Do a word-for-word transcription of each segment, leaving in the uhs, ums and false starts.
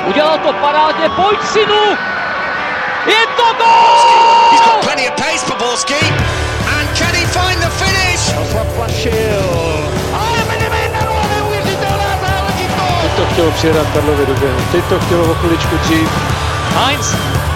Udělal to parádně, pojď synu! Je to gól! He's got plenty of pace for Borski. And can he find the finish? Zaplašil. Ale Benevenero, neuvěřitelná záležitost! Teď to chtělo přijedat Karlovi do běhu. Teď to chtělo o chviličku dřív. Heinz.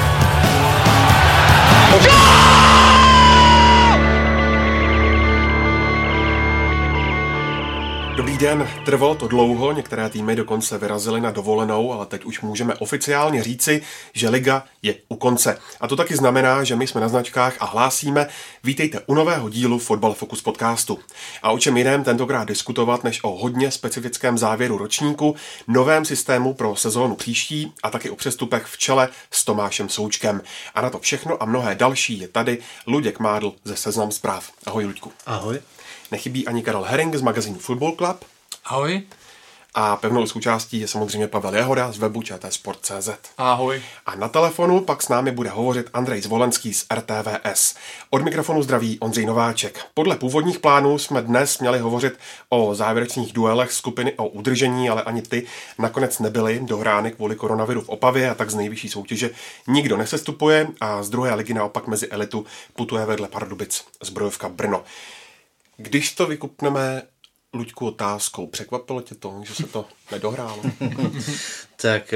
Dobrý den, trvalo to dlouho, některé týmy dokonce vyrazily na dovolenou, ale teď už můžeme oficiálně říci, že liga je u konce. A to taky znamená, že my jsme na značkách a hlásíme, vítejte u nového dílu Fotbal Focus podcastu. A o čem jiném tentokrát diskutovat, než o hodně specifickém závěru ročníku, novém systému pro sezónu příští a taky o přestupech v čele s Tomášem Součkem. A na to všechno a mnohé další je tady Luděk Mádl ze Seznam Zpráv. Ahoj, Luďku. Ahoj. Nechybí ani Karel Herring z magazínu Football Club. Ahoj. A pevnou součástí je samozřejmě Pavel Jahoda z webu č t sport tečka c z. Ahoj. A na telefonu pak s námi bude hovořit Andrej Zvolenský z R T V S. Od mikrofonu zdraví Ondřej Nováček. Podle původních plánů jsme dnes měli hovořit o závěrečných duelech skupiny o udržení, ale ani ty nakonec nebyly dohrány kvůli koronaviru v Opavě a tak z nejvyšší soutěže nikdo nesestupuje a z druhé ligy naopak mezi elitu putuje vedle Pardubic Zbrojovka Brno. Když to vykupneme, Luďku, otázkou, překvapilo tě to, že se to nedohrálo? Tak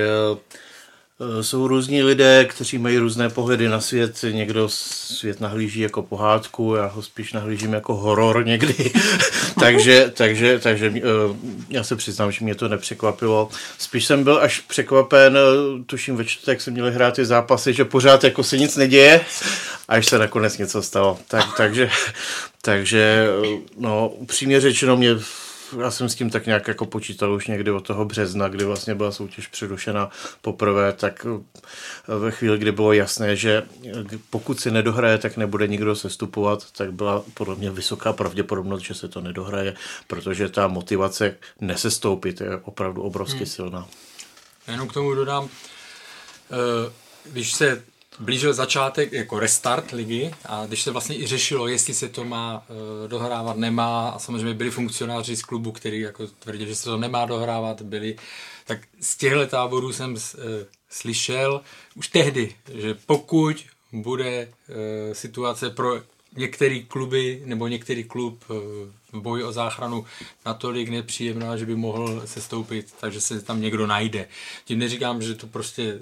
jsou různí lidé, kteří mají různé pohledy na svět. Někdo svět nahlíží jako pohádku, já ho spíš nahlížím jako horor někdy. takže, takže, takže já se přiznám, že mě to nepřekvapilo. Spíš jsem byl až překvapen, tuším ve čtvrtek se měli hrát ty zápasy, že pořád jako se nic neděje, až se nakonec něco stalo. Tak, takže, takže no, upřímně řečeno mě já jsem s tím tak nějak jako počítal už někdy od toho března, kdy vlastně byla soutěž přerušena poprvé, tak ve chvíli, kdy bylo jasné, že pokud si nedohraje, tak nebude nikdo sestupovat, tak byla podle mě vysoká pravděpodobnost, že se to nedohraje, protože ta motivace nesestoupit je opravdu obrovsky hmm. silná. Jenom k tomu dodám, když se blížil začátek, jako restart ligy a když se vlastně i řešilo, jestli se to má e, dohrávat, nemá a samozřejmě byli funkcionáři z klubu, kteří jako tvrdili, že se to nemá dohrávat, byli, tak z těchto táborů jsem e, slyšel už tehdy, že pokud bude e, situace pro některé kluby nebo některý klub e, v boji o záchranu natolik nepříjemná, že by mohl sestoupit, takže se tam někdo najde. Tím neříkám, že to prostě e,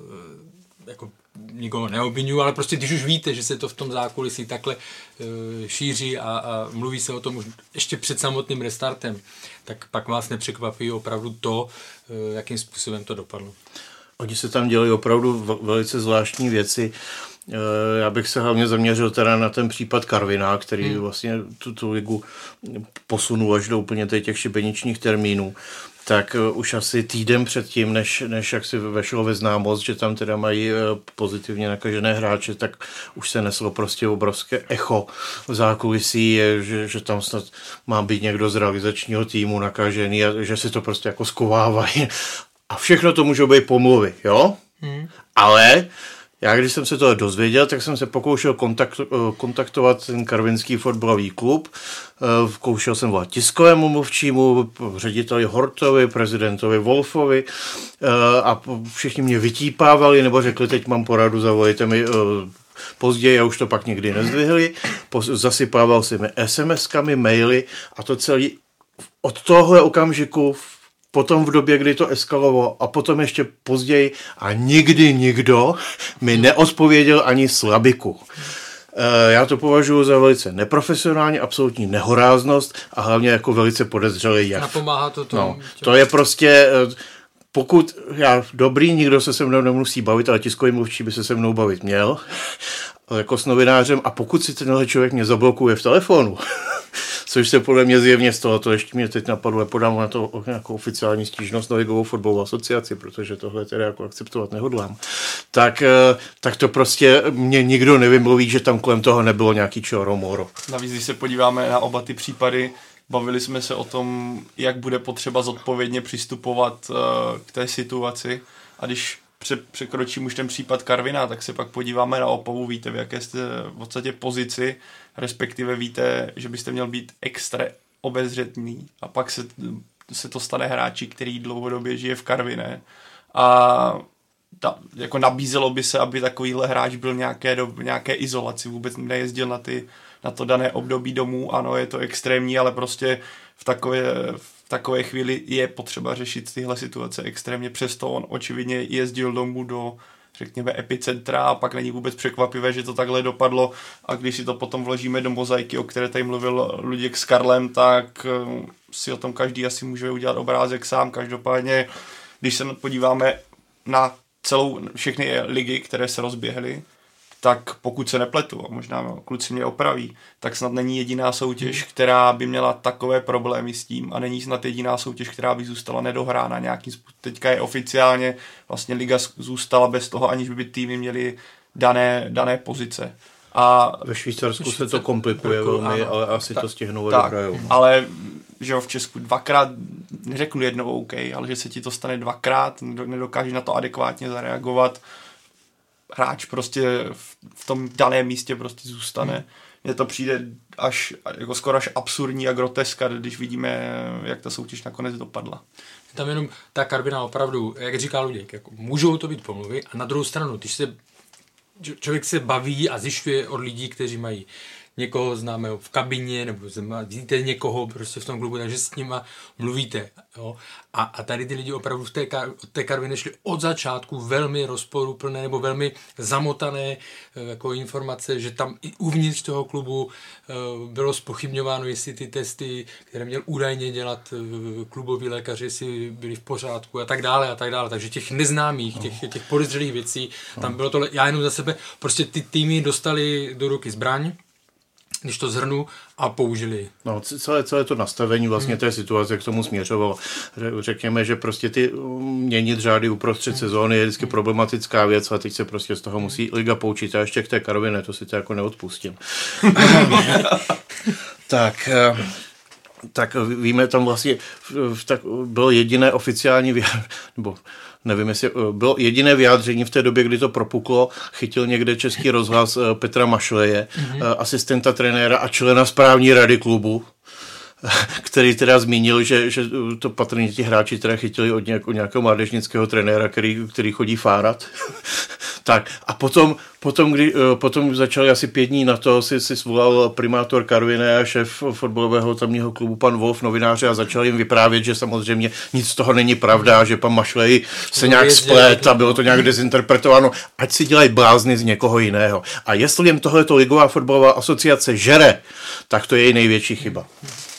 jako nikoho neobvinuju, ale prostě když už víte, že se to v tom zákulisí takhle e, šíří a, a mluví se o tom už ještě před samotným restartem, tak pak vás nepřekvapí opravdu to, e, jakým způsobem to dopadlo. Oni se tam dělají opravdu velice zvláštní věci. E, já bych se hlavně zaměřil teda na ten případ Karviná, který hmm. vlastně tu, tu ligu posunul až do úplně těch šibeničních termínů. Tak už asi týden předtím, než, než jak si vešlo ve známost, že tam teda mají pozitivně nakažené hráče, tak už se neslo prostě obrovské echo v zákulisí, že, že tam snad má být někdo z realizačního týmu nakažený a že si to prostě jako skovávají. A všechno to můžou být pomluvy, jo? Hmm. Ale já, když jsem se to dozvěděl, tak jsem se pokoušel kontakt, kontaktovat ten karvinský fotbalový klub. Zkoušel jsem volat tiskovému mluvčímu, řediteli Hortovi, prezidentovi Wolfovi a všichni mě vytípávali nebo řekli, teď mám poradu, zavolejte mi později a už to pak nikdy nezdvihli. Zasypával si mi es em eskami, maily a to celé od tohohle okamžiku potom v době, kdy to eskalovalo a potom ještě později a nikdy nikdo mi neodpověděl ani slabiku. Já to považuji za velice neprofesionální, absolutní nehoráznost a hlavně jako velice podezřelý jev. Napomáhá to tomu. No, to je prostě, pokud já dobrý, nikdo se se mnou nemusí bavit, ale tiskový mluvčí by se se mnou bavit měl, jako s novinářem, a pokud si tenhle člověk mě zablokuje v telefonu, což se podle mě zjevně stalo, to ještě mě teď napadlo, podám na to nějakou oficiální stížnost na Ligovou fotbalovou asociaci, protože tohle teda jako akceptovat nehodlám, tak, tak to prostě mě nikdo nevymluví, že tam kolem toho nebylo nějaký čoro-moro. Navíc, když se podíváme na oba ty případy, bavili jsme se o tom, jak bude potřeba zodpovědně přistupovat k té situaci, a když překročím už ten případ Karviná, tak se pak podíváme na Opavu, víte, v jaké jste v podstatě pozici, respektive víte, že byste měl být extra obezřetný, a pak se, se to stane hráči, který dlouhodobě žije v Karviné a ta, jako nabízelo by se, aby takovýhle hráč byl nějaké, do, nějaké izolaci, vůbec nejezdil na, ty, na to dané období domů, ano, je to extrémní, ale prostě v takové, v takové chvíli je potřeba řešit tyhle situace extrémně, přesto on očividně jezdil domů do, řekněme, epicentra a pak není vůbec překvapivé, že to takhle dopadlo a když si to potom vložíme do mozaiky, o které tady mluvil Luděk s Karlem, tak si o tom každý asi může udělat obrázek sám, každopádně, když se podíváme na celou, všechny ligy, které se rozběhly, tak pokud se nepletu, a možná kluci mě opraví, tak snad není jediná soutěž, která by měla takové problémy s tím a není snad jediná soutěž, která by zůstala nedohrána nějakým způsobem. Teďka je oficiálně, vlastně liga zůstala bez toho, aniž by týmy měly dané, dané pozice. A ve Švýcarsku se to komplikuje velmi, ale asi tak, to stihnou tak, dohrajou. Ale že jo, v Česku dvakrát, neřeknu jednou OK, ale že se ti to stane dvakrát, nedokážeš na to adekvátně zareagovat, hráč prostě v, v tom daném místě prostě zůstane. Hmm. Mně to přijde až, jako skoro až absurdní a groteska, když vidíme, jak ta soutěž nakonec dopadla. Tam jenom ta Karviná opravdu, jak říká Luděk, jako můžou to být pomluvy a na druhou stranu, když se člověk se baví a zjišťuje od lidí, kteří mají někoho známe v kabině, nebo vidíte někoho prostě v tom klubu, takže s nima mluvíte. Jo? A, a tady ty lidi opravdu v té, kar, té Karviné šli od začátku velmi rozporuplné nebo velmi zamotané jako informace, že tam i uvnitř toho klubu bylo zpochybňováno, jestli ty testy, které měl údajně dělat kluboví lékaři, jestli byly v pořádku a tak dále a tak dále. Takže těch neznámých, těch, těch podezřelých věcí, tam bylo tohle, já jenom za sebe, prostě ty týmy dostali do ruky zbraň, když to zhrnu, a použili. No, celé, celé to nastavení vlastně hmm. té situace k tomu směřovalo. Řekněme, že prostě ty měnit řády uprostřed hmm. sezóny je vždycky problematická věc a teď se prostě z toho musí liga poučit. A ještě k té Karviné, to si to jako neodpustím. tak... tak víme, tam vlastně tak bylo jediné oficiální vyjádření, nebo nevím, jestli bylo jediné vyjádření v té době, kdy to propuklo, chytil někde Český rozhlas Petra Mašleje, mm-hmm. asistenta trenéra a člena správní rady klubu, který teda zmínil, že, že to patrně ti hráči teda chytili od nějak, nějakého mládežnického trenéra, který, který chodí fárat. Tak a potom, potom, kdy, potom začali asi pět dní na to, si, si svolal primátor Karviné a šéf fotbalového tamního klubu pan Wolf, novináře, a začal jim vyprávět, že samozřejmě nic z toho není pravda, že pan Mašlej se nějak splet a bylo to nějak dezinterpretováno, ať si dělají blázny z někoho jiného. A jestli jim tohleto ligová fotbalová asociace žere, tak to je její největší chyba.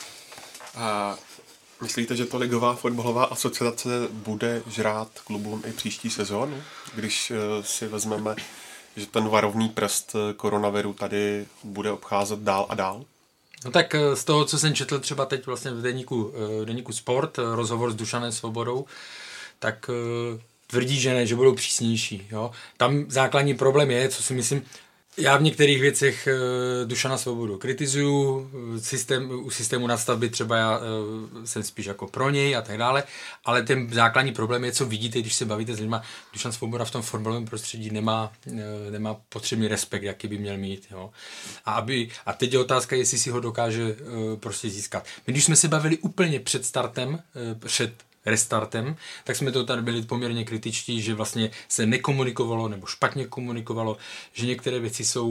A myslíte, že to ligová fotbalová asociace bude žrát klubům i příští sezónu, když si vezmeme, že ten varovný prst koronaviru tady bude obcházet dál a dál? No tak z toho, co jsem četl třeba teď vlastně v deníku, v deníku Sport, rozhovor s Dušanem Svobodou, tak tvrdí, že ne, že budou přísnější. Jo? Tam základní problém je, co si myslím, já v některých věcech uh, Dušana Svobodu kritizuju, systém, u systému nastavby třeba já uh, jsem spíš jako pro něj a tak dále, ale ten základní problém je, co vidíte, když se bavíte s lidmi. Dušan Svoboda v tom fotbalovém prostředí nemá, uh, nemá potřebný respekt, jaký by měl mít. Jo. A, aby, a teď je otázka, jestli si ho dokáže uh, prostě získat. My když jsme se bavili úplně před startem, uh, před restartem, tak jsme to tady byli poměrně kritičtí, že vlastně se nekomunikovalo nebo špatně komunikovalo, že některé věci jsou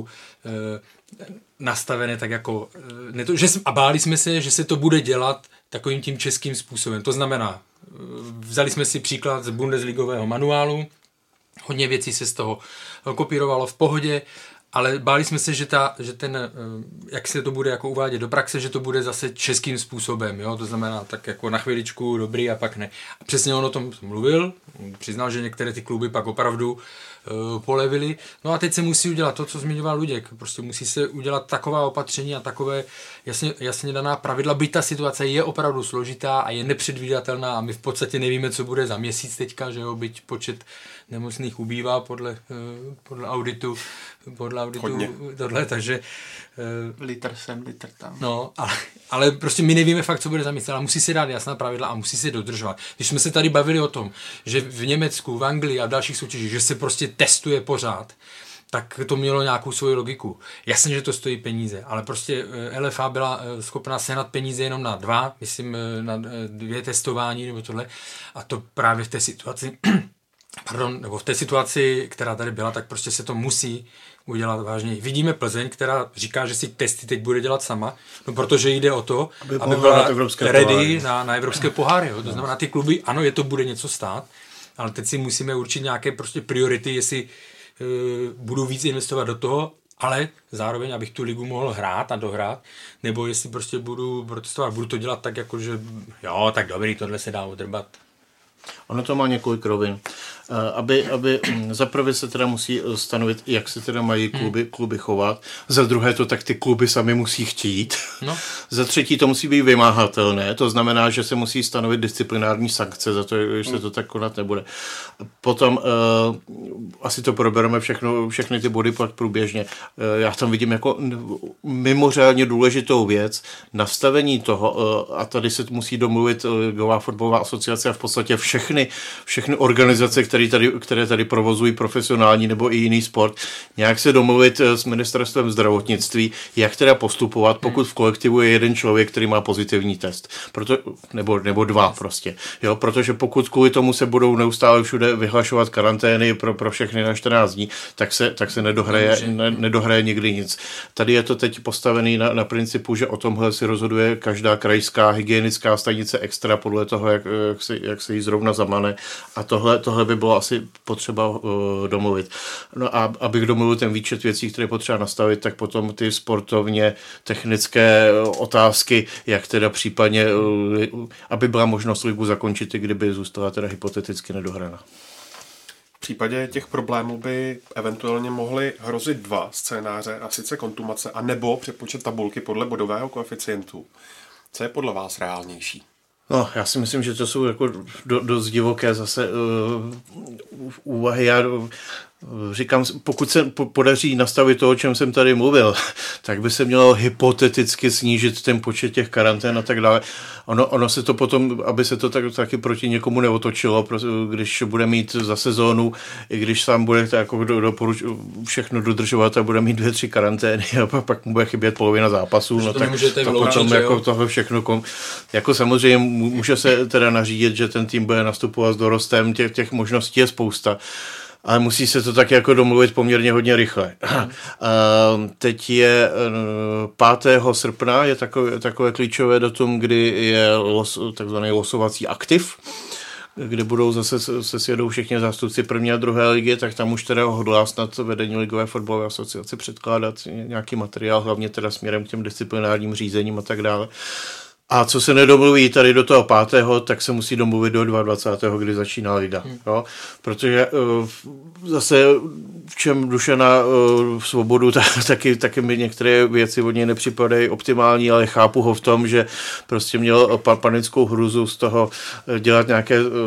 e, nastavené tak jako ne to, že, a báli jsme se, že se to bude dělat takovým tím českým způsobem. To znamená, vzali jsme si příklad z Bundesligového manuálu, hodně věcí se z toho kopírovalo v pohodě, ale báli jsme se, že, ta, že ten, jak se to bude jako uvádět do praxe, že to bude zase českým způsobem, jo? To znamená tak jako na chviličku dobrý a pak ne. A přesně on o tom mluvil, přiznal, že některé ty kluby pak opravdu uh, polevily. No a teď se musí udělat to, co zmiňoval Luděk. Prostě musí se udělat taková opatření a takové jasně, jasně daná pravidla, byť ta situace je opravdu složitá a je nepředvídatelná a my v podstatě nevíme, co bude za měsíc teďka, že jo, byť počet nemocných ubývá podle, uh, podle auditu, podle auditu tohle, takže uh, litr sem, litr tam. No, ale, ale prostě my nevíme fakt, co bude za měsíc, ale musí se dát jasná pravidla a musí se dodržovat. Když jsme se tady bavili o tom, že v Německu, v Anglii a v dalších soutěžích, že se prostě testuje pořád, tak to mělo nějakou svoji logiku. Jasně, že to stojí peníze, ale prostě L F A byla schopná sehnat peníze jenom na dva, myslím na dvě testování nebo tohle, a to právě v té situaci, pardon, nebo v té situaci, která tady byla, tak prostě se to musí udělat vážně. Vidíme Plzeň, která říká, že si testy teď bude dělat sama, no protože jde o to, aby, aby byla ready na, na evropské poháry. Jo. To znamená, ty kluby, ano, je to bude něco stát, ale teď si musíme určit nějaké prostě priority, jestli uh, budu víc investovat do toho, ale zároveň, abych tu ligu mohl hrát a dohrát, nebo jestli prostě budu protestovat, budu to dělat tak, jako že jo, tak dobrý, tohle se dá odrbat. Ono to má několik rovin. Aby, aby zaprvé se teda musí stanovit, jak se teda mají kluby, kluby chovat. Za druhé to tak ty kluby sami musí chtít. No. Za třetí to musí být vymáhatelné. To znamená, že se musí stanovit disciplinární sankce za to, že se to tak konat nebude. Potom uh, asi to probereme všechno, všechny ty body průběžně. Uh, já tam vidím jako mimořádně důležitou věc nastavení toho, uh, a tady se musí domluvit Ligová fotbalová asociace a v podstatě všechny, všechny organizace, které Tady, tady, které tady provozují profesionální nebo i jiný sport, nějak se domluvit s ministerstvem zdravotnictví, jak teda postupovat, pokud v kolektivu je jeden člověk, který má pozitivní test. Proto, nebo, nebo dva prostě. Jo, protože pokud kvůli tomu se budou neustále všude vyhlašovat karantény pro, pro všechny na čtrnáct dní, tak se, tak se nedohraje, ne, nedohraje nikdy nic. Tady je to teď postavený na, na principu, že o tomhle si rozhoduje každá krajská hygienická stanice extra podle toho, jak, jak, se, jak se jí zrovna zamane. A tohle, tohle by bylo asi potřeba uh, domluvit. No a abych domluvil ten výčet věcí, které potřeba nastavit, tak potom ty sportovně technické otázky, jak teda případně, uh, aby byla možnost ligu zakončit, i kdyby zůstala teda hypoteticky nedohraná. V případě těch problémů by eventuálně mohly hrozit dva scénáře, a sice kontumace, a nebo přepočet tabulky podle bodového koeficientu. Co je podle vás reálnější? No, já si myslím, že to jsou jako do, dost divoké zase uh, úvahy. Já uh, říkám, pokud se podaří nastavit to, o čem jsem tady mluvil, tak by se mělo hypoteticky snížit ten počet těch karantén a tak dále. Ono, ono se to potom, aby se to tak, taky proti někomu neotočilo, když bude mít za sezónu, i když sám bude tak jako doporuč, všechno dodržovat a bude mít dvě, tři karantény a pak mu bude chybět polovina zápasů, no tak to potom jako tohle všechno, kom, jako samozřejmě může se teda nařídit, že ten tým bude nastupovat s dorostem, těch, těch možností je spousta. Ale musí se to tak jako domluvit poměrně hodně rychle. Mm. Teď je pátého srpna, je takové, takové klíčové datum, kdy je los, takzvaný losovací aktiv, kde budou zase se sjedou všichni zástupci první a druhé ligy, tak tam už teda hodlá snad vedení Ligové fotbalové asociace předkládat nějaký materiál, hlavně teda směrem k těm disciplinárním řízením a tak dále. A co se nedomluví tady do toho pátého, tak se musí domluvit do dvacátého druhého kdy začíná liga. Hmm. Jo? Protože uh, zase v čem Dušana uh, Svobodu, tak, taky, taky mi některé věci od něj nepřipadají optimální, ale chápu ho v tom, že prostě měl panickou hruzu z toho dělat nějaké uh,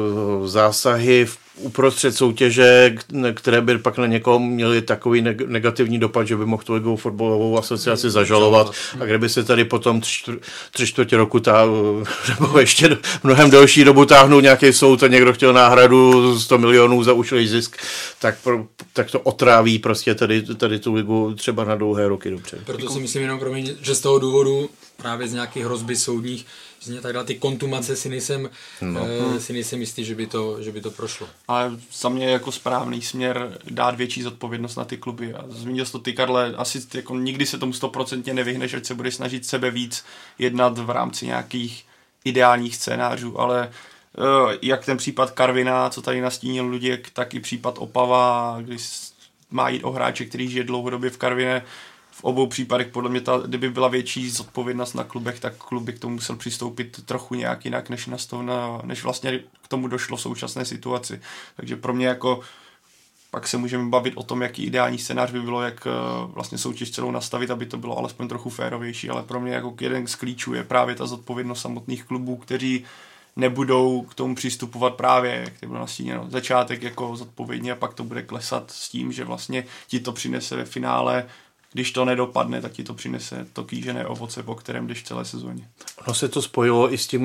zásahy v uprostřed soutěže, které by pak na někoho měly takový negativní dopad, že by mohl tu Ligovou fotbalovou asociaci zažalovat. A kdyby se tady potom tři čtvrtě roku tá, nebo ještě mnohem delší dobu táhnul nějaký soud a někdo chtěl náhradu sto milionů za ušlý zisk, tak, tak to otráví prostě tady, tady tu ligu třeba na dlouhé roky dobře. Proto si myslím jenom pro mě, že z toho důvodu právě z nějakých hrozby soudních, že takhle ty kontumace si nejsem, no. uh, si nejsem jistý, že by, to, že by to prošlo. Ale za mě je jako správný směr dát větší zodpovědnost na ty kluby. A zmínil jsi to ty, Karle, asi jako nikdy se tomu stoprocentně nevyhneš, ať se budeš snažit sebe víc jednat v rámci nějakých ideálních scénářů, ale uh, jak ten případ Karvina, co tady nastínil Luděk, tak i případ Opava, když má jít o hráče, který žije dlouhodobě v Karviné. V obou případech podle mě, ta, kdyby byla větší zodpovědnost na klubech, tak kluby k tomu musel přistoupit trochu nějak jinak, než, nastavna, než vlastně k tomu došlo v současné situaci. Takže pro mě jako pak se můžeme bavit o tom, jaký ideální scénář by bylo, jak vlastně soutěž celou nastavit, aby to bylo alespoň trochu férovější, ale pro mě jako jeden z klíčů je právě ta zodpovědnost samotných klubů, kteří nebudou k tomu přistupovat právě, jak to bylo nastíněno, začátek jako zodpovědně a pak to bude klesat s tím, že vlastně ti to přinese ve finále. Když to nedopadne, tak ti to přinese to kýžené ovoce, po kterém jdeš celé sezóně. Ono se to spojilo i s tím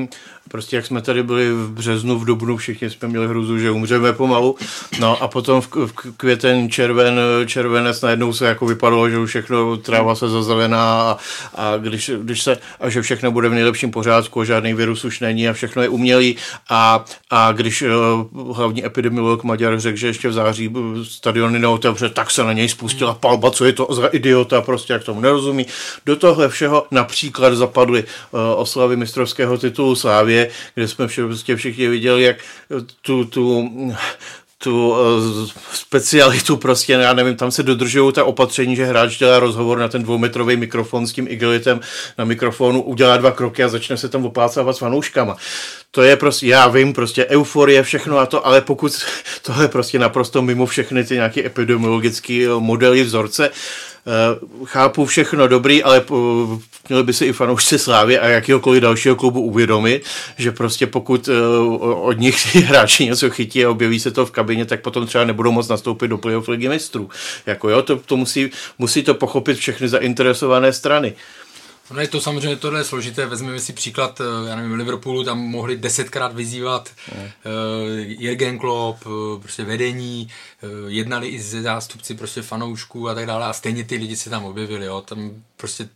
prostě jak jsme tady byli v březnu, v dubnu, všichni jsme měli hruzu, že umřeme pomalu, no a potom v, v květen, červen, červenec najednou se jako vypadalo, že už všechno, tráva se zazelená a, a když, když se, a že všechno bude v nejlepším pořádku, žádný virus už není a všechno je umělý a, a když uh, hlavní epidemiolog Maďar řekl, že ještě v září stadiony neotevře, tak se na něj spustila palba, co je to za idiota, prostě jak tomu nerozumí. Do tohle všeho například zapadly uh, oslavy mistrovského titulu Slávie, kde jsme vše, prostě všichni viděli, jak tu, tu tu uh, specialitu prostě, já nevím, tam se dodržují ta opatření, že hráč dělá rozhovor na ten dvoumetrový mikrofon s tím igelitem na mikrofonu, udělá dva kroky a začne se tam oplácávat s fanouškama. To je prostě, já vím, prostě euforie, všechno a to, ale pokud tohle je prostě naprosto mimo všechny ty nějaké epidemiologické modely, vzorce, uh, chápu všechno dobrý, ale uh, měli by si i fanoušci Slávy a jakýhokoliv dalšího klubu uvědomit, že prostě pokud uh, od nich ty hráči něco chytí a objeví se to v kabině, tak potom třeba nebudou moc nastoupit do playoff ligy mistrů. Jako jo, to, to musí, musí to pochopit všechny zainteresované strany. No je to samozřejmě tohle je složité, vezmeme si příklad, já nevím, v Liverpoolu tam mohli desetkrát vyzývat uh, Jürgen Klopp, uh, prostě vedení, uh, jednali i se zástupci prostě fanoušků a tak dále a stejně ty lidi se tam objevili, jo, tam prostě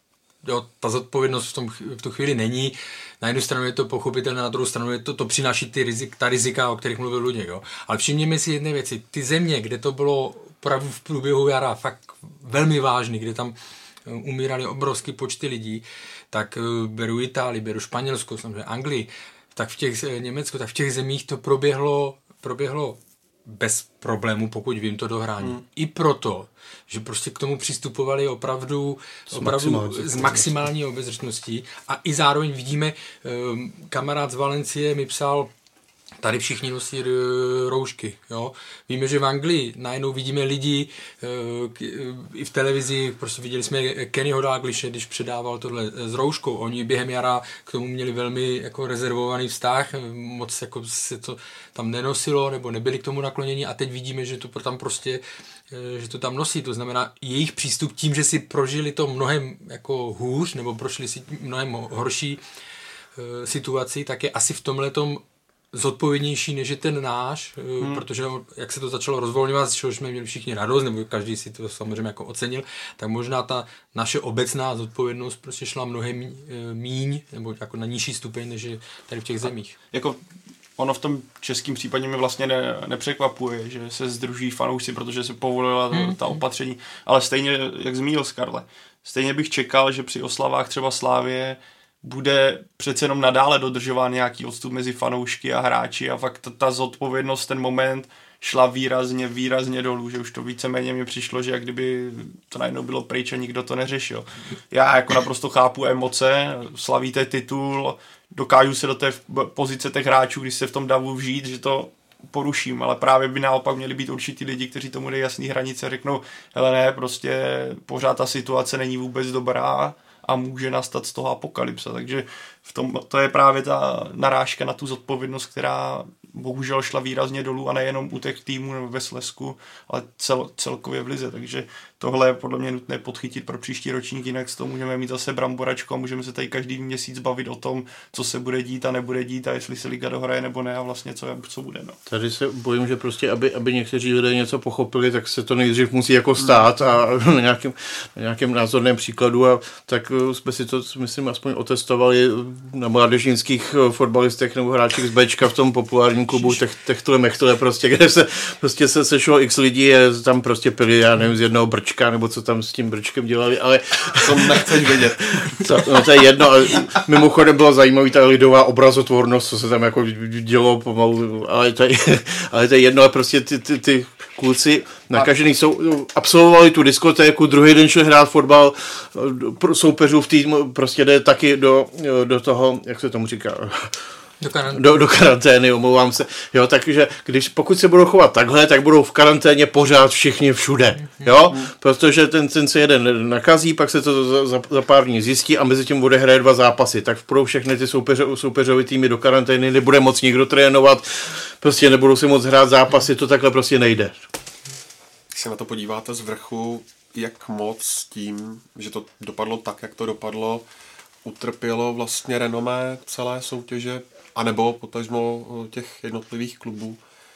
jo, ta zodpovědnost v, tom, v tu chvíli není. Na jednu stranu je to pochopitelné, na druhou stranu je to, to přináší ty rizik, ta rizika, o kterých mluvil Luděk. Jo. Ale všimněme si jedné věci. Ty země, kde to bylo opravdu v průběhu jara fakt velmi vážný, kde tam umírali obrovský počty lidí, tak beru Itálii, beru Španělsko, samozřejmě Anglii, tak v těch Německu, tak v těch zemích to proběhlo, proběhlo bez problémů, pokud vím, to dohrání. Hmm. I proto, že prostě k tomu přistupovali opravdu, opravdu s maximální obezřetností a i zároveň vidíme, um, kamarád z Valencie mi psal, tady všichni nosí roušky. Jo? Víme, že v Anglii najednou vidíme lidi uh, i v televizi, prostě viděli jsme Kennyho Dalglishe, když předával tohle s rouškou. Oni během jara k tomu měli velmi jako rezervovaný vztah, moc jako se to tam nenosilo, nebo nebyli k tomu nakloněni a teď vidíme, že to tam prostě že to tam nosí. To znamená, jejich přístup tím, že si prožili to mnohem jako hůř, nebo prošli si mnohem horší uh, situaci, tak je asi v tomhletom zodpovědnější, než je ten náš, hmm. protože jak se to začalo rozvolňovat, z čehož jsme měli všichni radost, nebo každý si to samozřejmě jako ocenil, tak možná ta naše obecná zodpovědnost prostě šla mnohem míň, nebo jako na nižší stupeň, než je tady v těch zemích. A jako ono v tom českém případě mi vlastně ne, nepřekvapuje, že se sdruží fanoušci, protože se povolila hmm. ta opatření, ale stejně, jak zmínil Skarle, stejně bych čekal, že při oslavách třeba Slávie bude přece jenom nadále dodržován nějaký odstup mezi fanoušky a hráči a fakt ta, ta zodpovědnost, ten moment šla výrazně, výrazně dolů, že už to víceméně mi přišlo, že jak kdyby to najednou bylo pryč a nikdo to neřešil. Já jako naprosto chápu emoce, slavíte titul, dokážu se do té pozice těch hráčů, když se v tom davu vžít, že to poruším, ale právě by naopak měli být určitý lidi, kteří tomu dají jasný hranice, řeknou, hele ne, prostě pořád ta situace není vůbec dobrá a může nastat z toho apokalypsa, takže v tom, to je právě ta narážka na tu zodpovědnost, která bohužel šla výrazně dolů a nejenom u těch týmů nebo ve Slezsku, ale cel, celkově v lize, takže tohle je podle mě nutné podchytit pro příští ročník, jinak z toho můžeme mít zase bramboračku a můžeme se tady každý měsíc bavit o tom, co se bude dít a nebude dít a jestli se liga dohraje nebo ne a vlastně co, co bude. No. Tady se bojím, že prostě, aby, aby někteří lidé něco pochopili, tak se to nejdřív musí jako stát a na nějakém, na nějakém názorném příkladu a tak jsme si to, myslím, aspoň otestovali na mládežnických fotbalistech nebo hráčích z Bčka v tom populárním klubu Techtle Mechtle, prostě, kde se prostě se sešlo x lidí a tam prostě pili, já nevím, z jednoho brčka, nebo co tam s tím brčkem dělali, ale to nechceš vědět. To, no to je jedno, ale mimochodem byla zajímavá ta lidová obrazotvornost, co se tam jako dělo pomalu, ale to je, ale to je jedno, ale prostě ty, ty, ty kluci nakažený jsou, absolvovali tu diskotéku, druhý den šli hrát fotbal, soupeřů v týmu prostě jde taky do, do toho, jak se tomu říká, Do karantény. Do, do karantény, omlouvám se. Jo, takže když, pokud se budou chovat takhle, tak budou v karanténě pořád všichni všude. Jo? Protože ten, ten se jeden nakazí, pak se to za, za, za pár dní zjistí a mezi tím bude hraje dva zápasy. Tak budou všechny ty soupeře, soupeřové týmy do karantény, nebude moc nikdo trénovat, prostě nebudou si moc hrát zápasy, to takhle prostě nejde. Když se na to podíváte z vrchu, jak moc tím, že to dopadlo tak, jak to dopadlo, utrpělo vlastně renomé celé soutěže, anebo potažmo těch jednotlivých klubů,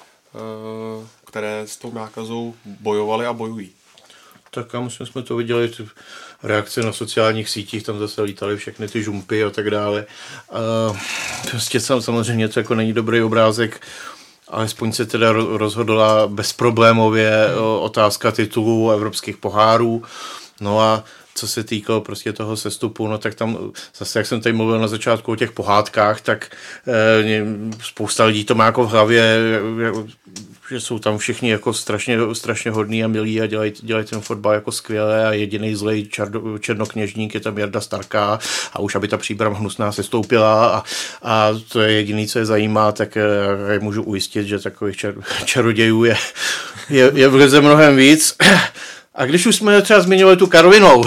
které s tou nákazou bojovaly a bojují? Tak a myslím, jsme to viděli, ty reakce na sociálních sítích, tam zase lítaly všechny ty žumpy a tak dále. Uh, prostě samozřejmě to jako není dobrý obrázek, alespoň se teda rozhodla bezproblémově otázka titulů evropských pohárů. No a co se týkalo prostě toho sestupu, no tak tam zase, jak jsem tady mluvil na začátku o těch pohádkách, tak eh, spousta lidí to má jako v hlavě, že jsou tam všichni jako strašně, strašně hodní a milí a dělají, dělají ten fotbal jako skvěle a jediný zlej černo, černokněžník je tam Jarda Starká a už aby ta Příbram hnusná sestoupila a, a to je jediný, co je zajímá, tak já můžu ujistit, že takových čar, čarodějů je, je, je v lize mnohem víc. A když už jsme třeba zmiňovali tu Karvinou,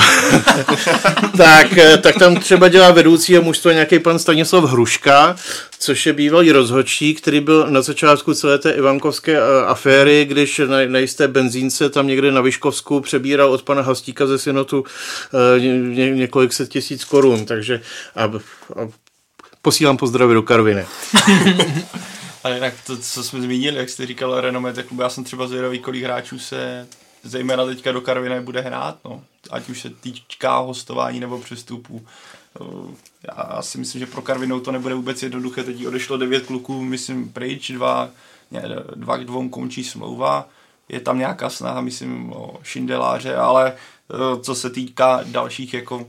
tak, tak tam třeba dělá vedoucí a mužstvo nějaký pan Stanislav Hruška, což je bývalý rozhodčí, který byl na začátku celé té ivankovské aféry, když na, na jisté benzínce tam někde na Vyškovsku přebíral od pana Hastíka ze Synotu ně, několik set tisíc korun. Takže a, a posílám pozdravy do Karviny. Ale jinak to, co jsme zmínili, jak jste říkal, renomé, tak já jsem třeba zvědavý, kolik hráčů se zejména teďka do Karviné bude hrát, no. Ať už se týká hostování nebo přestupů. Já si myslím, že pro Karvinou to nebude vůbec jednoduché. Teď odešlo devět kluků, myslím, pryč, dva, ne, dva k dvou končí smlouva. Je tam nějaká snaha, myslím, o Šindeláře, ale co se týká dalších jako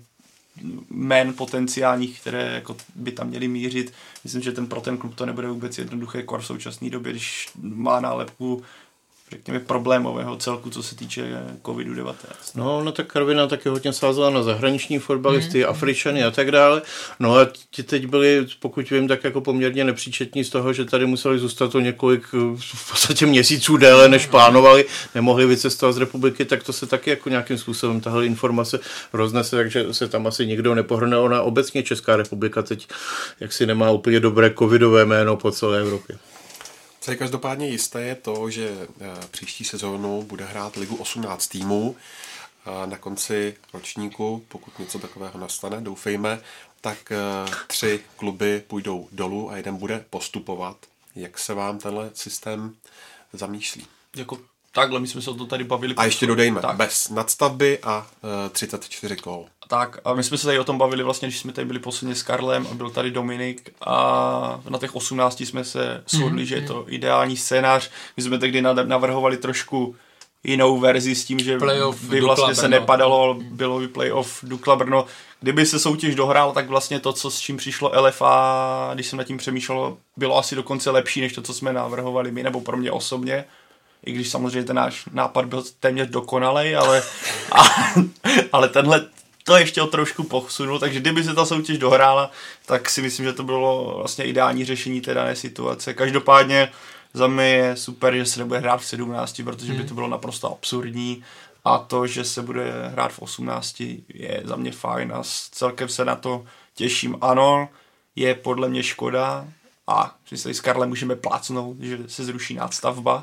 jmén potenciálních, které jako by tam měly mířit, myslím, že ten pro ten klub to nebude vůbec jednoduché jako v současné době, když má nálepku řekněme problémového celku, co se týče kovid devatenáct. No, no tak Karviná taky hodně sázela na zahraniční fotbalisty, mm. Afričany a tak dále. No a ti teď byli, pokud vím, tak jako poměrně nepříčetní z toho, že tady museli zůstat o několik v podstatě měsíců déle, než plánovali, nemohli vycestovat z republiky, tak to se taky jako nějakým způsobem tahle informace roznese, takže se tam asi nikdo nepohrne. Ona obecně Česká republika teď jaksi nemá úplně dobré covidové jméno po celé Evropě. Co je každopádně jisté je to, že příští sezónu bude hrát ligu osmnáct týmů. Na konci ročníku, pokud něco takového nastane, doufejme, tak tři kluby půjdou dolů a jeden bude postupovat. Jak se vám tenhle systém zamýšlí? Jako takhle, my jsme se o to tady bavili. A ještě dodejme, tak. Bez nadstavby a třicet čtyři kol. Tak a my jsme se tady o tom bavili vlastně, když jsme tady byli posledně s Karlem a byl tady Dominik a na těch osmnácti jsme se shodli, mm-hmm. že je to ideální scénář. My jsme tehdy navrhovali trošku jinou verzi s tím, že playoff by vlastně Dukla se Brno. Nepadalo, bylo by playoff Dukla Brno. Kdyby se soutěž dohrál, tak vlastně to, co s čím přišlo L F A, když jsem nad tím přemýšlel, bylo asi dokonce lepší, než to, co jsme navrhovali my, nebo pro mě osobně. I když samozřejmě ten náš nápad byl téměř dokonalej, ale, a, ale tenhle to ještě o trošku posunul, takže kdyby se ta soutěž dohrála, tak si myslím, že to bylo vlastně ideální řešení té dané situace. Každopádně za mě je super, že se nebude hrát v sedmnácti, protože by to bylo naprosto absurdní a to, že se bude hrát v osmnácti je za mě fajn a celkem se na to těším. Ano, je podle mě škoda a my se s Karlem můžeme plácnout, že se zruší nadstavba,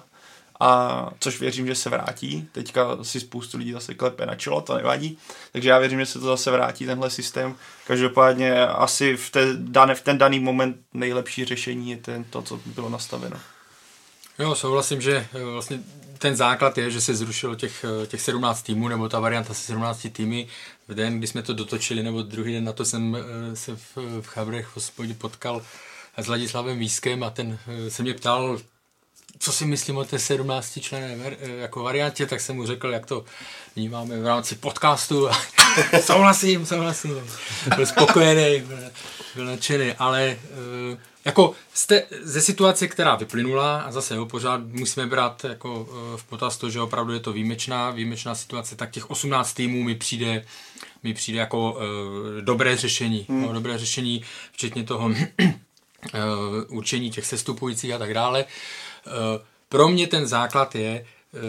a což věřím, že se vrátí. Teďka si spoustu lidí zase klepe na čelo, to nevadí. Takže já věřím, že se to zase vrátí, tenhle systém. Každopádně asi v, té dané, v ten daný moment nejlepší řešení je ten, to, co bylo nastaveno. Jo, souhlasím, že vlastně ten základ je, že se zrušilo těch, těch sedmnáct týmů, nebo ta varianta se sedmnácti týmy. V den, kdy jsme to dotočili, nebo druhý den na to jsem se v, v Chabrech v hospodě potkal s Ladislavem Vískem a ten se mě ptal, co si myslím o té sedmnáctičlenné jako variantě, tak jsem mu řekl, jak to vnímáme v rámci podcastu. souhlasím, souhlasím. Byl spokojený, byl, byl nadšený, ale jako jste, ze situace, která vyplynula, a zase ho pořád musíme brát jako v potaz to, že opravdu je to výjimečná, výjimečná situace, tak těch osmnáct týmů mi přijde, mi přijde jako uh, dobré řešení. Hmm. No, dobré řešení, včetně toho uh, určení těch sestupujících a tak dále. Pro mě ten základ je,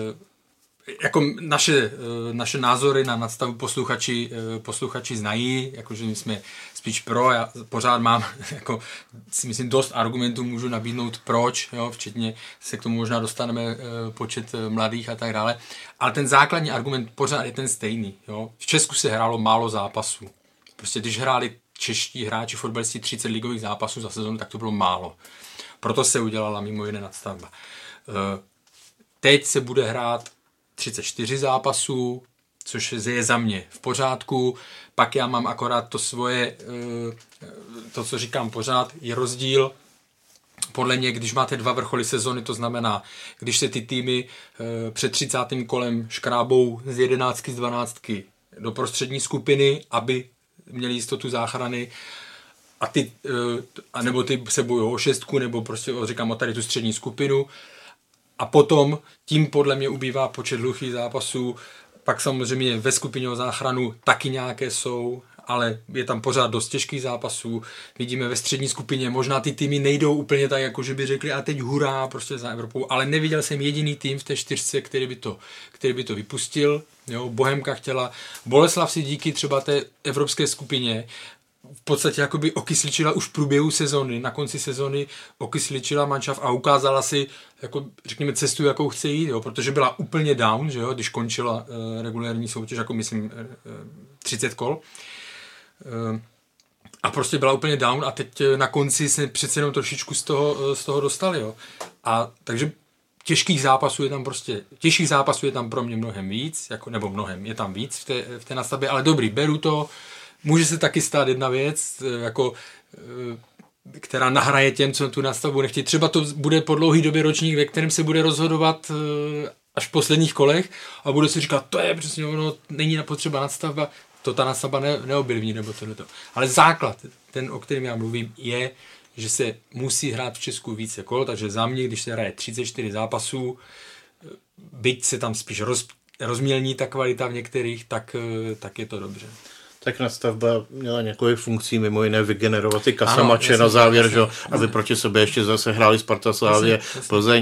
jako naše, naše názory na nadstavu posluchači, posluchači znají, jakože my jsme spíš pro, já pořád mám, jako si myslím, dost argumentů můžu nabídnout proč, jo, včetně se k tomu možná dostaneme počet mladých a tak dále, ale ten základní argument pořád je ten stejný. Jo. V Česku se hrálo málo zápasů. Prostě když hráli čeští hráči, fotbalisti třicet ligových zápasů za sezónu, tak to bylo málo. Proto se udělala mimo jiné nadstavba. Teď se bude hrát třicet čtyři zápasů, což je za mě v pořádku. Pak já mám akorát to svoje, to, co říkám pořád, je rozdíl. Podle mě, když máte dva vrcholy sezony, to znamená, když se ty týmy před třicátým kolem škrábou z jedenáctky, z dvanáctky do prostřední skupiny, aby měli jistotu záchrany, a ty, a nebo ty se bojují o šestku, nebo prostě říkám o tady tu střední skupinu. A potom tím podle mě ubývá počet hluchých zápasů. Pak samozřejmě ve skupině o záchranu taky nějaké jsou, ale je tam pořád dost těžkých zápasů. Vidíme ve střední skupině, možná ty týmy nejdou úplně tak, jako že by řekli a teď hurá prostě za Evropou, ale neviděl jsem jediný tým v té čtyřce, který by to, který by to vypustil. Jo, Bohemka chtěla. Boleslav si díky třeba té evropské skupině v podstatě jakoby okysličila už v průběhu sezony, na konci sezony okysličila manšaft a ukázala si, jako řekněme, cestu, jakou chce jít, jo, protože byla úplně down, že jo, když končila uh, regulární soutěž, jako myslím uh, třicet kol. Uh, a prostě byla úplně down a teď na konci se přece jenom trošičku z toho, uh, z toho dostali, jo. A takže těžkých zápasů je tam prostě, těžkých zápasů je tam pro mě mnohem víc, jako, nebo mnohem, je tam víc v té, v té nastavbě, ale dobrý, beru to. Může se taky stát jedna věc, jako, která nahraje těm, co tu nastavbu nechtějí. Třeba to bude po dlouhý době ročník, ve kterém se bude rozhodovat až v posledních kolech a bude si říkat, to je přesně ono, není potřeba nadstavba, to ta nadstavba ne, neobjevní, nebo tohleto. Ale základ, ten, o kterém já mluvím, je, že se musí hrát v Česku více kol, takže za mě, když se hraje třicet čtyři zápasů, byť se tam spíš roz, rozmělní ta kvalita v některých, tak, tak je to dobře. Tak nadstavba měla několik funkcí, mimo jiné vygenerovat ty kasamače na závěr, jasný, že? Jasný. Aby proti sobě ještě zase hráli Sparta, Slavie, Plzeň.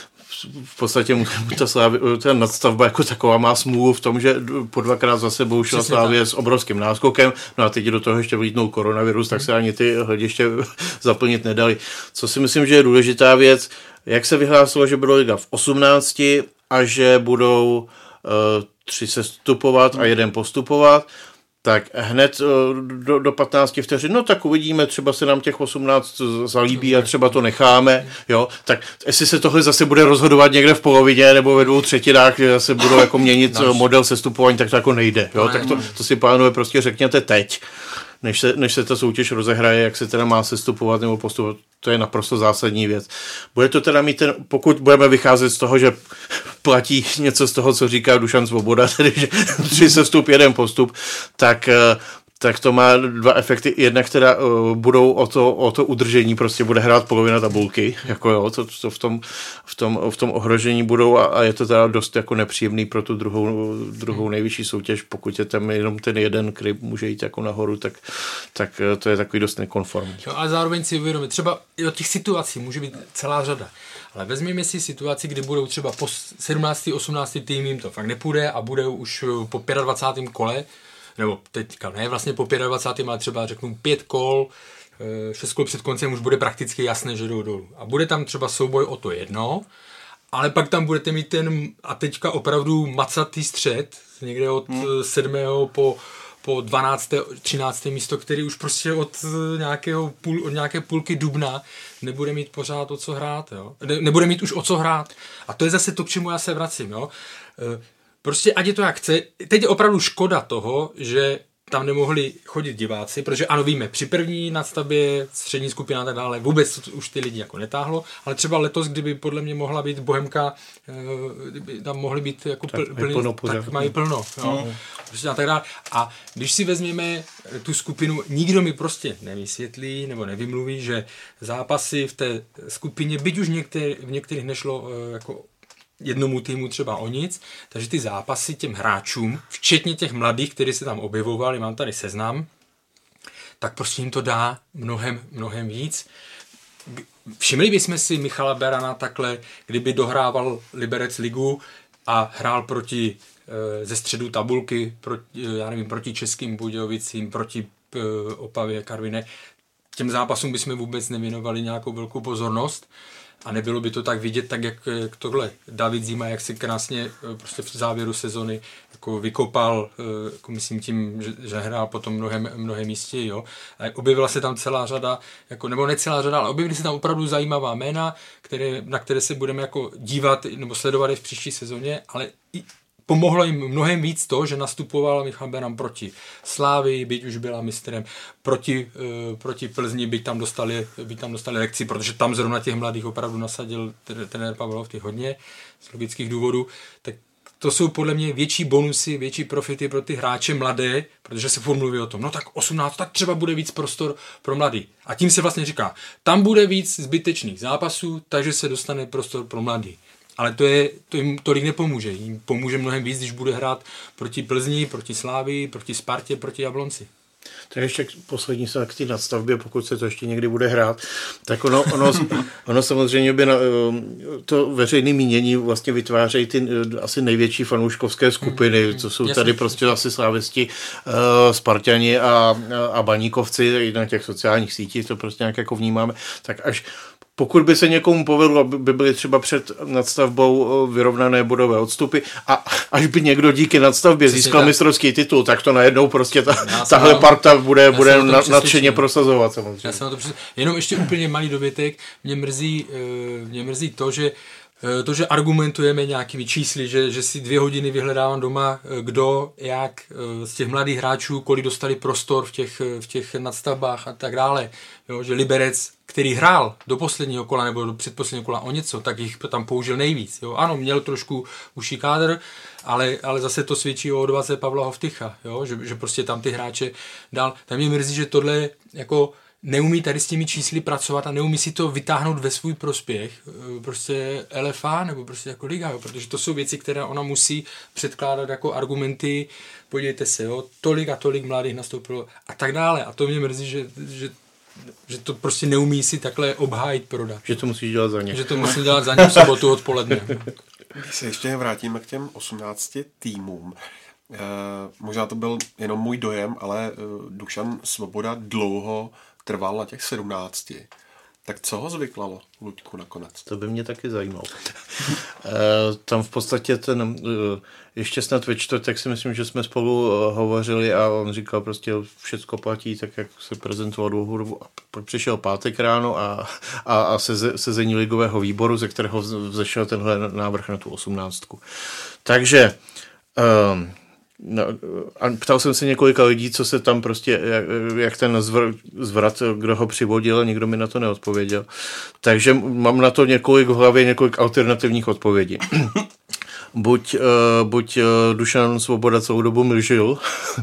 V podstatě ta, Slávě, ta nadstavba jako taková má smůlu v tom, že po dvakrát za sebou šla Slávě s obrovským náskokem, no a teď do toho ještě vlítnul koronavirus, tak se ani ty hlediště zaplnit nedali. Co si myslím, že je důležitá věc, jak se vyhlásilo, že bylo liga v osmnácti a že budou uh, tři sestupovat a jeden postupovat, tak hned do, do patnácti vteřin, no tak uvidíme, třeba se nám těch osmnáct zalíbí a třeba to necháme, jo, tak jestli se tohle zase bude rozhodovat někde v polovině nebo ve dvou třetinách, že zase budou jako měnit model sestupování, tak to jako nejde, jo, tak to, to si pánové prostě řekněte teď, než se, než se ta soutěž rozehraje, jak se teda má sestupovat nebo postupovat, to je naprosto zásadní věc. Bude to teda mít ten, pokud budeme vycházet z toho, že platí něco z toho, co říká Dušan Svoboda, tedy že tři sestup, jeden postup, tak, tak to má dva efekty. Jednak teda uh, budou o to, o to udržení, prostě bude hrát polovina tabulky, jako jo, to, to v, tom, v, tom, v tom ohrožení budou a, a je to teda dost jako nepříjemný pro tu druhou, druhou nejvyšší soutěž, pokud je tam jenom ten jeden kryb může jít jako nahoru, tak, tak to je takový dost nekonformní. Jo, ale zároveň si uvědomit, třeba i od těch situací může být celá řada. Ale vezměme si situaci, kdy budou třeba po sedmnácti osmnácti týmům to fakt nepůjde a budou už po dvacátém pátém kole, nebo teďka ne vlastně po dvacátém pátém ale třeba řeknu pět kol, šest kol před koncem už bude prakticky jasné, že jdou dolů. A bude tam třeba souboj o to jedno, ale pak tam budete mít ten a teďka opravdu macatý střed, někde od hmm. sedmého po po dvanácté třinácté místo, který už prostě od, nějakého půl, od nějaké půlky dubna nebude mít pořád o co hrát. Jo? Ne, nebude mít už o co hrát. A to je zase to, k čemu já se vracím. Jo? Prostě ať je to jak chce. Teď je opravdu škoda toho, že tam nemohli chodit diváci, protože ano, víme, při první nadstavbě, střední skupina a tak dále, vůbec už ty lidi jako netáhlo, ale třeba letos, kdyby podle mě mohla být Bohemka, kdyby tam mohly být jako tak pl, plný, plno tak mají plno. Jo. Mm. Prostě a tak dále. A když si vezmeme tu skupinu, nikdo mi prostě nevysvětlí nebo nevymluví, že zápasy v té skupině, byť už některý, v některých nešlo jako jednomu týmu třeba o nic, takže ty zápasy těm hráčům, včetně těch mladých, kteří se tam objevovali, mám tady seznam, tak prostě jim to dá mnohem, mnohem víc. Všimli bychom si Michala Berana takhle, kdyby dohrával Liberec ligu a hrál proti ze středu tabulky, proti, já nevím, proti Českým Budějovicím, proti Opavě, Karviné. Těm zápasům bychom vůbec nevěnovali nějakou velkou pozornost. a nebylo by to tak vidět, tak jak, jak tohle David Zima, jak si krásně prostě v závěru sezony jako vykopal, jako myslím tím, že, že hrál potom mnohem, mnohem místě, jo. A objevila se tam celá řada, jako, nebo ne celá řada, ale objevily se tam opravdu zajímavá jména, které, na které se budeme jako dívat nebo sledovat i v příští sezóně, ale i pomohlo jim mnohem víc to, že nastupoval Michal Beran proti Slávii, byť už byla mistrem, proti, uh, proti Plzni, byť tam, dostali, byť tam dostali lekci, protože tam zrovna těch mladých opravdu nasadil trenér Pavel Hovty hodně z logických důvodů, tak to jsou podle mě větší bonusy, větší profity pro ty hráče mladé, protože se furt mluví o tom, no tak osmnáct, tak třeba bude víc prostor pro mladý. A tím se vlastně říká, tam bude víc zbytečných zápasů, takže se dostane prostor pro mladý. Ale to, je, to jim tolik nepomůže. Jim pomůže mnohem víc, když bude hrát proti Plzni, proti Slávii, proti Spartě, proti Jablonci. Tak ještě poslední se k té nadstavbě, pokud se to ještě někdy bude hrát, tak ono, ono, ono samozřejmě by na, to veřejné mínění vlastně vytvářejí ty asi největší fanouškovské skupiny, co jsou tady prostě asi slávisti, Sparťani a, a Baníkovci, i na těch sociálních sítích to prostě nějak jako vnímáme, tak až pokud by se někomu povedlo, aby byly třeba před nadstavbou vyrovnané bodové odstupy a až by někdo díky nadstavbě Přesně získal tak. mistrovský titul, tak to najednou prostě ta, tahle parta bude, bude nadšeně prosazovat samozřejmě. Já jsem na to přes... Jenom ještě úplně malý dovětek. Mě mrzí, mě mrzí to, že To, že argumentujeme nějakými čísly, že, že si dvě hodiny vyhledávám doma, kdo, jak z těch mladých hráčů, kolik dostali prostor v těch, v těch nadstavbách a tak dále. Jo, že Liberec, který hrál do posledního kola nebo do předposledního kola o něco, tak jich tam použil nejvíc. Jo. Ano, měl trošku uší kádr, ale, ale zase to svědčí o odvaze Pavla Hovtycha, jo, že, že prostě tam ty hráče dal. Tam mě mrzí, že tohle jako neumí tady s těmi čísly pracovat a neumí si to vytáhnout ve svůj prospěch, prostě L F A nebo prostě jako liga, jo, protože to jsou věci, které ona musí předkládat jako argumenty, podívejte se, jo, tolik a tolik mladých nastoupilo a tak dále. A to mě mrzí, že, že, že to prostě neumí si takhle obhájit prodat. Že to musíš dělat za ně. Že to musí dělat za ně v sobotu odpoledne. Když se ještě vrátíme k těm osmnácti týmům, eh, možná to byl jenom můj dojem, ale eh, Dušan Svoboda dlouho trval na těch sedmnácti. Tak co ho zvyklalo, Luďku, nakonec? To by mě taky zajímalo. e, tam v podstatě ten, ještě snad ve čtvrtek si myslím, že jsme spolu hovořili a on říkal prostě všecko platí, tak jak se prezentoval dlouhou dobu. A pak přišel pátek ráno a, a, a seze, sezení ligového výboru, ze kterého vzešel tenhle návrh na tu osmnáctku. Takže um, no, a ptal jsem se několika lidí, co se tam prostě, jak, jak ten zvr, zvrat, kdo ho přivodil, nikdo mi na to neodpověděl. Takže mám na to několik v hlavě, několik alternativních odpovědí. Buď, uh, buď uh, Dušan Svoboda celou dobu mlžil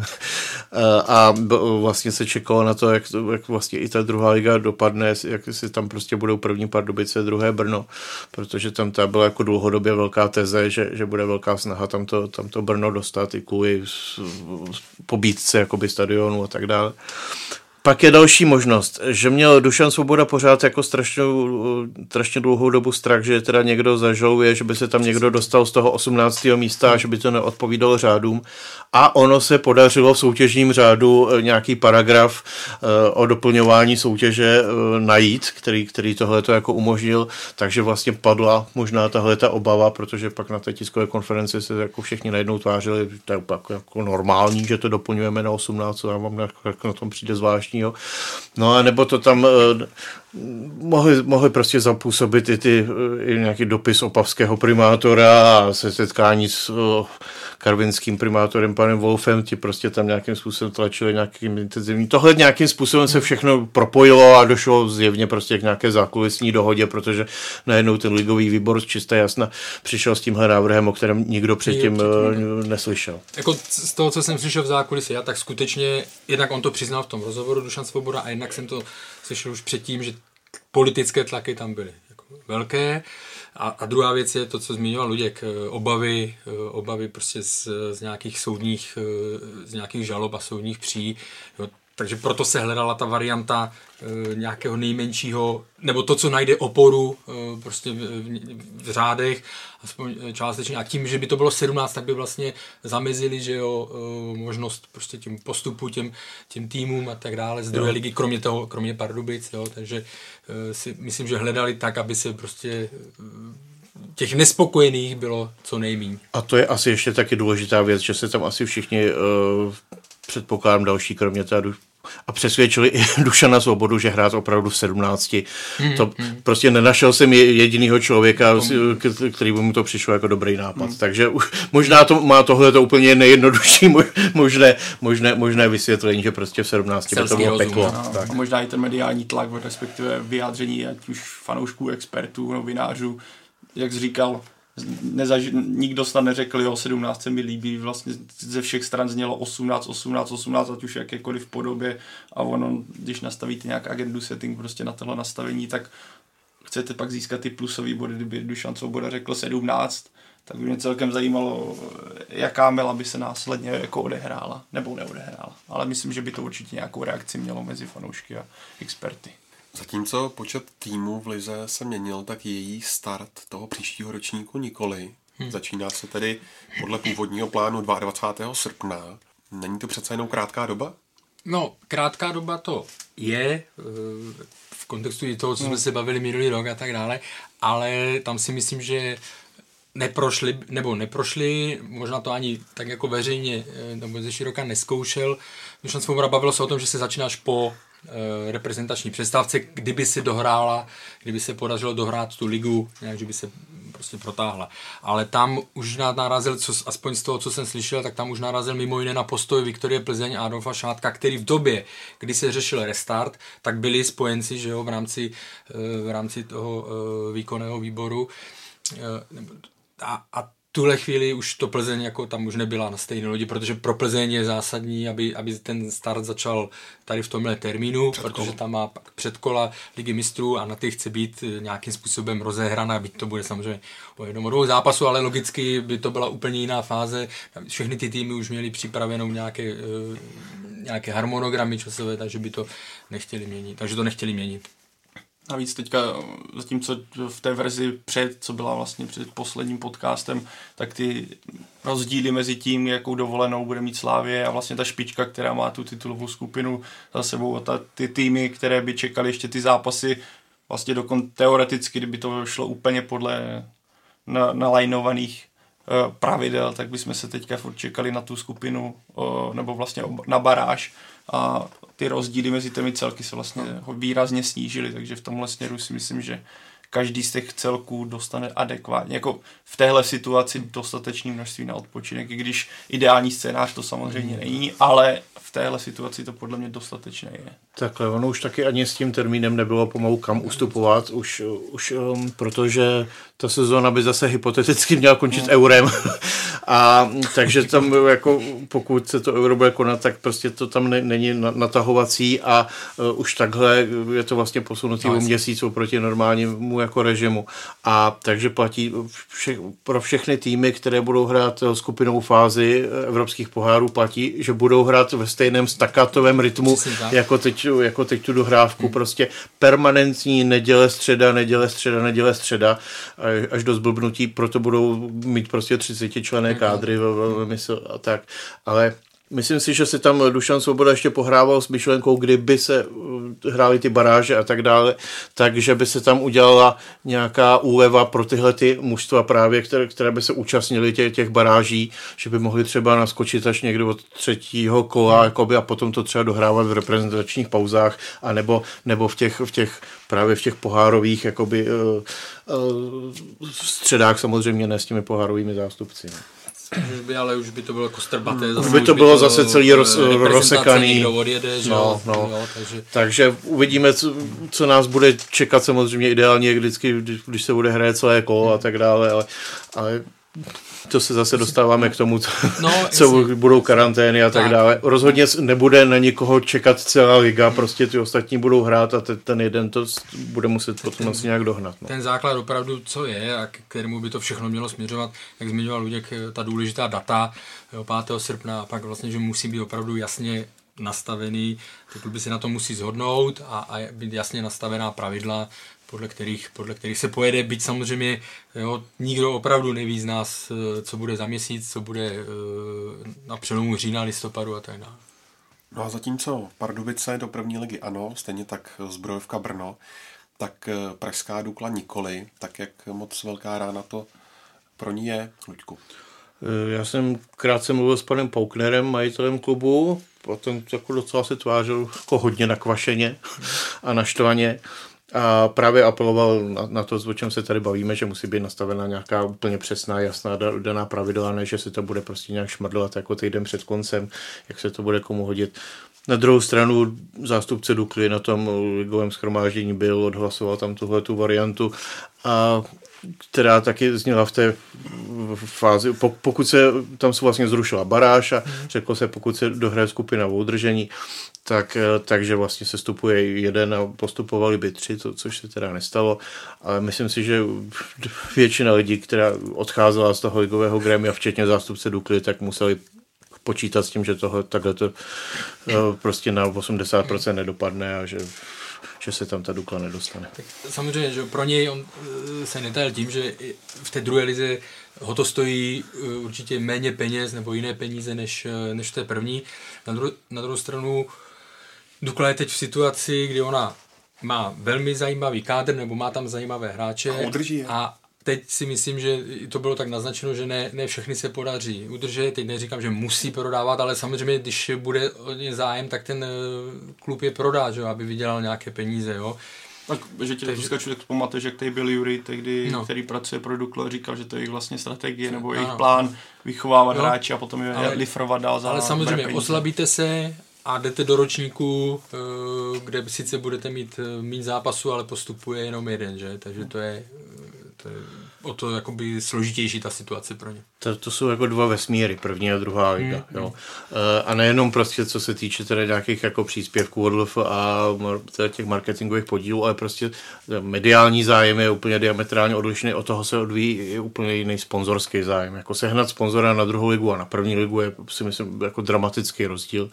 a vlastně se čekalo na to, jak, jak vlastně i ta druhá liga dopadne, jak si tam prostě budou první Pardubice, druhé Brno, protože tam ta byla jako dlouhodobě velká teze, že, že bude velká snaha tam to, tam to Brno dostat i kvůli pobídce jakoby stadionu a tak dále. Pak je další možnost, že měl Dušan Svoboda pořád jako strašně, strašně dlouhou dobu strach, že teda někdo zažaluje, že by se tam někdo dostal z toho osmnáctého místa a že by to neodpovídalo řádům. A ono se podařilo v soutěžním řádu nějaký paragraf o doplňování soutěže najít, který, který tohleto jako umožnil, takže vlastně padla možná tahleta obava, protože pak na té tiskové konferenci se jako všichni najednou tvářili, to je jako, jako normální, že to doplňujeme na osmnáct, a vám na, na tom přijde zvláštní. Jo. No a nebo to tam eh, mohli, mohli prostě zapůsobit i, ty, i nějaký dopis opavského primátora a se setkání s oh, karvinským primátorem panem Wolfem, ti prostě tam nějakým způsobem tlačili nějakým intenzivním. Tohle nějakým způsobem se všechno propojilo a došlo zjevně prostě k nějaké zákulisní dohodě, protože najednou ten ligový výbor z čisté jasna přišel s tímhle návrhem, o kterém nikdo předtím uh, neslyšel. Jako z toho, co jsem slyšel v zákulisí, já tak skutečně, jednak on to přiznal v tom rozhovoru Dušan Svoboda a jednak jsem to slyšel už předtím, že politické tlaky tam byly jako velké. A, a druhá věc je to, co zmiňoval Luděk, obavy, obavy prostě z, z nějakých soudních, z nějakých žalob a soudních pří. Jo, takže proto se hledala ta varianta e, nějakého nejmenšího, nebo to, co najde oporu e, prostě v, v, v řádech, aspoň částečně. A tím, že by to bylo sedmnáct, tak by vlastně zamezili, že jo, e, možnost prostě tím postupu těm, těm týmům a tak dále z druhé jo. ligy, kromě toho, kromě Pardubic, jo, takže e, si myslím, že hledali tak, aby se prostě e, těch nespokojených bylo co nejméně. A to je asi ještě taky důležitá věc, že se tam asi všichni uh, předpokládám další, kromě té a přesvědčili i Dušana Svobodu, že hrát opravdu v sedmnácti. Hmm, to hmm. prostě nenašel jsem jedinýho člověka, který by mu to přišlo jako dobrý nápad. Hmm. Takže možná to má tohle to úplně nejjednodušší možné, možné, možné vysvětlení, že prostě v sedmnácti by to bylo peklo. No, tak. A možná i ten mediální tlak, respektive vyjádření ať už fanoušků, expertů, novinářů, jak jsi říkal, Nezaž, nikdo snad neřekl, jo, sedmnáct se mi líbí, vlastně ze všech stran znělo osmnáct, osmnáct, osmnáct, ať už jakékoliv podobě a ono, když nastavíte nějak agendu setting prostě na tohle nastavení, tak chcete pak získat ty plusové body, kdyby Dušan Svoboda řekl sedmnáct, tak by mě celkem zajímalo, jaká mela by se následně jako odehrála, nebo neodehrála, ale myslím, že by to určitě nějakou reakci mělo mezi fanoušky a experty. Zatímco počet týmů v lize se měnil, tak její start toho příštího ročníku nikoli. Hmm. Začíná se tedy podle původního plánu dvacátého druhého srpna. Není to přece jenom krátká doba? No, krátká doba to je, v kontextu i toho, co jsme se bavili minulý rok a tak dále, ale tam si myslím, že neprošli, nebo neprošli, možná to ani tak jako veřejně, nebo ze široka neskoušel. Dušan Svoboda bavilo se o tom, že se začínáš po reprezentační přestávce, kdyby se dohrála, kdyby se podařilo dohrát tu ligu, nějak, že by se prostě protáhla. Ale tam už narazil, co, aspoň z toho, co jsem slyšel, tak tam už narazil mimo jiné na postoj Viktorie Plzeň a Adolfa Šátka, který v době, kdy se řešil restart, tak byli spojenci, že jo, v rámci, v rámci toho výkonného výboru a, a tuhle chvíli už to Plzeň jako tam už nebyla na stejné lodi, protože pro Plzeň je zásadní, aby, aby ten start začal tady v tomhle termínu, předkolo. Protože tam má pak předkola Ligy mistrů a na ty chce být nějakým způsobem rozehraná, byť to bude samozřejmě o jednom o dvou zápasu, ale logicky by to byla úplně jiná fáze. Všechny ty týmy už měly připravenou nějaké, nějaké harmonogramy časové, takže by to nechtěli měnit. Takže to nechtěli měnit. Navíc teďka, zatímco v té verzi před, co byla vlastně před posledním podcastem, tak ty rozdíly mezi tím, jakou dovolenou bude mít Slavie a vlastně ta špička, která má tu titulovou skupinu za sebou a ta, ty týmy, které by čekaly ještě ty zápasy, vlastně dokon teoreticky, kdyby to šlo úplně podle na, nalajnovaných uh, pravidel, tak bychom se teďka furt čekali na tu skupinu uh, nebo vlastně na baráž a ty rozdíly mezi těmi celky se vlastně výrazně snížily, takže v tomhle směru si myslím, že každý z těch celků dostane adekvátně, jako v téhle situaci dostatečné množství na odpočinek, i když ideální scénář to samozřejmě není, ale v téhle situaci to podle mě dostatečné je. Takhle, ono už taky ani s tím termínem nebylo pomalu kam ustupovat, už, už um, protože ta sezóna by zase hypoteticky měla končit no. eurem. A takže tam jako pokud se to euro bude konat, tak prostě to tam ne, není natahovací a uh, už takhle je to vlastně posunutý o měsíc oproti normálnímu jako režimu. A takže platí vše, pro všechny týmy, které budou hrát skupinovou fázi evropských pohárů, platí, že budou hrát ve stejném staccatovém rytmu, jako teď, jako teď tu dohrávku. Hmm. Prostě permanentní neděle, středa, neděle, středa, neděle, středa, až do zblbnutí, proto budou mít prostě třicetičlenné kádry a tak. Ale myslím si, že se tam Dušan Svoboda ještě pohrával s myšlenkou, kdyby se hrály ty baráže a tak dále, takže by se tam udělala nějaká úleva pro tyhle ty mužstva právě, které, které by se účastnily těch, těch baráží, že by mohli třeba naskočit až někdo od třetího kola jakoby, a potom to třeba dohrávat v reprezentačních pauzách a nebo, nebo v těch, v těch právě v těch pohárových jakoby, uh, uh, středách samozřejmě ne s těmi pohárovými zástupci. Už by, ale už by to bylo kostrbaté. Už by to bylo zase celý roz, rozsekaný. Odjede, že no, no. Jo, takže... takže uvidíme, co, co nás bude čekat. Samozřejmě ideálně vždycky, když se bude hrát celé kolo a tak dále, ale, ale to se zase dostáváme k tomu, co, no, co budou karantény a tak, tak dále. Rozhodně nebude na nikoho čekat celá liga, prostě ty ostatní budou hrát a ten jeden to bude muset potom asi nějak dohnat. No. Ten základ opravdu, co je a k kterému by to všechno mělo směřovat, jak zmiňoval Luděk, ta důležitá data, jo, pátého srpna a pak vlastně, že musí být opravdu jasně nastavený, ty kluby se na to musí shodnout a, a být jasně nastavená pravidla, podle kterých, podle kterých se pojede, byť samozřejmě jo, nikdo opravdu neví z nás, co bude za měsíc, co bude na přelomu října, listopadu a tak dále. No a zatímco Pardubice do první ligy ano, stejně tak Zbrojovka Brno, tak pražská Dukla nikoli, tak jak moc velká rána to pro ní je, Luďku? Já jsem krátce mluvil s panem Pauknerem, majitelem klubu, potom jako docela se tvářil jako hodně nakvašeně a naštvaně. A právě apeloval na, na to, o čem se tady bavíme, že musí být nastavena nějaká úplně přesná, jasná daná pravidla, ne, že se to bude prostě nějak šmrdlat jako týden před koncem, jak se to bude komu hodit. Na druhou stranu zástupce Dukly na tom ligovém shromáždění byl, odhlasoval tam tuhletu variantu, a která taky zněla v té fázi, pokud se, tam se vlastně zrušila baráž a řeklo se, pokud se dohraje skupina o udržení, tak, takže vlastně se stupuje jeden a postupovali by tři, to, což se teda nestalo. Ale myslím si, že většina lidí, která odcházela z toho ligového grémia, včetně zástupce Dukly, tak museli počítat s tím, že tohle takhle to prostě na osmdesát procent nedopadne a že že se tam ta Dukla nedostane. Tak samozřejmě, že pro něj on se netajil tím, že v té druhé lize ho to stojí určitě méně peněz nebo jiné peníze než, než v té první. Na, dru- na druhou stranu Dukla je teď v situaci, kdy ona má velmi zajímavý kádr nebo má tam zajímavé hráče a udrží je. A teď si myslím, že to bylo tak naznačeno, že ne, ne všechny se podaří udržet. Teď neříkám, že musí prodávat, ale samozřejmě, když bude o ně zájem, tak ten klub je prodá, že, aby vydělal nějaké peníze. Jo. Tak, že tě to skaču, tak pamatuješ, jak tady byl Juri, tehdy, no. který pracuje pro Duklu, říkal, že to je jejich vlastně strategie nebo jejich plán vychovávat no. hráči a potom je ale, lifrovat dál za ale samozřejmě oslabíte se a jdete do ročníku, kde sice budete mít méně zápasů, ale postupuje jenom jeden, že? Takže to je, to je o to jakoby složitější ta situace pro ně. To, to jsou jako dva vesmíry, první a druhá liga. Mm, jo. Mm. A nejenom prostě, co se týče tedy nějakých jako příspěvků od L F a těch marketingových podílů, ale prostě mediální zájem je úplně diametrálně odlišný, od toho se odvíjí úplně jiný sponzorský zájem. Jako sehnat sponzora na druhou ligu a na první ligu je, si myslím, jako dramatický rozdíl.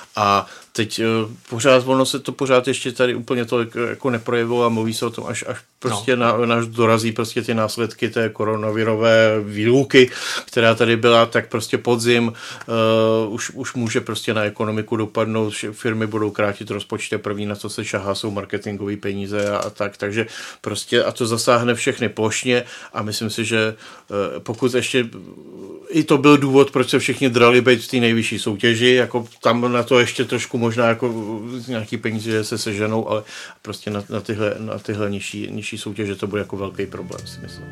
A teď pořád, ono se to pořád ještě tady úplně to jako neprojevilo a mluví se o tom, až, až prostě no. na, až dorazí prostě ty následky té koronavirové výluky, která tady byla, tak prostě podzim uh, už, už může prostě na ekonomiku dopadnout, firmy budou krátit rozpočty, první na co se šahá jsou marketingové peníze a, a tak, takže prostě a to zasáhne všechny plošně a myslím si, že uh, pokud ještě i to byl důvod, proč se všichni drali být v té nejvyšší soutěži, jako tam na to ještě trošku možná jako nějaký peníze se seženou, ale prostě na, na tyhle, na tyhle nižší, nižší soutěže to bude jako velký problém, si myslím.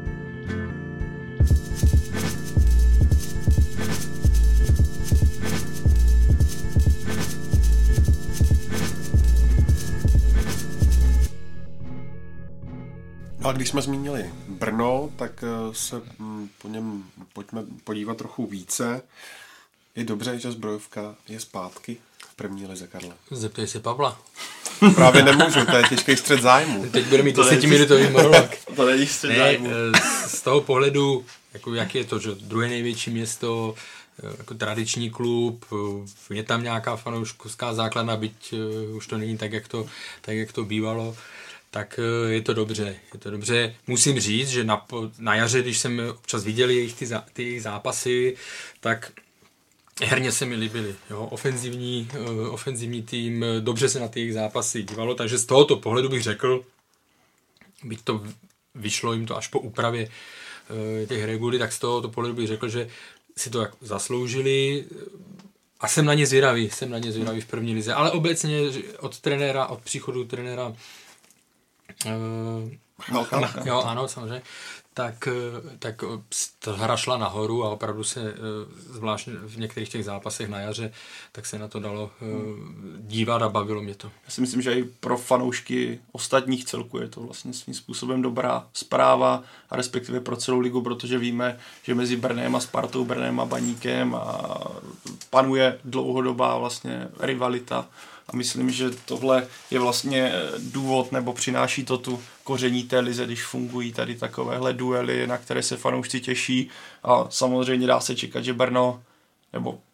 No a když jsme zmínili Brno, tak se po něm pojďme podívat trochu více. Je dobře, že Zbrojovka je zpátky v první lize, Karle. Zeptej se Pavla. Právě nemůžu, to je těžký střed zájmu. Teď bude mít desetiminutový monolog. To není střed zájmu. Z toho pohledu, jako jak je to, že druhé největší město, jako tradiční klub, je tam nějaká fanouškovská základna, byť už to není tak, jak to, tak, jak to bývalo, tak je to dobře. Je to dobře. Musím říct, že na, na jaře, když jsem občas viděl jejich ty, zá, ty jejich zápasy, tak herně se mi líbily. Jo? Ofenzivní, uh, ofenzivní tým, dobře se na ty jejich zápasy dívalo, takže z tohoto pohledu bych řekl, byť to vyšlo jim to až po úpravě uh, těch regulí, tak z tohoto pohledu bych řekl, že si to jako zasloužili a jsem na ně zvědavý, jsem na ně zvědavý v první lize, ale obecně od trenéra, od příchodu trenéra Uh, na, jo, ano, samozřejmě. Tak, tak ta hra šla nahoru a opravdu se, zvlášť v některých těch zápasech na jaře, tak se na to dalo dívat a bavilo mě to. Já si myslím, že i pro fanoušky ostatních celků je to vlastně svým způsobem dobrá zpráva a respektive pro celou ligu, protože víme, že mezi Brnem a Spartou, Brnem a Baníkem a panuje dlouhodobá vlastně rivalita. A myslím, že tohle je vlastně důvod, nebo přináší to tu koření té lize, když fungují tady takovéhle duely, na které se fanoušci těší. A samozřejmě dá se čekat, že Brno, nebo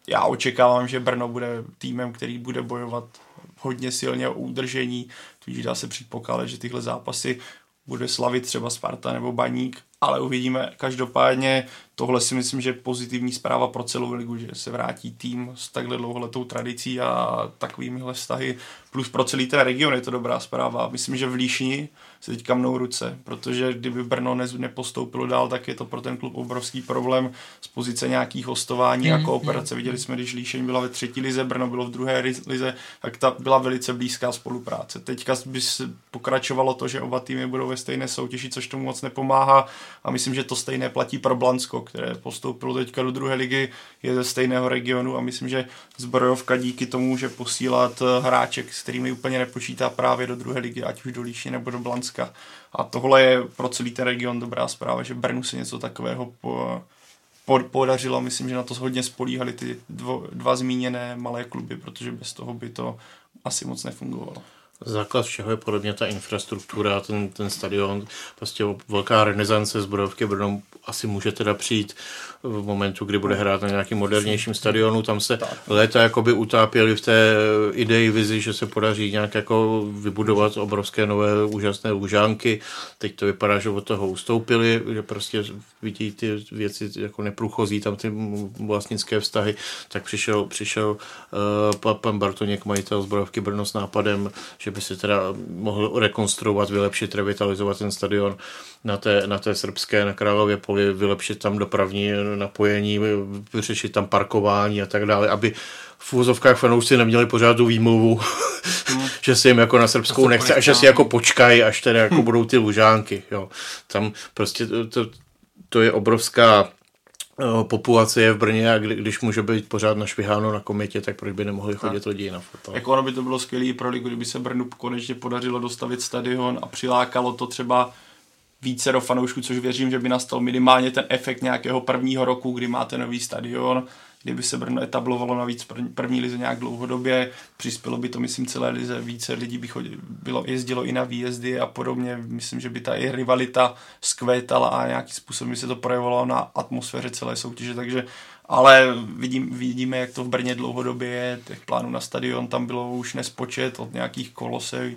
já očekávám, že Brno bude týmem, který bude bojovat hodně silně o udržení, tudíž dá se předpokládat, že tyhle zápasy bude slavit třeba Sparta nebo Baník, ale uvidíme. Každopádně tohle si myslím, že je pozitivní zpráva pro celou ligu, že se vrátí tým s takhle dlouholetou tradicí a takovýmihle vztahy. Plus pro celý ten region je to dobrá zpráva. Myslím, že v Líšni se teďka mnou ruce, protože kdyby Brno ne, nepostoupilo dál, tak je to pro ten klub obrovský problém z pozice nějakých hostování mm, a kooperace. Mm. Viděli jsme, když Líšeň byla ve třetí lize, Brno bylo v druhé lize, tak ta byla velice blízká spolupráce. Teďka by pokračovalo to, že oba týmy budou ve stejné soutěži, což tomu moc nepomáhá a myslím, že to stejné platí pro Blansko, které postoupilo teďka do druhé ligy, je ze stejného regionu a myslím, že Zbrojovka díky tomu může posílat hráče, s kterými úplně nepočítá právě do druhé ligy, ať už do Líšně nebo do Blanska. A tohle je pro celý ten region dobrá zpráva, že Brnu se něco takového po, po, podařilo. Myslím, že na to hodně spolíhali ty dvo, dva zmíněné malé kluby, protože bez toho by to asi moc nefungovalo. Základ všeho je podobně ta infrastruktura, ten, ten stadion, prostě velká renesance Zbrojovky Brno asi může teda přijít v momentu, kdy bude hrát na nějakým modernějším stadionu, tam se léta jakoby utápěli v té ideji, vizi, že se podaří nějak jako vybudovat obrovské nové úžasné lužánky, teď to vypadá, že od toho ustoupili, že prostě vidí ty věci jako neprůchozí, tam ty vlastnické vztahy, tak přišel, přišel uh, pan Bartoněk, majitel Zbrojovky Brno s nápadem, že by si teda mohl rekonstruovat, vylepšit, revitalizovat ten stadion na té, na té srbské, na Králově poli, vylepšit tam dopravní napojení, vyřešit tam parkování a tak dále, aby v úvozovkách fanoušci neměli pořád tu výmluvu, hmm. že si jim jako na srbskou nechce a že si jako počkají, až teda jako hmm. budou ty lužánky. Jo. Tam prostě to, to, to je obrovská populace je v Brně a kdy, když může být pořád našviháno na Kometě, tak proč by nemohli chodit lidi na fotbal. Jako ono by to bylo skvělé pro ligu, kdyby se Brnu konečně podařilo dostavit stadion a přilákalo to třeba více do fanoušků, což věřím, že by nastal minimálně ten efekt nějakého prvního roku, kdy máte nový stadion, kdyby se Brno etablovalo navíc první, první lize nějak dlouhodobě, přispělo by to, myslím, celé lize, více lidí by chodilo, bylo, jezdilo i na výjezdy a podobně, myslím, že by ta i rivalita zkvétala a nějakým způsobem by se to projevovalo na atmosféře celé soutěže, takže ale vidím, vidíme, jak to v Brně dlouhodobě je, těch plánů na stadion tam bylo už nespočet od nějakých kolosej,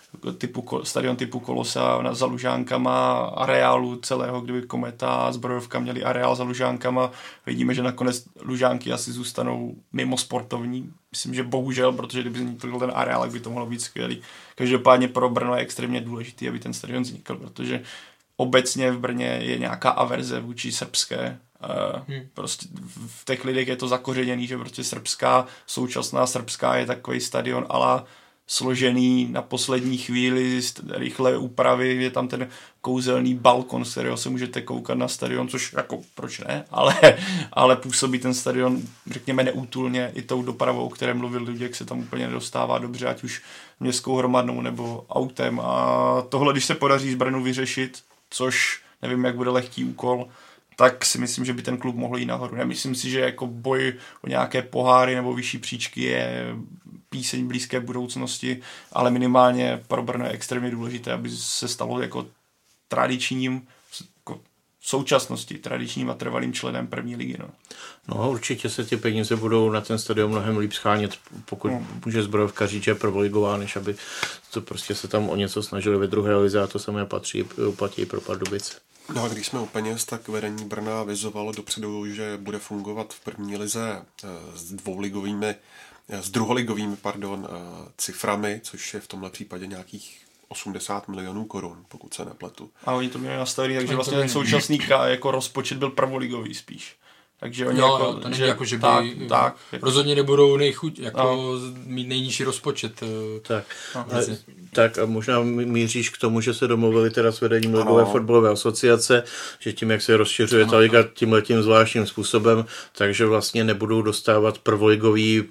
typu, stadion typu Kolosa za Lužánkama, areálu celého, kdyby Kometa a Zbrojovka měli areál za Lužánkama. Vidíme, že nakonec Lužánky asi zůstanou mimo sportovní. Myslím, že bohužel, protože kdyby vznikl ten areál, tak by to mohlo být skvělý. Každopádně pro Brno je extrémně důležitý, aby ten stadion vznikl, protože obecně v Brně je nějaká averze vůči srbské. Hmm. Prostě v těch lidech je to zakořeněný, že prostě srbská, současná srbská je takový stadion ala složený na poslední chvíli, rychlé úpravy, je tam ten kouzelný balkon, z kterého se můžete koukat na stadion, což jako proč ne, ale, ale působí ten stadion, řekněme, neútulně i tou dopravou, o které mluvil Luděk, se tam úplně nedostává dobře, ať už městskou hromadnou nebo autem a tohle, když se podaří z Brnu vyřešit, což nevím, jak bude lehký úkol, tak si myslím, že by ten klub mohl jít nahoru. Nemyslím si, že jako boj o nějaké poháry nebo vyšší příčky je píseň blízké budoucnosti, ale minimálně pro Brno je extrémně důležité, aby se stalo jako tradičním, jako v současnosti tradičním a trvalým členem první ligy. No. no určitě se ty peníze budou na ten stadion mnohem líp schánět, pokud no. může Zbrojovka říct, že je prvoligová, než aby to prostě se tam o něco snažili ve druhé lize a to samé patří, platí pro Pardubice. No a když jsme u peněz, tak vedení Brna avizovalo dopředu, že bude fungovat v první lize s dvouligovými, s druholigovými, pardon, ciframi, což je v tomhle případě nějakých osmdesát milionů korun, pokud se nepletu. A oni to měli nastavený, takže vlastně ten současný jako rozpočet byl prvoligový spíš. Takže oni jo, jako, jo, to není že, jako, že by tak, tak, rozhodně nebudou nejchuť, jako no. mít nejnižší rozpočet. Tak, no. a, tak a možná míříš k tomu, že se domluvili teda s vedením Ligové fotbalové asociace, že tím, jak se rozšiřuje ta liga tímhletím zvláštním způsobem, takže vlastně nebudou dostávat prvoligový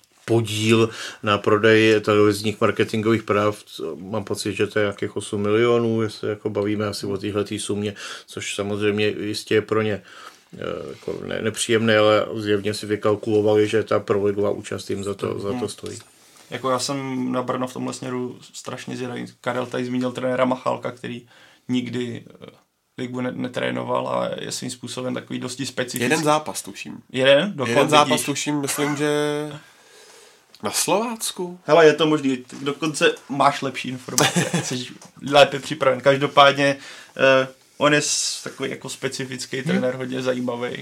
podíl na prodej televizních marketingových práv. Mám pocit, že to je nějakých osm milionů, jestli jako bavíme asi o téhletý sumě, což samozřejmě jistě je pro ně jako ne, nepříjemné, ale zjevně si vykalkulovali, že ta prvoligová účast jim za to, za to stojí. Jako já jsem na Brno v tomhle směru strašně zvědavý. Karel tady zmínil trenéra Machalka, který nikdy ligu netrénoval a je svým způsobem takový dosti specifický. Jeden zápas tuším. Jeden? Dokonce Jeden zápas vidíš. tuším, myslím, že na Slovácku. Hele, je to možný, dokonce máš lepší informace, jsi lépe připraven. Každopádně uh, on je takový jako specifický hmm. trenér, hodně zajímavý.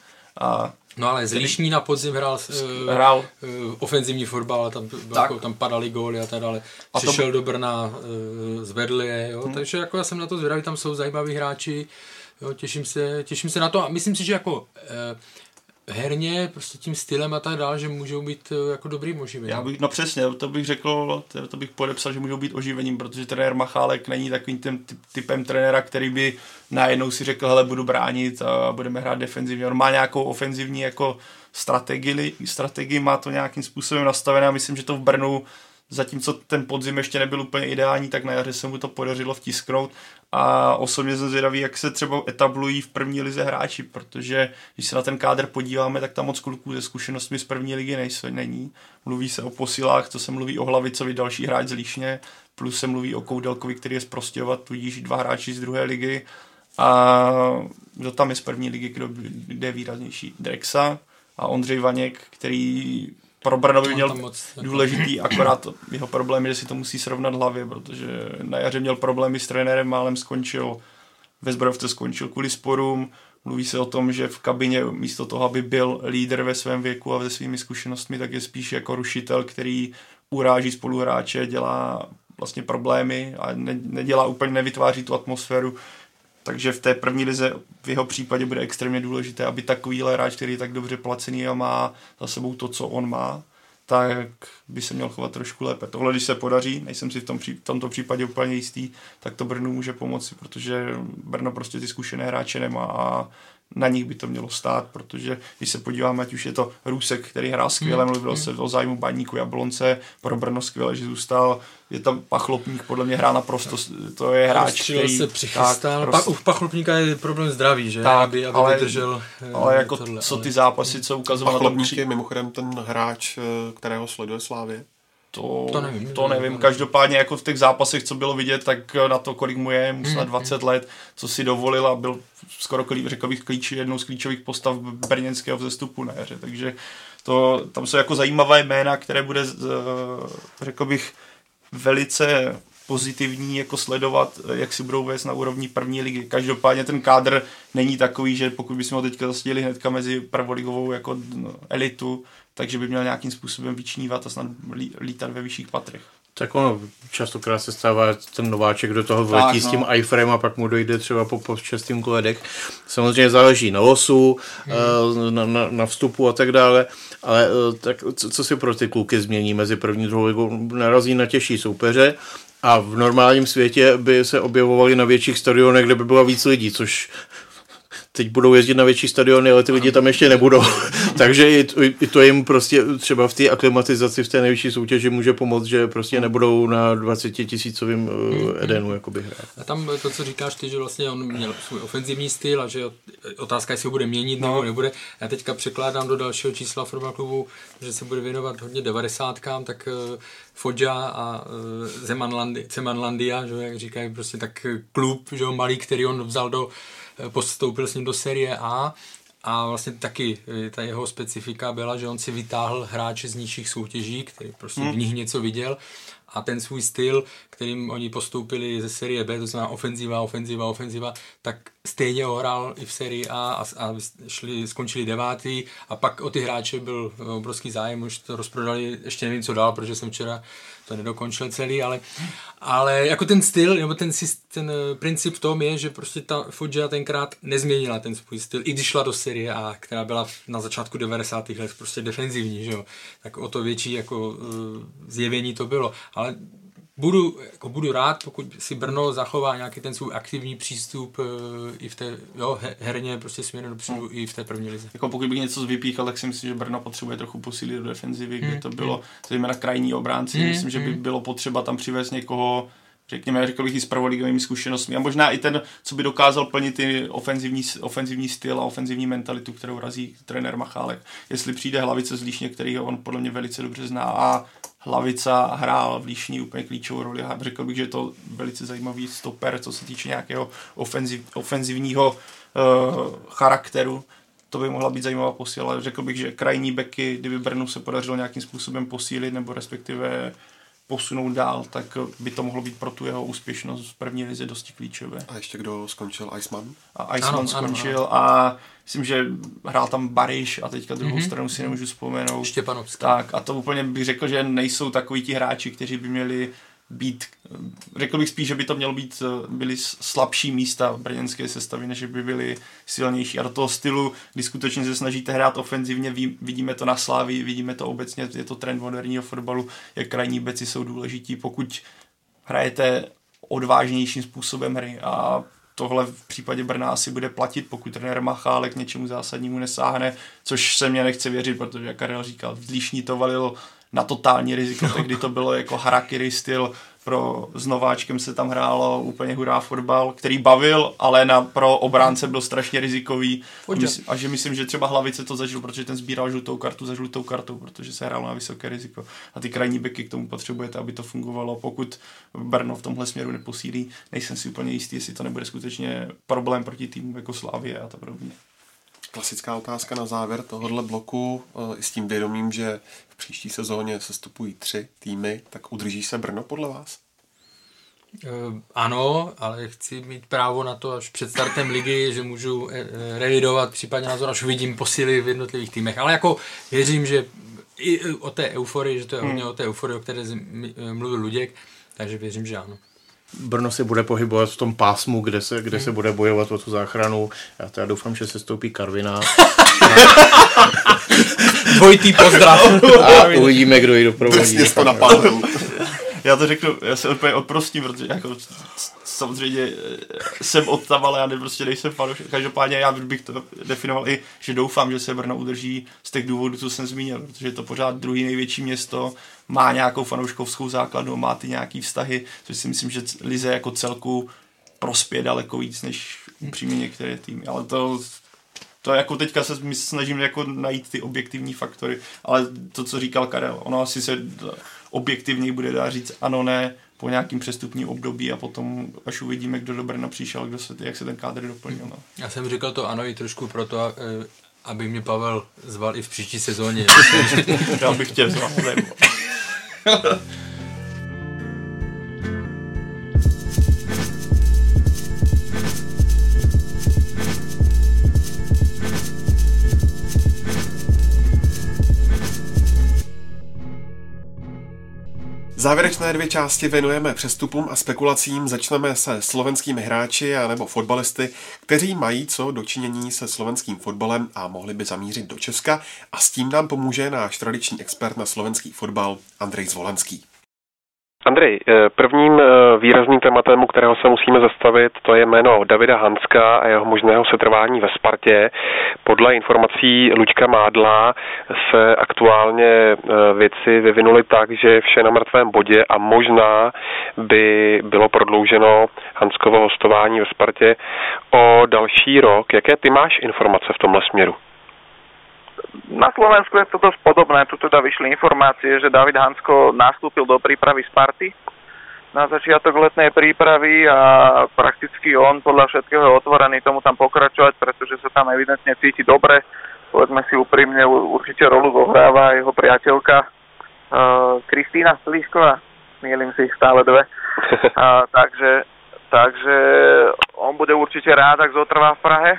A no ale z Líšní na podzim hrál, uh, hrál. Uh, ofenzivní fotbal, ale tam, jako, tam padaly góly a tak dále. Přišel to... do Brna, uh, zvedl je, jo? Hmm. Takže jako já jsem na to zvědavý, tam jsou zajímaví hráči, jo? Těším, se, těším se na to a myslím si, že jako uh, herně, prostě tím stylem a tak dále, že můžou být uh, jako dobrým oživením. Já bych, no přesně, to bych řekl, to, to bych podepsal, že můžou být oživením, protože trenér Machálek není takovým tím typem trenéra, který by najednou si řekl, hele, budu bránit a budeme hrát defenzivně. On má nějakou ofenzivní jako strategii, strategii má to nějakým způsobem nastavené a myslím, že to v Brnu, zatímco ten podzim ještě nebyl úplně ideální, tak na jaře se mu to podařilo vtisknout a osobně jsem zvědavý, jak se třeba etablují v první lize hráči, protože když se na ten kádr podíváme, tak tam moc kluků se zkušenostmi z první ligy nejsou, není. Mluví se o posilách, co se mluví o Hlavicovi, další hráč z Líšně, plus se mluví o Koudelkovi, který je z Prostějova, tudíž dva hráči z druhé ligy. A kdo tam je z první ligy, kdo je výraznější? Drexa a Ondřej Vaněk, který pro Brno by měl moc důležitý, akorát jeho problém je, že si to musí srovnat hlavě, protože na jaře měl problémy s trenérem, málem skončil, ve Zbrojovce skončil kvůli sporům, mluví se o tom, že v kabině místo toho, aby byl lídr ve svém věku a se svými zkušenostmi, tak je spíš jako rušitel, který uráží spoluhráče, dělá vlastně problémy a ne, nedělá úplně, nevytváří tu atmosféru. Takže v té první lize v jeho případě bude extrémně důležité, aby takovýhle hráč, který je tak dobře placený a má za sebou to, co on má, tak by se měl chovat trošku lépe. Tohle, když se podaří, nejsem si v, tom, v tomto případě úplně jistý, tak to Brnu může pomoci, protože Brno prostě ty zkušené hráče nemá a na nich by to mělo stát, protože když se podíváme, ať už je to Růsek, který hrál skvěle, mluvilo se o zájmu Baníku, Jablonce, pro Brno skvěle, že zůstal, je tam Pachlopník, podle mě hrá naprosto, to je hráč, který... se přichystal, tak, pa, u Pachlopníka je problém zdraví, že? Tak, aby, aby ale, vydržel... Ale jako tohle, co ale... ty zápasy, co ukazoval... Pachlopník je mimochodem ten hráč, kterého sleduje Slávě. To, to nevím. To nevím. Každopádně jako v těch zápasech, co bylo vidět, tak na to, kolik mu je, mu snad dvacet let, co si dovolil a byl skoro, řekl bych, klíč, jednou z klíčových postav brněnského vzestupu na jaře. Takže to, tam jsou jako zajímavé jména, které bude, řekl bych, velice pozitivní jako sledovat, jak si budou vést na úrovni první ligy. Každopádně ten kádr není takový, že pokud bychom ho teďka zasadili hnedka mezi prvoligovou jako elitu, takže by měl nějakým způsobem vyčnívat a snad lítat ve vyšších patrech. Tak ono častokrát se stává ten nováček do toho vletí no. s tím iFrame a pak mu dojde třeba po, po šestým kole dek. Samozřejmě záleží na losu, hmm. na, na, na vstupu a tak dále, ale tak co, co si pro ty kluky změní mezi první a druhou ligou? Narazí na těžší soupeře a v normálním světě by se objevovali na větších stadionech, kde by bylo víc lidí, což teď budou jezdit na větší stadiony, ale ty lidi tam ještě nebudou. Takže i to, i to jim prostě třeba v té aklimatizaci v té nejvyšší soutěži může pomoct, že prostě nebudou na dvacetitisícovým uh, Edenu jakoby hrát. A tam to, co říkáš ty, že vlastně on měl svůj ofenzivní styl a že otázka, jestli ho bude měnit no. nebo nebude. Já teďka překládám do dalšího čísla fotbalového klubu, že se bude věnovat hodně devadesátkám, tak uh, Fodža a uh, Zemanlandi, Zemanlandia, že jak říkají, prostě tak klub, že malý, který on vzal do postoupil s ním do série A a vlastně taky ta jeho specifika byla, že on si vytáhl hráče z nižších soutěží, který prostě hmm. v nich něco viděl a ten svůj styl, kterým oni postoupili ze série B, to znamená ofenziva, ofenziva, ofenziva, tak stejně ho hrál i v sérii A a, a šli, skončili devátý a pak o ty hráče byl obrovský zájem, už to rozprodali, ještě nevím co dál, protože jsem včera to nedokončil celý, ale, ale jako ten styl, nebo ten, ten princip v tom je, že prostě ta Foggia tenkrát nezměnila ten svůj styl, i když šla do série A, která byla na začátku devadesátých let prostě defenzivní, že jo, tak o to větší jako uh, zjevení to bylo, ale Budu, jako budu rád, pokud si Brno zachová nějaký ten svůj aktivní přístup uh, i v té, jo, herně prostě směrem dopředu hmm. i v té první lize. Jako pokud bych něco vypíchal, tak si myslím, že Brno potřebuje trochu posílit do defenzivy, hmm. kde to bylo zejména krajní obránci. Hmm. Myslím, že by bylo potřeba tam přivést někoho, řekněme, řekl bych i s prvoligovými zkušenostmi a možná i ten, co by dokázal plnit ty ofenzivní, ofenzivní styl a ofenzivní mentalitu, kterou razí trenér Machálek. Jestli přijde Hlavice z Líšně, který on podle mě velice dobře zná a Hlavica hrál v Líšni úplně klíčovou roli a řekl bych, že je to velice zajímavý stoper, co se týče nějakého ofenziv, ofenzivního uh, charakteru. To by mohla být zajímavá posíla. Řekl bych, že krajní beky, kdyby Brnu se podařilo nějakým způsobem posílit nebo respektive posunout dál, tak by to mohlo být pro tu jeho úspěšnost v první lize dosti klíčové. A ještě kdo skončil? Iceman? A Iceman ano, skončil ano, ano. a myslím, že hrál tam Bariš a teďka druhou mm-hmm. stranu si nemůžu vzpomenout. Štěpanovský. Tak a to úplně bych řekl, že nejsou takoví ti hráči, kteří by měli být, řekl bych spíš, že by to mělo být, byly slabší místa v brněnské sestavy, než by byly silnější. A do toho stylu, kdy skutečně se snažíte hrát ofenzivně, vidíme to na Slávii, vidíme to obecně, je to trend moderního fotbalu, jak krajní beci jsou důležití, pokud hrajete odvážnějším způsobem hry a tohle v případě Brna asi bude platit, pokud trenér Machálek něčemu zásadnímu nesáhne, což se mě nechce věřit, protože jak Karel říkal, v Líšni to valil na totální riziko, tak kdy to bylo jako harakiri styl, pro s nováčkem se tam hrálo úplně hurá fotbal, který bavil, ale na, pro obránce byl strašně rizikový. Mysl, a že myslím, že třeba Hlavice to zažil, protože ten sbíral žlutou kartu za žlutou kartou, protože se hrálo na vysoké riziko. A ty krajní beky k tomu potřebujete, aby to fungovalo. Pokud Brno v tomhle směru neposílí, nejsem si úplně jistý, jestli to nebude skutečně problém proti týmu jako Slavie a tak podobně. Klasická otázka na závěr tohohle bloku, i s tím vědomím, že v příští sezóně sestupují tři týmy, tak udrží se Brno podle vás? Uh, ano, ale chci mít právo na to až před startem ligy, že můžu uh, revidovat případně názor, až uvidím posíly v jednotlivých týmech. Ale jako věřím, že i o té euforii, že to je hodně hmm. o té euforii, o které mluvil Luděk, takže věřím, že ano. Brno se bude pohybovat v tom pásmu, kde se, kde hmm. se bude bojovat o tu záchranu. Já teda doufám, že se stoupí Karviná. Dvojitý pozdrav. A uvidíme, kdo ji doprovodí. Přesně to napadlo. Já to řeknu, já se úplně odprostím, protože jako samozřejmě jsem od tam, ale já ne, prostě nejsem fanoušek. Každopádně já bych to definoval i, že doufám, že se Brno udrží z těch důvodů, co jsem zmínil, protože je to pořád druhý největší město, má nějakou fanouškovskou základnu, má ty nějaký vztahy, což si myslím, že lize jako celku prospěje daleko víc, než upřímně některé týmy, ale to... To jako teďka se snažím jako najít ty objektivní faktory, ale to, co říkal Karel, ono asi se objektivně bude dá říct ano, ne, po nějakým přestupním období a potom, až uvidíme, kdo do Brna přišel, kdo se, jak se ten kádr doplnil. No. Já jsem říkal to ano i trošku proto, aby mě Pavel zval i v příští sezóně. Já bych tě zval. Závěrečné dvě části věnujeme přestupům a spekulacím. Začneme se slovenskými hráči a nebo fotbalisty, kteří mají co dočinění se slovenským fotbalem a mohli by zamířit do Česka, a s tím nám pomůže náš tradiční expert na slovenský fotbal Andrej Zvolenský. Andrej, prvním výrazným tématem, u kterého se musíme zastavit, to je jméno Davida Hanska a jeho možného setrvání ve Spartě. Podle informací Luďka Mádla se aktuálně věci vyvinuly tak, že je vše na mrtvém bodě a možná by bylo prodlouženo Hanskovo hostování ve Spartě o další rok. Jaké ty máš informace v tomhle směru? Na Slovensku je to dosť podobné. Tu teda vyšli informácie, že David Hansko nastúpil do prípravy Sparty na začiatok letnej prípravy a prakticky on podľa všetkého je otvorený tomu tam pokračovať, pretože sa tam evidentne cíti dobre. Povedzme si úprimne, určite rolu zohráva jeho priateľka uh, Kristýna Líšková. Mýlim si ich stále dve. Uh, takže, takže on bude určite rád, ak zotrvá v Prahe.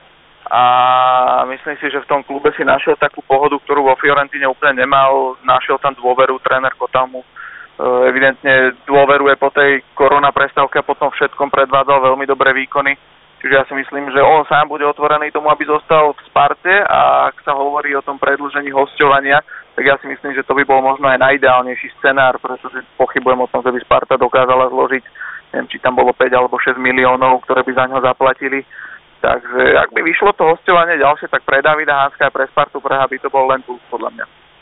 A myslím si, že v tom klube si našiel takú pohodu, ktorú vo Fiorentíne úplne nemal. Našiel tam dôveru, tréner Kota mu evidentne dôveruje po tej korona prestávke a potom všetkom predvádzal veľmi dobré výkony. Čiže ja si myslím, že on sám bude otvorený tomu, aby zostal v Sparte, a ak sa hovorí o tom predĺžení hosťovania, tak ja si myslím, že to by bol možno aj najideálnejší scenár, pretože pochybujem o tom, že by Sparta dokázala zložiť, neviem, či tam bolo päť alebo šesť miliónov, ktoré by za ňo zaplatili. Takže ak by vyšlo to hosťovanie ďalšie, tak pre Davida Hanska a pre Spartu Praha by to bol len plus, podľa mňa.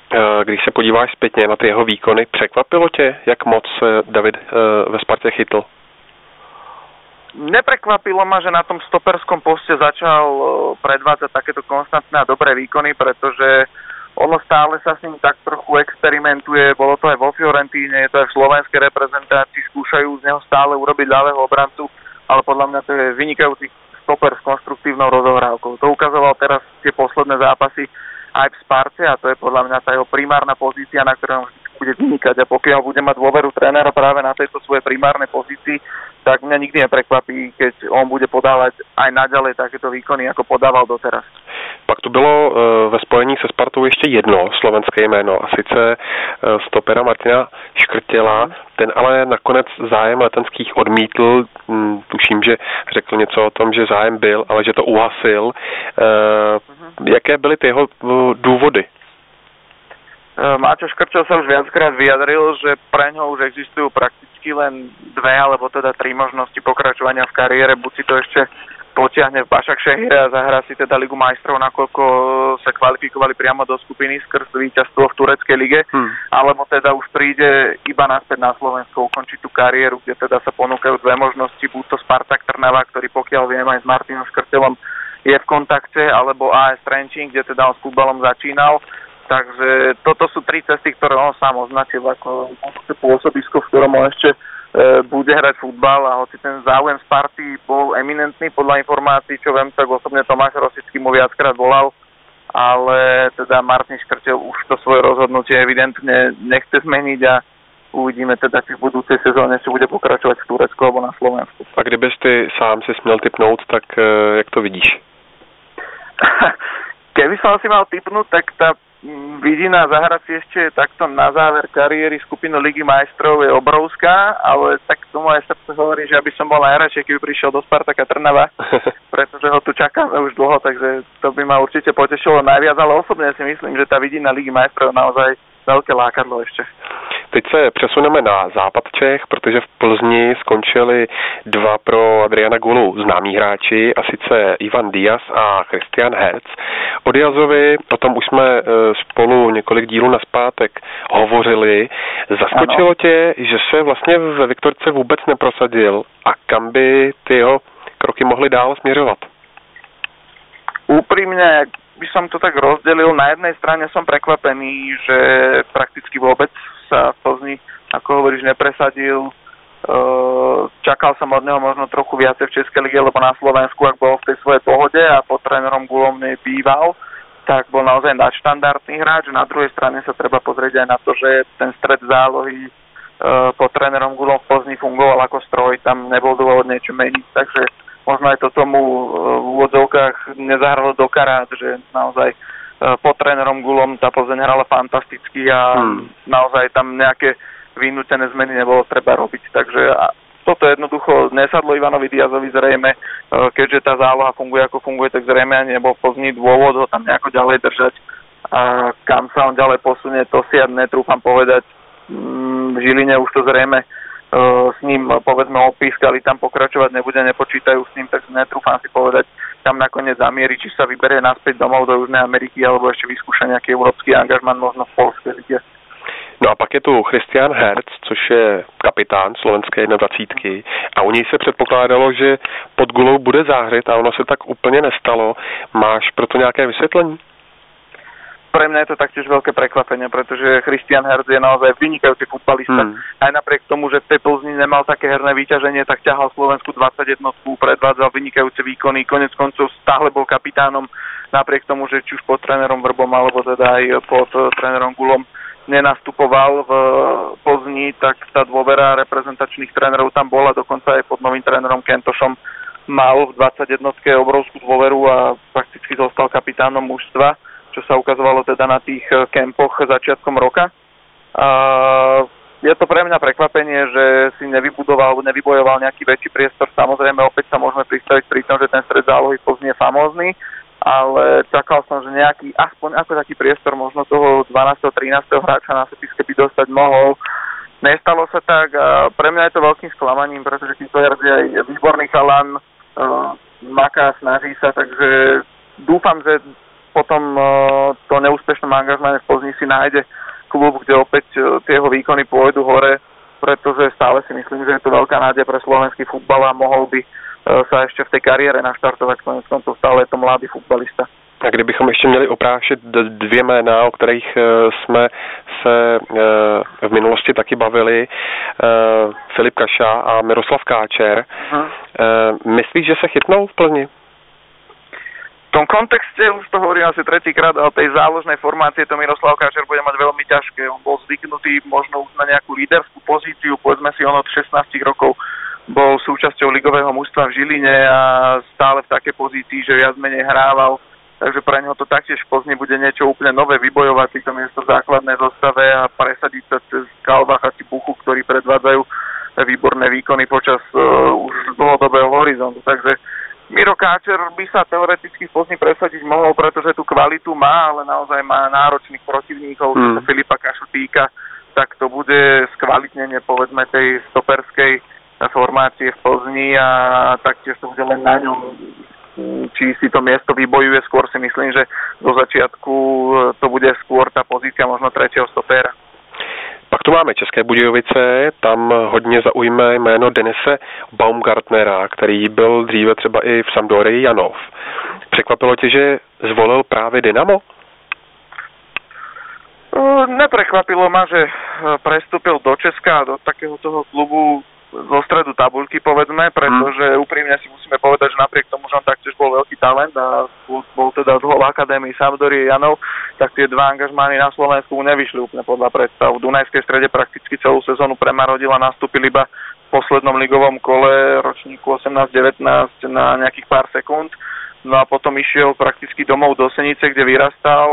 Když se podíváš zpětně na ty jeho výkony, překvapilo tě, jak moc David ve Spartě chytl? Neprekvapilo ma, že na tom stoperskom poste začal predvádzať takéto konstantné a dobré výkony, pretože ono stále sa s ním tak trochu experimentuje, bolo to aj vo Fiorentíne, je to aj v slovenskej reprezentácii, skúšajú z neho stále urobiť ľavého obrancu, ale podľa mňa to je vynikajúci stoper s konstruktívnou rozohrávkou. To ukazoval teraz tie posledné zápasy aj v Sparte a to je podľa mňa tá jeho primárna pozícia, na ktorej on bude vynikať a pokiaľ bude mať dôveru trénera práve na tejto svojej primárnej pozícii, tak mňa nikdy neprekvapí, keď on bude podávať aj naďalej takéto výkony, ako podával doteraz. Pak tu bylo ve spojení se Spartou ještě jedno slovenské jméno, a sice stopera Martina Škrtěla. Ten ale nakonec zájem letenských odmítl. Tuším, že řekl něco o tom, že zájem byl, ale že to uhasil. Jaké byly ty jeho důvody? Máťo Škrčel sa už viackrát vyjadril, že pre ňo už existujú prakticky len dve alebo teda tri možnosti pokračovania v kariére. Buď si to ešte potiahne v Başakšehire a zahrá si teda Ligu majstrov, nakoľko sa kvalifikovali priamo do skupiny skrz víťazstvo v tureckej lige, hmm. alebo teda už príde iba naspäť na Slovensko, ukončí tú kariéru, kde teda sa ponúkajú dve možnosti, buď to Spartak Trnava, ktorý pokiaľ viem aj s Martinom Škrtelom je v kontakte, alebo á es Trenčín, kde teda on s futbalom začínal. Takže toto sú tri cesty, ktoré on sám označil ako pôsobisko, v ktorom on ešte e, bude hrať futbal a hoci ten záujem Sparty bol eminentný podľa informácií, čo viem, tak osobne Tomáš Rosický mu viackrát volal, ale teda Martin Škrtel už to svoje rozhodnutie evidentne nechce zmeniť a uvidíme teda, či v budúcej sezóne ešte bude pokračovať v Turecku alebo na Slovensku. A kdybys ty sám si směl tipnout, tak e, jak to vidíš? Keby som si mal tipnúť, tak tá vidina zahrať si ešte takto na záver kariéry skupinu Ligy majstrov je obrovská, ale tak to moje srdce hovorí, že aby som bol najradšej, keby prišiel do Spartaka Trnava, pretože ho tu čakáme už dlho, takže to by ma určite potešilo najviac, ale osobne si myslím, že tá vidina Ligy majstrov je naozaj veľké lákadlo ešte. Teď se přesuneme na západ Čech, protože v Plzni skončili dva pro Adriana Gulu známí hráči, a sice Ivan Diaz a Christian Herz. O Diazovi, o tom už jsme spolu několik dílů nazpátek hovořili. Zaskočilo tě, že se vlastně ve Viktorce vůbec neprosadil a kam by ty jeho kroky mohly dál směřovat? Úprimne, by som to tak rozdelil. Na jednej strane som prekvapený, že prakticky vôbec sa v Plzni, ako hovoríš, nepresadil. Čakal som od neho možno trochu viacej v Českej lige, lebo na Slovensku, ak bol v tej svojej pohode a pod trénerom Gulom nebýval, tak bol naozaj nadštandardný hráč. Na druhej strane sa treba pozrieť aj na to, že ten stred zálohy pod trénerom Gulom v Plzni fungoval ako stroj, tam nebol dôvod niečo meniť, takže možno aj to tomu v úvodzovkách nezahralo do karát, že naozaj pod trénerom Gulom tá Plzeň hrala fantasticky a hmm. naozaj tam nejaké vynútené zmeny nebolo treba robiť. Takže toto jednoducho nesadlo Ivanovi Diazovi zrejme, keďže tá záloha funguje ako funguje, tak zrejme ani nebol v Plzni dôvod ho tam nejako ďalej držať. A kam sa on ďalej posunie, to si ja netrúfam povedať. V Žiline už to zrejme s ním, povedzme, opískali, tam pokračovať nebude, nepočítajú s ním, tak netrúfam si povedať, tam nakoniec zamieri, či sa vyberie naspäť domov do Južnej Ameriky, alebo ešte vyskúša nejaký európsky angažman možno v Polskej lige. No a pak je tu Christian Herz, což je kapitán slovenské dvacítky a u něj se předpokládalo, že pod Gulou bude záhřit a ono se tak úplně nestalo. Máš proto nějaké vysvětlení? Pre mňa je to taktiež veľké prekvapenie, pretože Christian Herz je naozaj vynikajúci futbalista. Hmm. Aj napriek tomu, že v tej Plzni nemal také herné vyťaženie, tak ťahal Slovensku dvadsaťjednotku, predvádzal vynikajúce výkony, konec koncov stále bol kapitánom, napriek tomu, že či už pod trénerom Vrbom, alebo teda aj pod trénerom Gulom nenastupoval v Plzni, tak tá dôvera reprezentačných trénerov tam bola, dokonca aj pod novým trénerom Kentošom mal v dvadsaťjednotke obrovskú dôveru a prakticky zostal kapitánom mužstva, čo sa ukazovalo teda na tých kempoch začiatkom roka. A je to pre mňa prekvapenie, že si nevybudoval, nevybojoval nejaký väčší priestor. Samozrejme, opäť sa môžeme pristaviť pri tom, že ten stred zálohy v Plzni je famózny, ale čakal som, že nejaký, aspoň ako taký priestor možno toho dvanásteho trinásteho hráča na sepiske by dostať mohol. Nestalo sa tak a pre mňa je to veľkým sklamaním, pretože týmto Herz je aj výborný chalan, uh, maká, snaží sa, takže dúfam, že potom to neúspešnom angažmáne v Plzni si nájde klub, kde opäť tie jeho výkony pôjdu hore, pretože stále si myslím, že je to veľká nádej pre slovenský futbal a mohol by sa ešte v tej kariére naštartovať, konec koncov stále je to mladý futbalista. A kdybychom ještě měli oprášit dvě jména, o kterých jsme se v minulosti taky bavili, Filip Kaša a Miroslav Káčer, uh-huh. myslíš, že se chytnou v Plzni? V tom kontexte, už to hovorím asi tretíkrát, ale tej záložnej formácie to Miroslav Káčer bude mať veľmi ťažké. On bol zvyknutý možno už na nejakú líderskú pozíciu, povedzme si, on od šestnásť rokov bol súčasťou ligového mužstva v Žiline a stále v takej pozícii, že viac menej hrával. Takže pre neho to taktiež v Plzni bude niečo úplne nové, vybojovať si to miesto v základnej zostave a presadiť sa cez Kalbacha či Buchu, ktorí predvádzajú výborné výkony počas uh, už dlhodobého horizontu. Takže Miro Káčer by sa teoreticky v Plzni presadiť mohol, pretože tú kvalitu má, ale naozaj má náročných protivníkov, čo sa Filipa Kašu týka, tak to bude skvalitnenie povedzme tej stoperskej formácie v Plzni a taktiež to bude len na ňom, či si to miesto vybojuje. Skôr si myslím, že do začiatku to bude skôr tá pozícia možno tretieho stopéra. Pak tu máme České Budějovice, tam hodně zaujme jméno Denise Baumgartnera, který byl dříve třeba i v Sampdorii Janov. Překvapilo tě, že zvolil právě Dynamo? Neprekvapilo ma, že prestúpil do Česka, do takého toho klubu zo stredu tabuľky, povedzme, pretože úprimne si musíme povedať, že napriek tomu, že on taktiež bol veľký talent a bol teda dlho v akadémii Sampdorie Janov, tak tie dva angažmány na Slovensku nevyšli úplne podľa predstav. V Dunajskej Strede prakticky celú sezónu premarodil a nastúpil iba v poslednom ligovom kole ročníku osemnásť devätnásť na nejakých pár sekúnd. No a potom išiel prakticky domov do Senice, kde vyrastal.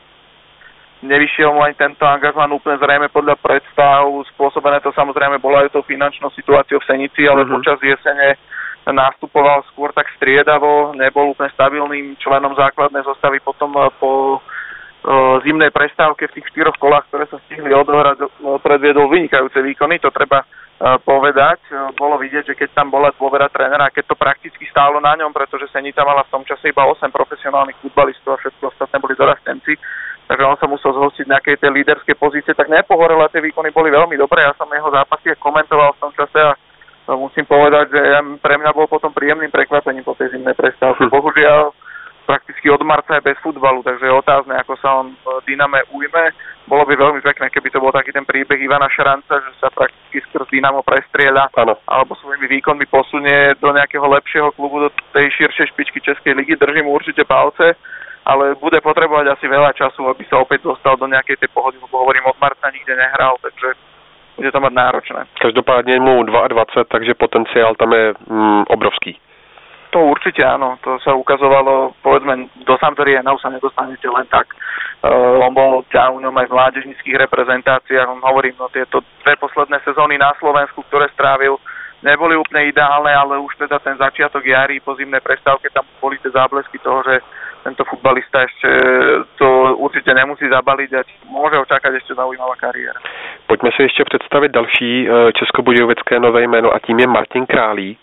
Nevyšiel mu ani tento angažmán úplne zrejme podľa predstav. Spôsobené to samozrejme bolo aj tou finančnou situáciou v Senici, ale uh-huh. počas jesene nastupoval skôr tak striedavo, nebol úplne stabilným členom základnej zostavy. Potom po uh, zimnej prestávke v tých štyroch kolách, ktoré sa stihli odohrať, predviedol vynikajúce výkony, to treba uh, povedať. Bolo vidieť, že keď tam bola dôvera trénera, keď to prakticky stálo na ňom, pretože Senica mala v tom čase iba osem profesionálnych futbalistov a všetko ostatné boli dorastenci, takže on sa musel zhostiť nejakej tej líderskej pozície, tak nepohorel a tie výkony boli veľmi dobré. Ja som jeho zápasy komentoval v tom čase a musím povedať, že pre mňa bol potom príjemným prekvapením po tej zimnej prestávke. Bohužiaľ, prakticky od marca je bez futbalu, takže je otázne, ako sa on v Dyname ujme. Bolo by veľmi pekné, keby to bol taký ten príbeh Ivana Šranca, že sa prakticky skrz Dynamo prestrieľa, ano. Alebo svojimi výkonmi posunie do nejakého lepšieho klubu, do tej širšej špičky Českej ligy. Držím mu určite palce, ale bude potrebovať asi veľa času, aby sa opäť dostal do nejakej tej pohody, lebo hovorím, od marca nikde nehral, takže bude to mať náročné. Každopádne mu dvadsaťdva, takže potenciál tam je mm, obrovský. To určite áno, to sa ukazovalo, povedzme, do Sampdorie Janov sa nedostanete len tak. Uh, on bol ťahuňom aj v mládežnických reprezentáciách, on hovorím, no tieto dve posledné sezóny na Slovensku, ktoré strávil, neboli úplne ideálne, ale už teda ten začiatok jary po zimnej prestávke tam boli tie záblesky toho, že tento futbalista ešte to určite nemusí zabaliť a môže očakať ešte zaujímavá kariéra. Pojďme si ještě představit další českobudějovické nové jméno a tím je Martin Králík.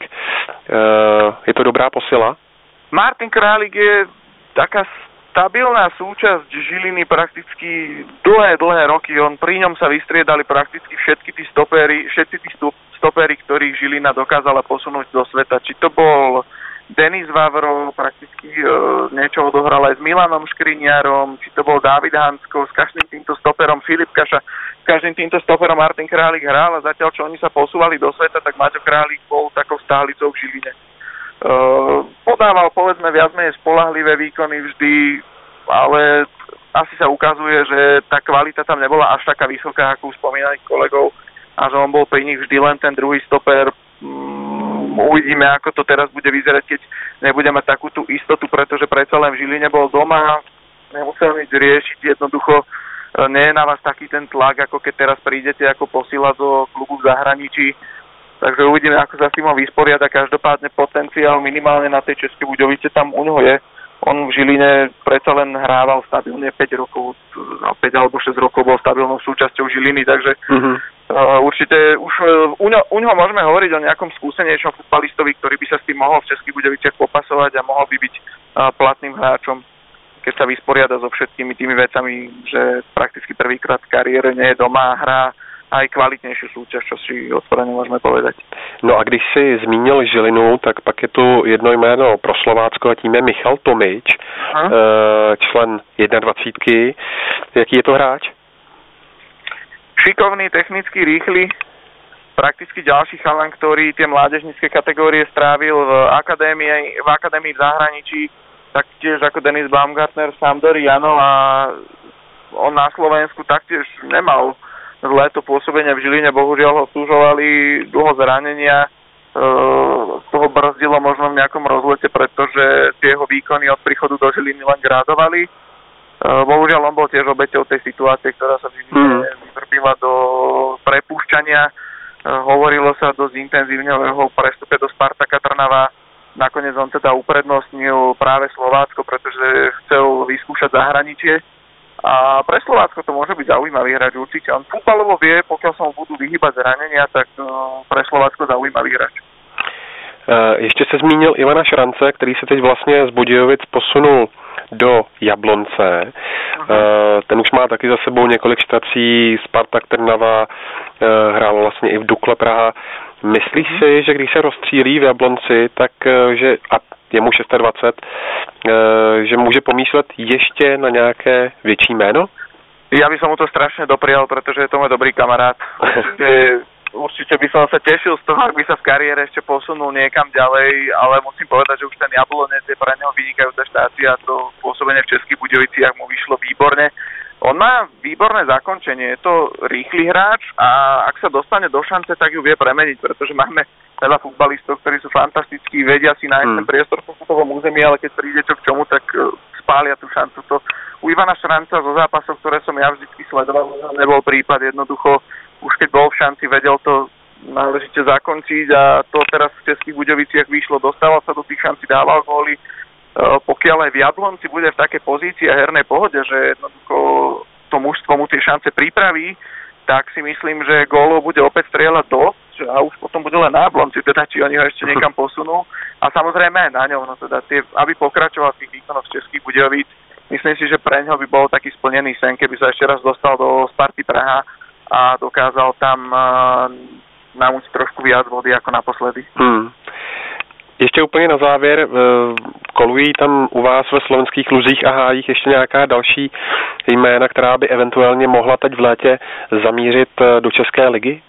Je to dobrá posila? Martin Králík je taká stabilná súčasť Žiliny prakticky dlhé, dlhé roky. On pri ňom sa vystriedali prakticky všetky tí stopéry, všetci tí stopéry, ktorých Žilina dokázala posunúť do sveta. Či to bol Denis Vavrov, prakticky e, niečo odohral aj s Milanom Škriňarom, či to bol David Hansko, s každým týmto stoperom Filip Kaša, s každým týmto stoperom Martin Králík hral a zatiaľ, čo oni sa posúvali do sveta, tak Maťo Králík bol takou stáhlicou v Žiline. E, podával, povedzme, viac menej spolahlivé výkony vždy, ale asi sa ukazuje, že tá kvalita tam nebola až taká vysoká, ako už spomínaných kolegov, a že on bol pri nich vždy len ten druhý stoper. Uvidíme, ako to teraz bude vyzerať, keď nebude mať takú tú istotu, pretože predsa len v Žiline bol doma, nemusel nič riešiť, jednoducho nie je na vás taký ten tlak, ako keď teraz prídete ako posila do klubu v zahraničí. Takže uvidíme, ako sa s tým vysporiada. Každopádne potenciál minimálne na tej Českej Budějovice tam u ňoho je. On v Žiline predsa len hrával stabilne päť rokov, päť alebo šesť rokov bol stabilnou súčasťou Žiliny, takže mm-hmm. uh, určite už uh, u, ňo, u ňoho môžeme hovoriť o nejakom skúsenejšom futbalistovi, ktorý by sa s tým mohol v Českých Budějoviciach popasovať a mohol by byť uh, platným hráčom. keď sa vysporiada so všetkými tými vecami, že prakticky prvýkrát v kariére nie je doma, hrá aj kvalitnější soutěž, co si otvoreně můžeme povedať. No a když si zmínil Žilinu, tak pak je tu jedno jméno pro Slovácko a tím je Michal Tomič, Aha. člen jednadvacítky. Jaký je to hráč? Šikovný, technicky rýchly, prakticky ďalší chalan, ktorý tie mládežnícke kategórie strávil v akadémii, v akadémii v zahraničí, taktiež ako Denis Baumgartner v Sampdorii, áno, a on na Slovensku taktiež nemal zlé to pôsobenie v Žiline, bohužiaľ ho súžovali dlho zranenia, e, z toho brzdilo možno v nejakom rozlete, pretože tie jeho výkony od príchodu do Žiliny len gradovali. E, bohužiaľ on bol tiež obeťou tej situácie, ktorá sa v Žiline mm. vyvrbila do prepúšťania. E, hovorilo sa dosť intenzívne o jeho prestupe do Spartaka Trnava. Nakoniec on teda uprednostnil práve Slovácko, pretože chcel vyskúšať zahraničie. A pre Slovácko to môže byť zaujímavý hráč určite. On futbalovo vie, pokiaľ sa mu budú vyhýbať zranenia, tak no, pre Slovácko zaujímavý hráč. Ještě se zmínil Ivana Šrance, který se teď vlastně z Budějovic posunul do Jablonce. Aha. Ten už má taky za sebou několik štací, Spartak Trnava, hrál vlastně i v Dukle Praha. Myslíš Aha. si, že když se rozstřílí v Jablonci, tak že a je mu dvacet šest, že může pomýšlet ještě na nějaké větší jméno? Ja by som mu to strašne doprial, pretože je to môj dobrý kamarát. Určite, určite by som sa tešil z toho, ak by sa v kariére ešte posunul niekam ďalej, ale musím povedať, že už ten Jablonec je pre neho vynikajúca štácia a to pôsobenie v Českých Budějoviciach mu vyšlo výborne. On má výborné zakončenie, je to rýchly hráč a ak sa dostane do šance, tak ju vie premeniť, pretože máme veľa futbalistov, ktorí sú fantastickí, vedia si nájsť hmm. ten priestor v tom území, ale keď príde čo k čomu, tak spália tú šancu. To u Ivana Šranca zo zápasov, ktoré som ja vždycky sledoval, nebol prípad, jednoducho už keď bol v šanci, vedel to náležite zakončiť a to teraz v Českých Budějoviciach vyšlo, dostával sa do tých šancí, dával góly. Pokiaľ aj v Jablonci bude v takej pozícii a hernej pohode, že jednoducho to mužstvo mu tie šance pripraví, tak si myslím, že gólov bude opäť strieľať dosť a už potom bude len na Jablonci, teda či oni ho ešte niekam posunú. A samozrejme aj na ňom, no teda tie, aby pokračoval v tých výkonoch z Českých Budějovic, myslím si, že pre ňo by bol taký splnený sen, keby sa ešte raz dostal do Sparty Praha a dokázal tam uh, namúť trošku viac vody ako naposledy. Hmm. Ještě úplně na závěr, kolují tam u vás ve slovenských luzích a hájích ještě nějaká další jména, která by eventuálně mohla teď v létě zamířit do České ligy?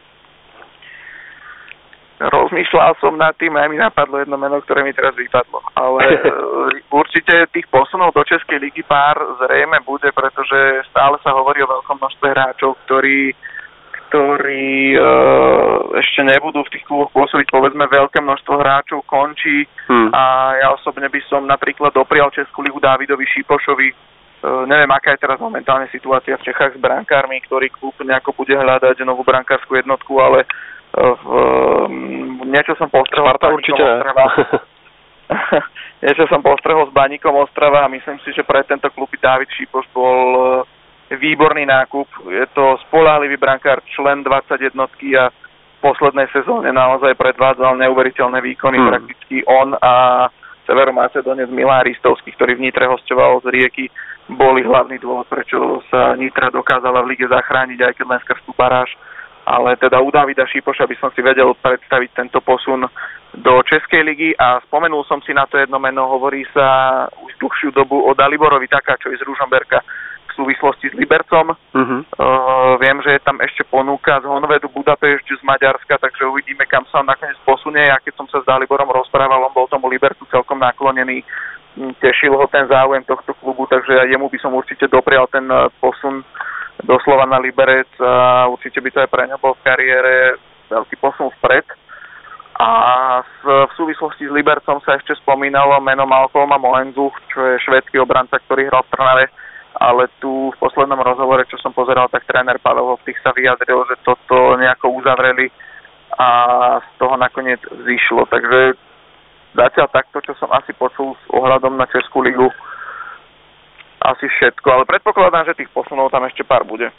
Rozmýšľal som nad tým, aj mi napadlo jedno meno, ktoré mi teraz vypadlo. Ale určite tých posunov do Českej ligy pár zrejme bude, pretože stále sa hovorí o veľkom množstve hráčov, ktorí ktorí e, ešte nebudú v tých kluboch pôsobiť, povedzme, veľké množstvo hráčov končí hmm. a ja osobne by som napríklad doprial Českú ligu Dávidovi Šipošovi. E, neviem, aká je teraz momentálne situácia v Čechách s brankármi, ktorý klub nejako bude hľadať novú brankárskú jednotku, ale e, v, niečo som postrehol s Baníkom Ostrava. niečo som postrehol s Baníkom Ostrava a myslím si, že pre tento klub Dávid Šipoš bol výborný nákup. Je to spoľahlivý brankár, člen dvadsaťjednotky a v poslednej sezóne naozaj predvádzal neuveriteľné výkony. Hmm. Prakticky on a Severomacedonec Milan Ristovský, ktorý v Nitre hosťoval z Rieky, boli hlavný dôvod, prečo sa Nitra dokázala v lige zachrániť, aj keď len skrz tú baráž. Ale teda u Davida Šipoša by som si vedel predstaviť tento posun do Českej ligy a spomenul som si na to jedno meno, hovorí sa už dlhšiu dobu o Daliborovi Takáčovi z Ružomberka v súvislosti s Libercom. Uh-huh. Uh, viem, že je tam ešte ponuka z Honvedu Budapešť z Maďarska, takže uvidíme, kam sa on nakoniec posunie. A keď som sa s Daliborom rozprával, on bol tomu Libercu celkom naklonený. Tešil ho ten záujem tohto klubu, takže jemu by som určite doprial ten posun doslova na Liberec a určite by to aj pre ňa bol v kariére veľký posun vpred. A v súvislosti s Libercom sa ešte spomínalo meno Malcolma Moenzu, čo je švédsky obranca, ktorý hral v Trnave, ale tu v poslednom rozhovore, čo som pozeral, tak tréner Pavel Hovtych sa vyjadril, že toto nejako uzavreli a z toho nakoniec zišlo. Takže zatiaľ takto, čo som asi počul s ohľadom na Českú ligu, asi všetko, ale predpokladám, že tých posunov tam ešte pár bude.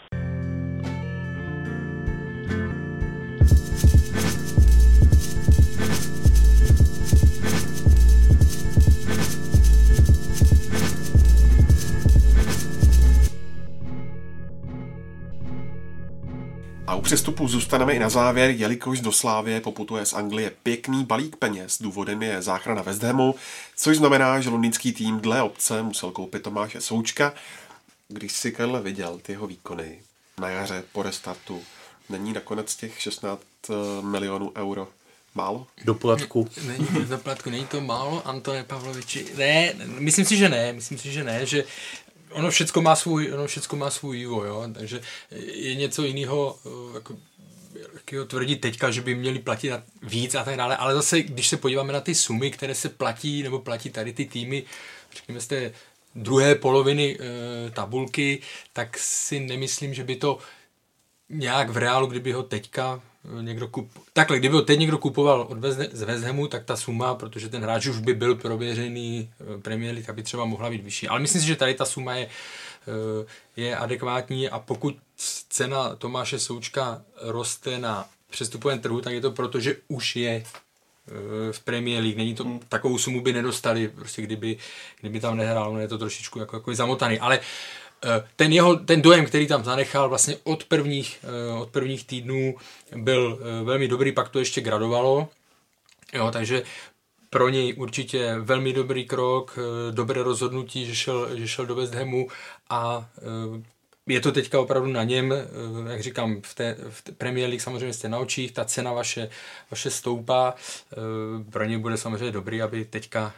A u přestupu zůstaneme i na závěr, jelikož do Slávie poputuje z Anglie pěkný balík peněz. Důvodem je záchrana West Hamu, což znamená, že londýnský tým dle obce musel koupit Tomáše Součka. Když si, Karle, viděl ty jeho výkony na jaře po restartu, není nakonec těch šestnáct milionů euro málo? Doplatku. Není doplatku, není to málo, Antone Pavloviči? Ne, myslím si, že ne, myslím si, že ne, že ono všecko má svůj, ono všecko má svůj vývoj, jo? Takže je něco jiného, jako, jakýho tvrdí teďka, že by měli platit víc a tak dále, ale zase, když se podíváme na ty sumy, které se platí, nebo platí tady ty týmy, řekněme z té druhé poloviny e, tabulky, tak si nemyslím, že by to nějak v reálu, kdyby ho teďka někdo kup... Takhle, kdyby ho teď někdo kupoval od West, z West Hamu, tak ta suma, protože ten hráč už by byl prověřený Premier League, aby třeba mohla být vyšší. Ale myslím si, že tady ta suma je, je adekvátní a pokud cena Tomáše Součka roste na přestupovém trhu, tak je to proto, že už je v Premier League. Není to, hmm. takovou sumu by nedostali, prostě kdyby, kdyby tam nehrál, on je to trošičku jako, jako zamotaný. Ale ten jeho, ten dojem, který tam zanechal vlastně od prvních, od prvních týdnů byl velmi dobrý, pak to ještě gradovalo, jo, takže pro něj určitě velmi dobrý krok, dobré rozhodnutí, že šel, že šel do West Hamu a je to teďka opravdu na něm, jak říkám, v té, v té Premier League samozřejmě jste na očích, ta cena vaše, vaše stoupá, pro něj bude samozřejmě dobrý, aby teďka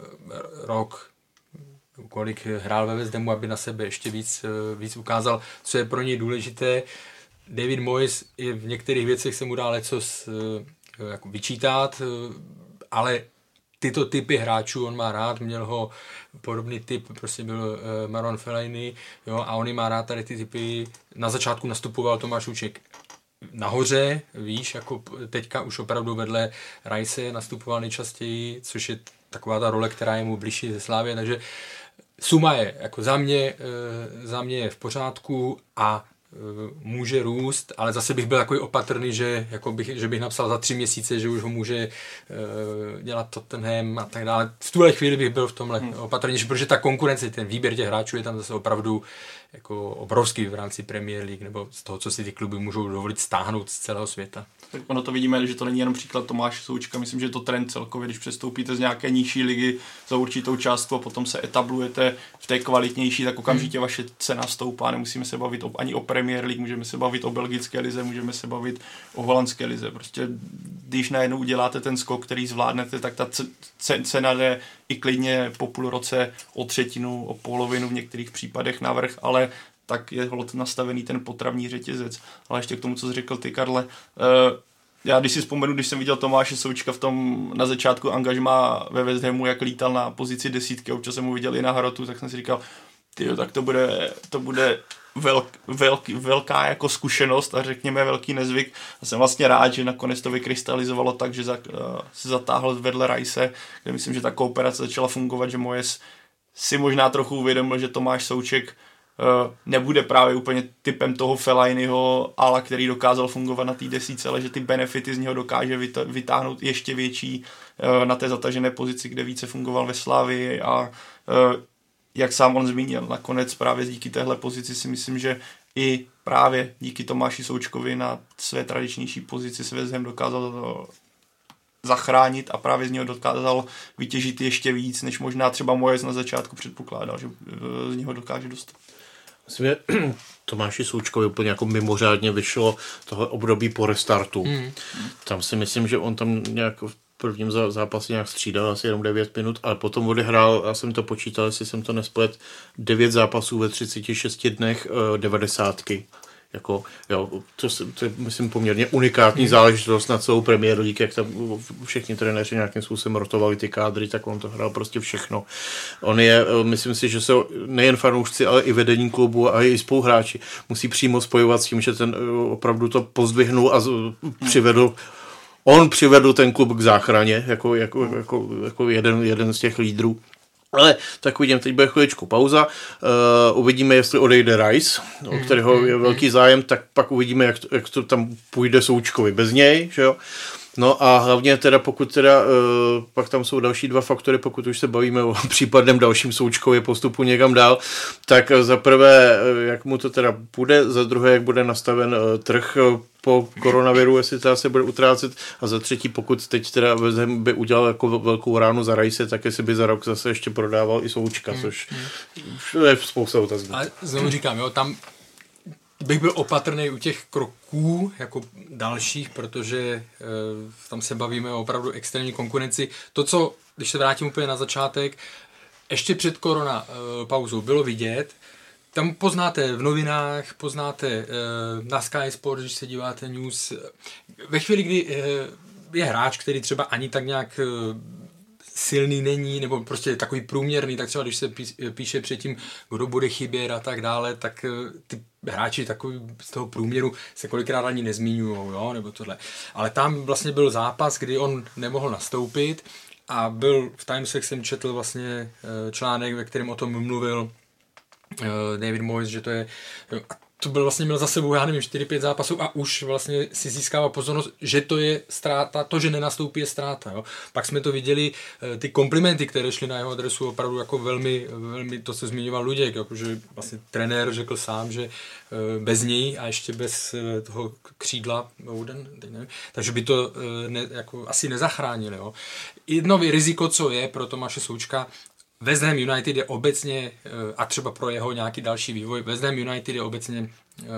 rok kolik hrál ve West Hamu, aby na sebe ještě víc, víc ukázal, co je pro něj důležité. David Moyes je v některých věcech se mu dá lecos jako vyčítat, ale tyto typy hráčů on má rád, měl ho podobný typ, prostě byl Marouane Fellaini, jo, a on má rád tady ty typy. Na začátku nastupoval Tomáš Souček nahoře, víš, jako teďka už opravdu vedle Rice nastupoval nejčastěji, což je taková ta role, která je mu blížší ze Slávie, takže suma je, jako za mě, za mě je v pořádku a může růst, ale zase bych byl takový opatrný, že, jako bych, že bych napsal za tři měsíce, že už ho může uh, dělat Tottenham a tak dále. V tuhle chvíli bych byl v tomhle hmm. opatrnější, protože ta konkurence, ten výběr těch hráčů je tam zase opravdu jako obrovský v rámci Premier League, nebo z toho, co si ty kluby můžou dovolit stáhnout z celého světa. Tak ono to vidíme, že to není jenom příklad Tomáše Součka, myslím, že je to trend celkově, když přestoupíte z nějaké nižší ligy za určitou částku a potom se etablujete v té kvalitnější, tak okamžitě vaše cena stoupá. Nemusíme se bavit o, ani o Premier League, můžeme se bavit o belgické lize, můžeme se bavit o holandské lize. Prostě když najednou uděláte ten skok, který zvládnete, tak ta cena jde i klidně po půl roce o třetinu, o polovinu v některých případech navrch, ale tak je hlad nastavený ten potravní řetězec. Ale ještě k tomu, co jsi řekl ty, Karle, já když si vzpomenu, když jsem viděl Tomáše Součka v tom na začátku angažmá ve West Hamu, jak lítal na pozici desítky, občas jsem mu viděl i na hrotu, tak jsem si říkal, tyjo, tak to bude, to bude velk, velký, velká jako zkušenost a řekněme velký nezvyk. A jsem vlastně rád, že nakonec to vykrystalizovalo tak, že za, uh, se zatáhl vedle Rice, kde myslím, že ta kooperace začala fungovat, že Moyes si možná trochu uvědomil, že Tomáš Souček uh, nebude právě úplně typem toho Fellainiho ala, který dokázal fungovat na té desíce, ale že ty benefity z něho dokáže vytáhnout ještě větší uh, na té zatažené pozici, kde více fungoval ve Slavii a uh, jak sám on zmínil, nakonec právě díky téhle pozici si myslím, že i právě díky Tomáši Součkovi na své tradičnější pozici se West Ham dokázal zachránit a právě z něho dokázal vytěžit ještě víc, než možná třeba Moyes na začátku předpokládal, že z něho dokáže dostat. Myslím, že Tomáši Součkovi úplně jako mimořádně vyšlo toho období po restartu. Mm. Tam si myslím, že on tam nějak v prvním zápase nějak střídal asi jenom devět minut, ale potom odehrál, já jsem to počítal, jestli jsem to nesplet, devět zápasů ve třiceti šesti dnech, devadesátky. Jako, jo, to, to je, myslím, poměrně unikátní hmm. záležitost na celou Premier League, jak tam všichni trenéři nějakým způsobem rotovali ty kádry, tak on to hrál prostě všechno. On je, myslím si, že se nejen fanoušci, ale i vedení klubu a i spoluhráči musí přímo spojovat s tím, že ten opravdu to pozdvihnul a přivedl on přivedl ten klub k záchraně jako, jako, jako, jako jeden, jeden z těch lídrů. Ale tak uvidím, teď bude chviličku pauza, uh, uvidíme, jestli odejde Rice, o kterého je velký zájem, tak pak uvidíme, jak to, jak to tam půjde Součkovi bez něj, že jo. No a hlavně teda pokud teda, uh, pak tam jsou další dva faktory, pokud už se bavíme o případném dalším Součkově postupu někam dál, tak za prvé, jak mu to teda půjde, za druhé, jak bude nastaven uh, trh uh, po koronaviru, jestli teda se bude utrácet, a za třetí, pokud teď teda by udělal jako velkou ránu za Rice, tak jestli by za rok zase ještě prodával i Součka, hmm. což hmm. je spousta otazů. Ale znovu říkám, jo, tam bych byl opatrný u těch kroků jako dalších, protože e, tam se bavíme o opravdu extrémní konkurenci. To, co, když se vrátím úplně na začátek, ještě před korona e, pauzou bylo vidět, tam poznáte v novinách, poznáte e, na Sky Sport, když se díváte news, ve chvíli, kdy e, je hráč, který třeba ani tak nějak e, silný není, nebo prostě takový průměrný, tak třeba když se píše předtím, kdo bude chybět a tak dále, tak ty hráči takový z toho průměru se kolikrát ani nezmiňujou, jo, nebo tohle. Ale tam vlastně byl zápas, kdy on nemohl nastoupit a byl v Timesech jsem četl vlastně článek, ve kterém o tom mluvil David Moyes, že to je, to byl vlastně měl za sebou, já nevím, čtyři pět zápasů a už vlastně si získává pozornost, že to je ztráta, to, že nenastoupí, je ztráta. Jo. Pak jsme to viděli, ty komplimenty, které šly na jeho adresu, opravdu jako velmi, velmi to se zmiňoval Luděk, jako, že vlastně trenér řekl sám, že bez něj a ještě bez toho křídla, Oden, nevím, takže by to ne, jako, asi nezachránili. Jo. Jedno riziko, co je pro Tomáše Součka, West Ham United je obecně, a třeba pro jeho nějaký další vývoj, West Ham United je obecně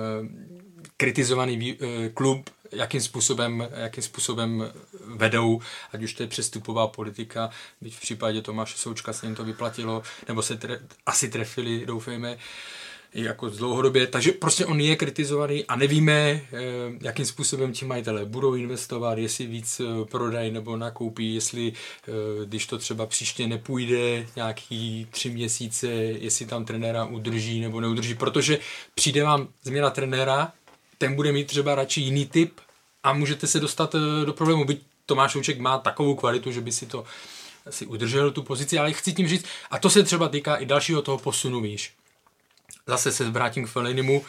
kritizovaný klub, jakým způsobem, jakým způsobem vedou, ať už to je přestupová politika, byť v případě Tomáše Součka se jim to vyplatilo, nebo se tre, asi trefili, doufejme, jako z dlouhodobě, takže prostě on je kritizovaný a nevíme, jakým způsobem ti majitelé budou investovat, jestli víc prodají nebo nakoupí, jestli, když to třeba příště nepůjde nějaký tři měsíce, jestli tam trenéra udrží nebo neudrží, protože přijde vám změna trenéra, ten bude mít třeba radši jiný typ a můžete se dostat do problému, byť Tomáš Souček má takovou kvalitu, že by si to si udržel tu pozici, ale chci tím říct, a to se třeba týká i dalšího toho posunu, víš. Zase se vrátím k Fellainimu.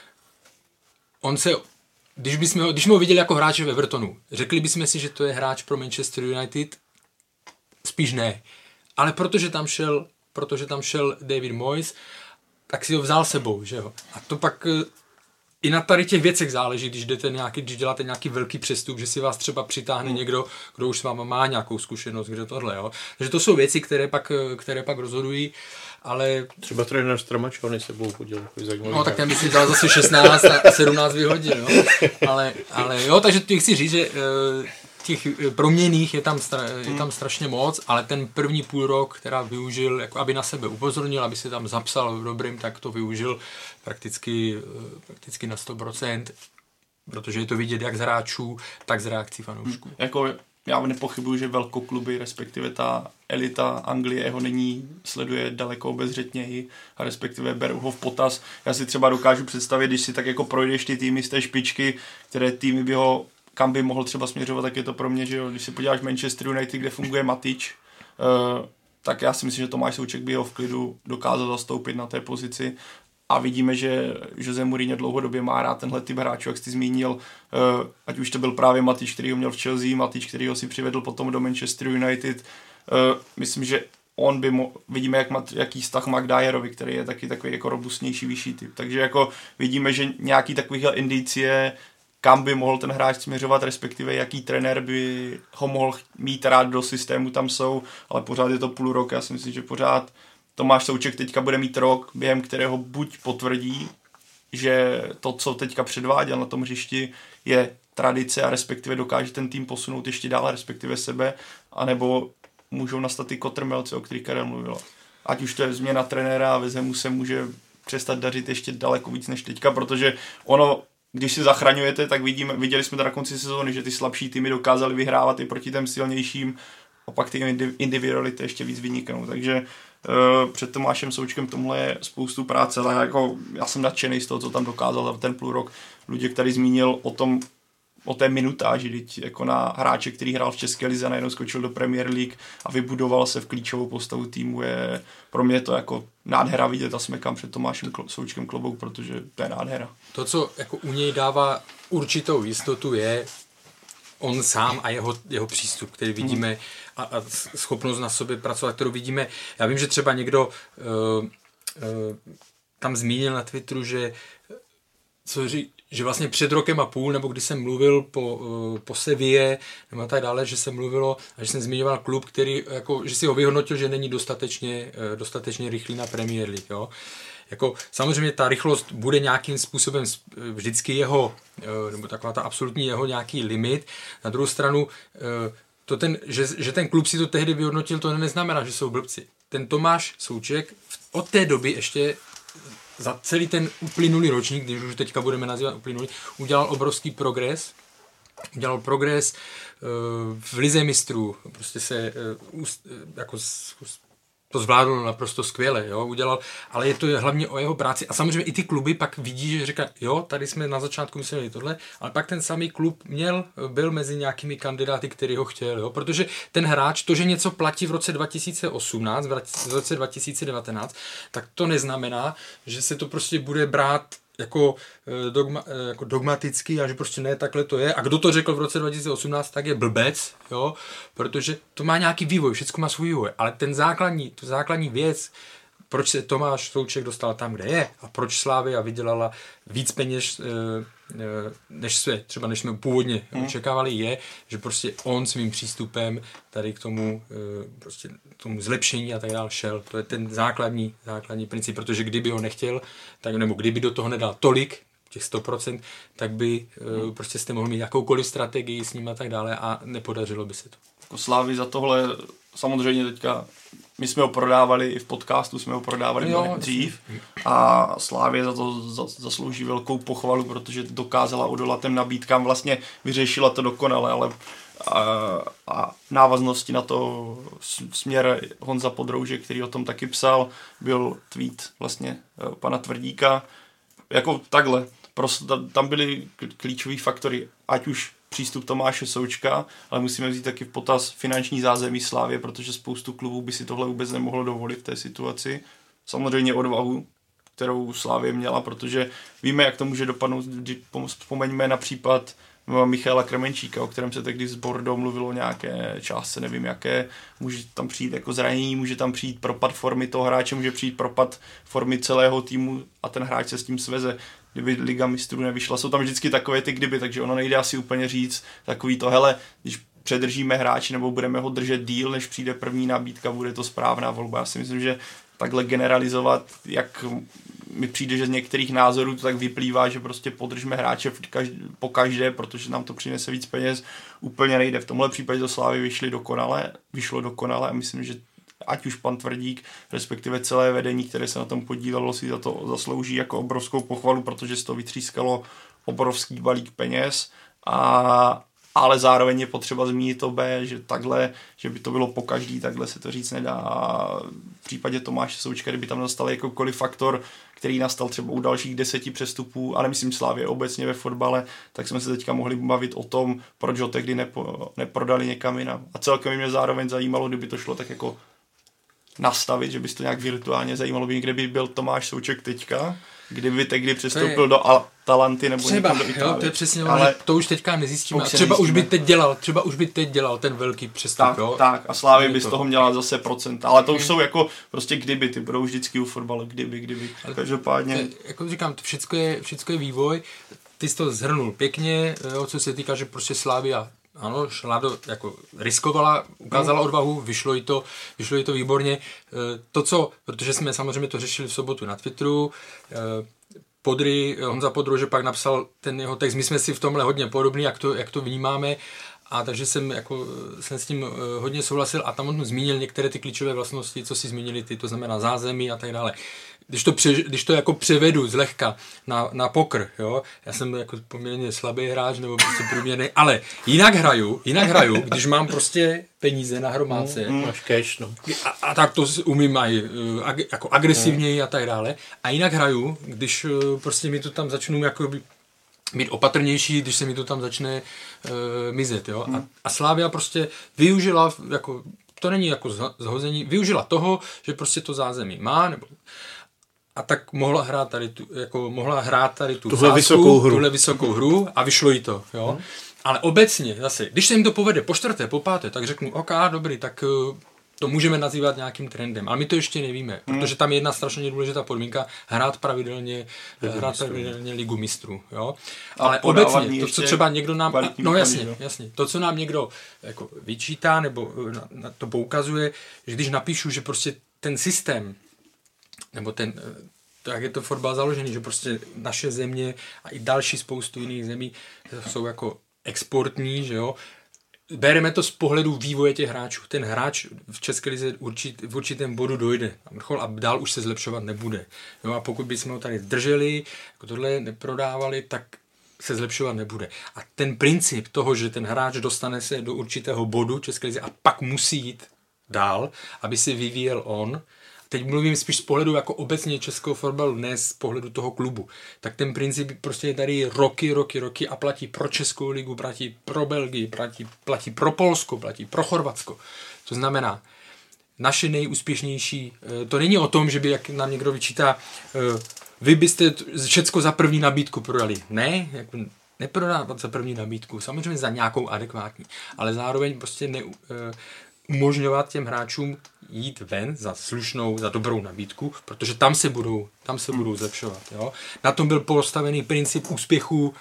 On se, když bychom ho, když jsme ho viděli jako hráče ve Evertonu, řekli bychom si, že to je hráč pro Manchester United? Spíš ne. Ale protože tam šel, protože tam šel David Moyes, tak si ho vzal sebou, že jo. A to pak i na tady těch věcech záleží, když jdete nějaký, když děláte nějaký velký přestup, že si vás třeba přitáhne hmm. někdo, kdo už s váma má nějakou zkušenost, kdo tohle, jo. Takže to jsou věci, které pak, které pak rozhodují. Ale třeba trenér Stramačony se budou podělat. No tak ten by si dal zase šestnáct a sedmnáct vyhodil, no. Ale, ale jo, takže ti chci říct, že těch proměnných je tam, je tam strašně moc, ale ten první půl rok, která využil, jako aby na sebe upozornil, aby se tam zapsal v dobrým, tak to využil prakticky, prakticky na sto procent, protože je to vidět jak z hráčů, tak z reakcí fanoušků. Hmm. Jako já nepochybuji, že velkokluby, respektive ta elita Anglie ho nyní sleduje daleko obezřetněji a respektive berou ho v potaz. Já si třeba dokážu představit, když si tak jako projdeš ty týmy z té špičky, které týmy by ho, kam by mohl třeba směřovat, tak je to pro mě, že jo, když si podíváš Manchester United, kde funguje Matič, uh, tak já si myslím, že Tomáš Souček by ho v klidu dokázal zastoupit na té pozici. A vidíme, že Jose Mourinho dlouhodobě má rád tenhle typ hráčů, jak jsi zmínil, ať už to byl právě Matič, který ho měl v Chelsea, Matič, který ho si přivedl potom do Manchester United. Myslím, že on by mo- vidíme, jak má, jaký vztah má k Dyerovi, který je taky takový jako robustnější, vyšší typ. Takže jako vidíme, že nějaký takovýhle indicie, kam by mohl ten hráč směřovat, respektive jaký trenér by ho mohl mít rád do systému, tam jsou, ale pořád je to půl rok, já si myslím, že pořád Tomáš Souček teďka bude mít rok, během kterého buď potvrdí, že to, co teďka předváděl na tom hřišti, je tradice a respektive dokáže ten tým posunout ještě dál, respektive sebe, anebo můžou nastat ty kotrmelce, o kterých Karel mluvil. Ať už to je změna trenéra a West Hamu se může přestat dařit ještě daleko víc než teďka, protože ono, když si zachraňujete, tak vidíme, viděli jsme to na konci sezóny, že ty slabší týmy dokázaly vyhrávat i proti těm silnějším a pak ty individuality ještě víc vyniknou, takže Uh, před Tomášem Součkem tomhle je spoustu práce, ale jako já jsem nadšený z toho, co tam dokázal za ten půl rok. Luděk tady zmínil o tom o té minutáži, jako na hráče, který hrál v České lize, najednou skočil do Premier League a vybudoval se v klíčovou postavu týmu, je pro mě to jako nádhera vidět a smekám před Tomášem Součkem klobouk, protože to je nádhera. To, co jako u něj dává určitou jistotu, je on sám a jeho, jeho přístup, který vidíme hmm. a, a schopnost na sobě pracovat, kterou vidíme. Já vím, že třeba někdo uh, uh, tam zmínil na Twitteru, že co ří, že vlastně před rokem a půl, nebo když jsem mluvil po, uh, po Seville, nebo tak dále, že jsem mluvilo a že jsem zmiňoval klub, který, jako, že si ho vyhodnotil, že není dostatečně, uh, dostatečně rychlý na Premier League, jo. Jako, samozřejmě ta rychlost bude nějakým způsobem vždycky jeho, nebo taková ta absolutní jeho nějaký limit. Na druhou stranu, to ten, že, že ten klub si to tehdy vyhodnotil, to neznamená, že jsou blbci. Ten Tomáš Souček od té doby ještě za celý ten uplynulý ročník, když už teďka budeme nazývat uplynulý, udělal obrovský progres. Udělal progres v lize mistrů. Prostě se jako to zvládl naprosto skvěle, jo, udělal, ale je to hlavně o jeho práci. A samozřejmě i ty kluby pak vidí, že říká, jo, tady jsme na začátku mysleli tohle, ale pak ten samý klub měl, byl mezi nějakými kandidáty, který ho chtěl, jo, protože ten hráč, to, že něco platí v roce dva tisíce osmnáct, v roce dva tisíce devatenáct, tak to neznamená, že se to prostě bude brát jako, dogma, jako dogmatický a že prostě ne, takhle to je. A kdo to řekl v roce dva tisíce osmnáct, tak je blbec, jo, protože to má nějaký vývoj, všechno má svůj vývoj, ale ten základní, tu základní věc, proč se Tomáš Souček dostal tam, kde je a proč Slavia vydělala víc peněz, než jsme, třeba než jsme původně hmm. očekávali, je, že prostě on svým přístupem tady k tomu, prostě tomu zlepšení a tak dále šel. To je ten základní, základní princip, protože kdyby ho nechtěl, tak, nebo kdyby do toho nedal tolik, těch sto procent, tak by hmm. prostě jste mohli mít jakoukoliv strategii s ním a tak dále a nepodařilo by se to. Jako Slávy za tohle samozřejmě teďka, my jsme ho prodávali i v podcastu, jsme ho prodávali jo, dřív a Slavia za to zaslouží velkou pochvalu, protože dokázala odolat těm nabídkám, vlastně vyřešila to dokonale, ale a, a návaznosti na to směr Honza Podrouže, který o tom taky psal, byl tweet vlastně pana Tvrdíka, jako takhle, prostě tam byly klíčové faktory, ať už přístup Tomáše Součka, ale musíme vzít taky v potaz finanční zázemí Slávie, protože spoustu klubů by si tohle vůbec nemohlo dovolit v té situaci. Samozřejmě odvahu, kterou Slávie měla, protože víme, jak to může dopadnout, když vzpomeňme na případ Michaela Kremenčíka, o kterém se tehdy z Bordeaux mluvilo o nějaké částce, nevím jaké, může tam přijít jako zranění, může tam přijít propad formy toho hráče, může přijít propad formy celého týmu a ten hráč se s tím sveze. Kdyby Liga mistrů nevyšla, jsou tam vždycky takové ty kdyby, takže ono nejde asi úplně říct takový to, hele, když předržíme hráči nebo budeme ho držet díl, než přijde první nabídka, bude to správná volba. Já si myslím, že takhle generalizovat, jak mi přijde, že z některých názorů to tak vyplývá, že prostě podržíme hráče po každé, protože nám to přinese víc peněz, úplně nejde. V tomhle případě do Slávy vyšli dokonale, vyšlo dokonale a myslím, že ať už pan Tvrdík, respektive celé vedení, které se na tom podílelo, si za to zaslouží jako obrovskou pochvalu, protože z toho vytřískalo obrovský balík peněz, a, ale zároveň je potřeba zmínit to B, že takhle, že by to bylo po každý, takhle se to říct nedá. A v případě Tomáše Součka, kdyby tam nastal jakýkoliv faktor, který nastal třeba u dalších deseti přestupů, ale myslím Slávě obecně ve fotbale, tak jsme se teďka mohli bavit o tom, proč ho tehdy nepo, neprodali někam jinam. A celkem mě zároveň zajímalo, kdyby to šlo tak jako nastavit, že bys to nějak virtuálně zajímalo by, kde by byl Tomáš Souček teďka, kdyby tehdy přestoupil je... do Atalanty nebo třeba, někam do Itálie. Jo, to je přesně, ale to už teďka nezjistíme. A třeba už by teď dělal, třeba už by teď dělal ten velký přestup, tak, jo. Tak, a Slávy by z toho měla zase procent, ale to už hmm. jsou jako prostě kdyby, ty budou vždycky u fotbalu, kdyby, kdyby. Ale každopádně... To, jako říkám, to všecko je, všecko je vývoj, ty jsi to zhrnul pěkně, jo, co se týká, že prostě Slavia ano, šla do, jako riskovala, ukázala mm. odvahu, vyšlo jí to, vyšlo jí to výborně. To, co, protože jsme samozřejmě to řešili v sobotu na Twitteru, Podry, Honza Podrouže pak napsal ten jeho text, my jsme si v tomhle hodně podobní, jak to, jak to vnímáme, a takže jsem, jako, jsem s tím hodně souhlasil a tam on zmínil některé ty klíčové vlastnosti, co si zmínili ty, to znamená zázemí a tak dále. Když to, pře, když to jako převedu zlehka na, na pokr, jo, já jsem jako poměrně slabý hráč, nebo prostě průměrný, ale jinak hraju, jinak hraju, když mám prostě peníze na hromádce. Mm, máš cash, no. A, a tak to umím aj ag, jako agresivněji a tak dále. A jinak hraju, když prostě mi to tam začnu jakoby být opatrnější, když se mi to tam začne uh, mizet, jo. A, a Slavia prostě využila, jako, to není jako zhození, využila toho, že prostě to zázemí má, nebo a tak mohla hrát tady tu, jako mohla hrát tady tu tuhle zásku, vysokou hru. tuhle vysokou hru a vyšlo jí to, jo. Hmm. Ale obecně zase, když se jim to povede po čtvrté, po páté, tak řeknu, ok, dobrý, tak uh, to můžeme nazývat nějakým trendem, ale my to ještě nevíme, hmm. protože tam je jedna strašně důležitá podmínka, hrát pravidelně, Ligu hrát mistrů. pravidelně Ligu mistrů, jo. Ale obecně, to, co třeba někdo nám, no jasně, jasně, to, co nám někdo jako vyčítá, nebo na, na to poukazuje, že když napíšu, že prostě ten systém, nebo ten, tak je to fotbal založený, že prostě naše země a i další spoustu jiných zemí jsou jako exportní, že jo. Bereme to z pohledu vývoje těch hráčů. Ten hráč v České lize určit, v určitém bodu dojde na vrchol a dál už se zlepšovat nebude. Jo, a pokud bychom ho tady drželi, jako tohle neprodávali, tak se zlepšovat nebude. A ten princip toho, že ten hráč dostane se do určitého bodu České lize a pak musí jít dál, aby se vyvíjel on, teď mluvím spíš z pohledu jako obecně českého fotbalu, ne z pohledu toho klubu. Tak ten princip prostě je tady roky, roky, roky a platí pro Českou ligu, platí pro Belgii, platí, platí pro Polsko, platí pro Chorvatsko. To znamená, naše nejúspěšnější, to není o tom, že by jak nám někdo vyčítá, vy byste všecko za první nabídku prodali. Ne, jako neprodávat za první nabídku, samozřejmě za nějakou adekvátní, ale zároveň prostě ne, umožňovat těm hráčům jít ven za slušnou, za dobrou nabídku, protože tam se budou, tam se budou zlepšovat. Jo? Na tom byl postavený princip úspěchu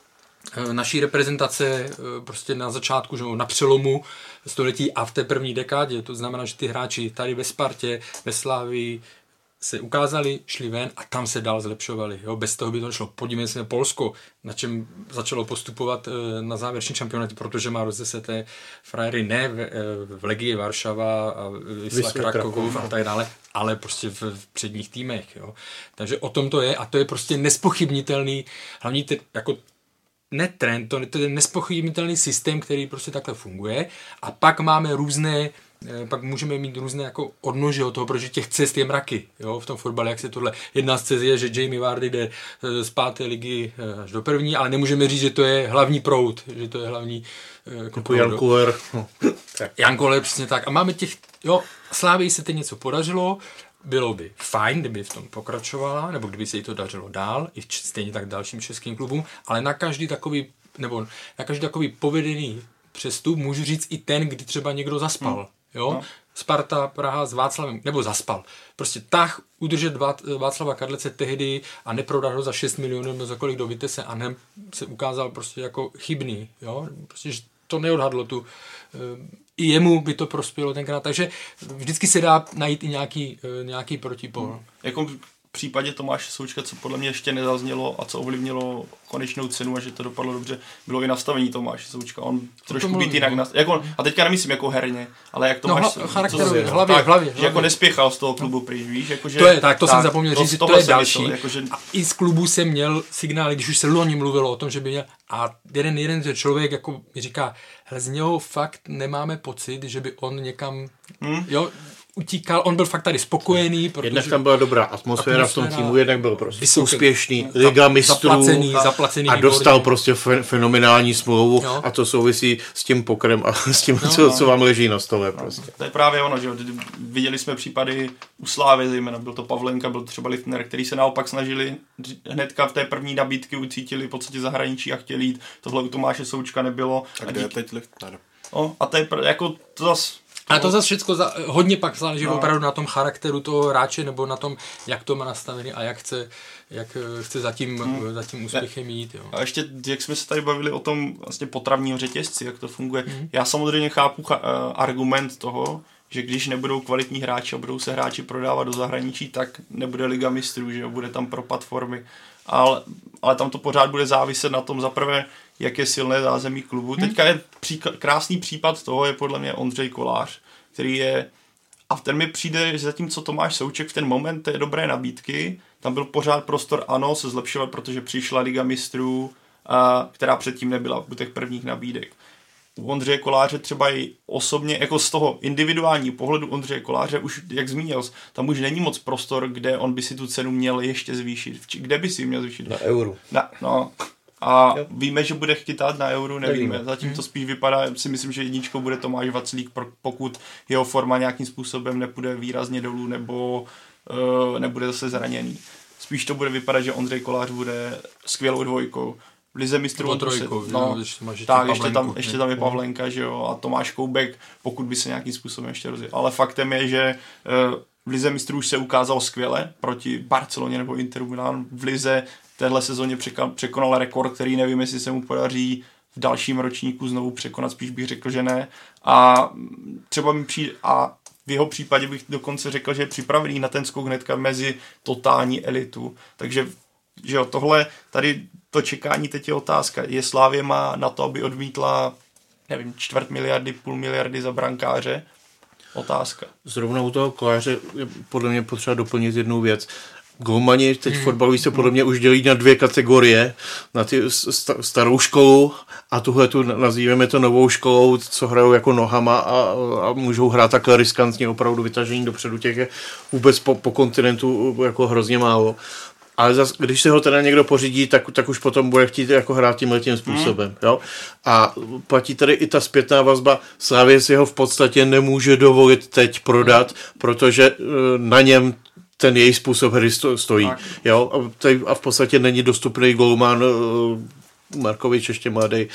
naší reprezentace prostě na začátku, že na přelomu století a v té první dekádě. To znamená, že ty hráči tady ve Spartě, ve Slavii se ukázali, šli ven a tam se dál zlepšovali. Jo? Bez toho by to nešlo. Podívejme se na Polsko, na čem začalo postupovat na závěrečný šampionát, protože má rozeseté frajery ne v, v Legii Varšava a Wisla Krakov a tak dále, ale prostě v, v předních týmech. Jo? Takže o tom to je a to je prostě nespochybnitelný, hlavní te, jako ne trend, to, to je nespochybnitelný systém, který prostě takhle funguje a pak máme různé pak můžeme mít různé jako odnože od toho, protože těch cest je mraky, jo, v tom fotbale, jak se tohle. Jedna z cest je, že Jamie Vardy jde z páté ligy až do první, ale nemůžeme říct, že to je hlavní proud, že to je hlavní jako, jako Jan Koller. Jan Koller, přesně tak. A máme těch, jo, Slávii se teď něco podařilo, bylo by fajn, kdyby v tom pokračovala, nebo kdyby se jí to dařilo dál, i stejně tak dalším českým klubům, ale na každý takový, nebo na každý takový povedený přestup můžu říct i ten, kdy třeba někdo zaspal. Hmm. Jo? No. Sparta, Praha s Václavem, nebo zaspal. Prostě tah udržet Václava Kadlece tehdy a neprodat ho za šest milionů nebo za kolik do Vitesse a ne se ukázal prostě jako chybný. Jo? Prostě, že to neodhadlo tu. I jemu by to prospělo tenkrát. Takže vždycky se dá najít i nějaký, nějaký protipol. Hmm. Jako v případě Tomáše Součka, co podle mě ještě nezaznělo a co ovlivnilo konečnou cenu a že to dopadlo dobře, bylo i nastavení Tomáše Součka. On trošku být jinak nastavený. Jako, a teďka nemyslím jako herně, ale jak Tomáš... No, charakterově, hlavě, tak, hlavě. Že jako nespěchal z toho klubu pryč, víš? Jako, že, to je, tak to tak, jsem zapomněl říct, to, to je další. Myslel, jako, že... A i z klubu jsem měl signály, když už se loni mluvilo o tom, že by měl... A jeden, jeden člověk jako mi říká, hele, z něho fakt nemáme pocit, že by on někam... Hmm? Jo, utíkal, on byl fakt tady spokojený. Protože jednak tam byla dobrá atmosféra, atmosféra v tom týmu, jednak byl prostě vysoké, úspěšný, Liga mistrů zaplacený, zaplacený a dostal výborně. Prostě fenomenální smlouvu no. A to souvisí s tím pokrem a s tím, no, co, no. co vám leží na stole. Prostě. To je právě ono, že viděli jsme případy u Slávy, zejména byl to Pavlenka, byl to třeba Liftner, který se naopak snažili hnedka v té první nabídky ucítili v podstatě zahraničí a chtěli jít. Tohle u Tomáše Součka nebylo. A kde je teď Liftner? No, a to je jako to zase. Ale to zase všechno za, hodně pak záleží no. opravdu na tom charakteru toho hráče nebo na tom, jak to má nastavený a jak chce, jak chce za tím, hmm. za tím úspěchem jít. Jo. A ještě, jak jsme se tady bavili o tom vlastně potravního řetězci, jak to funguje, hmm. já samozřejmě chápu cha- argument toho, že když nebudou kvalitní hráči a budou se hráči prodávat do zahraničí, tak nebude Liga mistrů, že jo, bude tam propad formy. Ale, ale tam to pořád bude záviset na tom zaprvé, jak je silné zázemí klubu. Hmm. Teďka je příklad, krásný případ toho je podle mě Ondřej Kolář, který je, a ten mi přijde, že zatímco Tomáš Souček v ten moment té dobré nabídky, tam byl pořád prostor, ano, se zlepšovat, protože přišla Liga mistrů, a, která předtím nebyla u těch prvních nabídek. U Ondřeje Koláře třeba i osobně, jako z toho individuálního pohledu Ondřeje Koláře, už jak zmínil, tam už není moc prostor, kde on by si tu cenu měl ještě zvýšit. Kde by si ji měl zvýšit? Na euro. Na, no, A jo. víme, že bude chytat na Euro, nevíme. nevíme. Zatím to spíš vypadá, si myslím, že jedničkou bude Tomáš Vaclík, pokud jeho forma nějakým způsobem nepůjde výrazně dolů nebo uh, nebude zase zraněný. Spíš to bude vypadat, že Ondřej Kolář bude skvělou dvojkou. V lize mistrů trojkou, no, ještě máš tak, ještě tam, ještě tam je Pavlenka, že jo, a Tomáš Koubek, pokud by se nějakým způsobem ještě rozjel. Ale faktem je, že uh, v lize mistrů už se ukázal skvěle proti Barceloně nebo Interu Milán. V lize téhle sezóně překonal rekord, který nevím, jestli se mu podaří v dalším ročníku znovu překonat, spíš bych řekl, že ne. A třeba mi přijde, a v jeho případě bych dokonce řekl, že je připravený na ten skok hnedka mezi totální elitu. Takže že jo, tohle, tady to čekání teď je otázka. Je Slavia má na to, aby odmítla, nevím, čtvrt miliardy, půl miliardy za brankáře? Otázka. Zrovna u toho Koláře je podle mě potřeba doplnit jednu věc. Golmani teď hmm. fotbalují se podle mě už dělí na dvě kategorie. Na ty st- starou školu a tuhle tu nazýváme to novou školou, co hrajou jako nohama a, a můžou hrát takhle riskantně, opravdu vytažení dopředu, těch je vůbec po, po kontinentu jako hrozně málo. Ale zas, když se ho teda někdo pořídí, tak, tak už potom bude chtít jako hrát tímhletím způsobem. Mm. Jo? A platí tady i ta zpětná vazba. Slavia si ho v podstatě nemůže dovolit teď prodat, mm. protože uh, na něm ten její způsob hry stojí. Jo? A, tady, a v podstatě není dostupný golman uh, Markovič ještě mladý.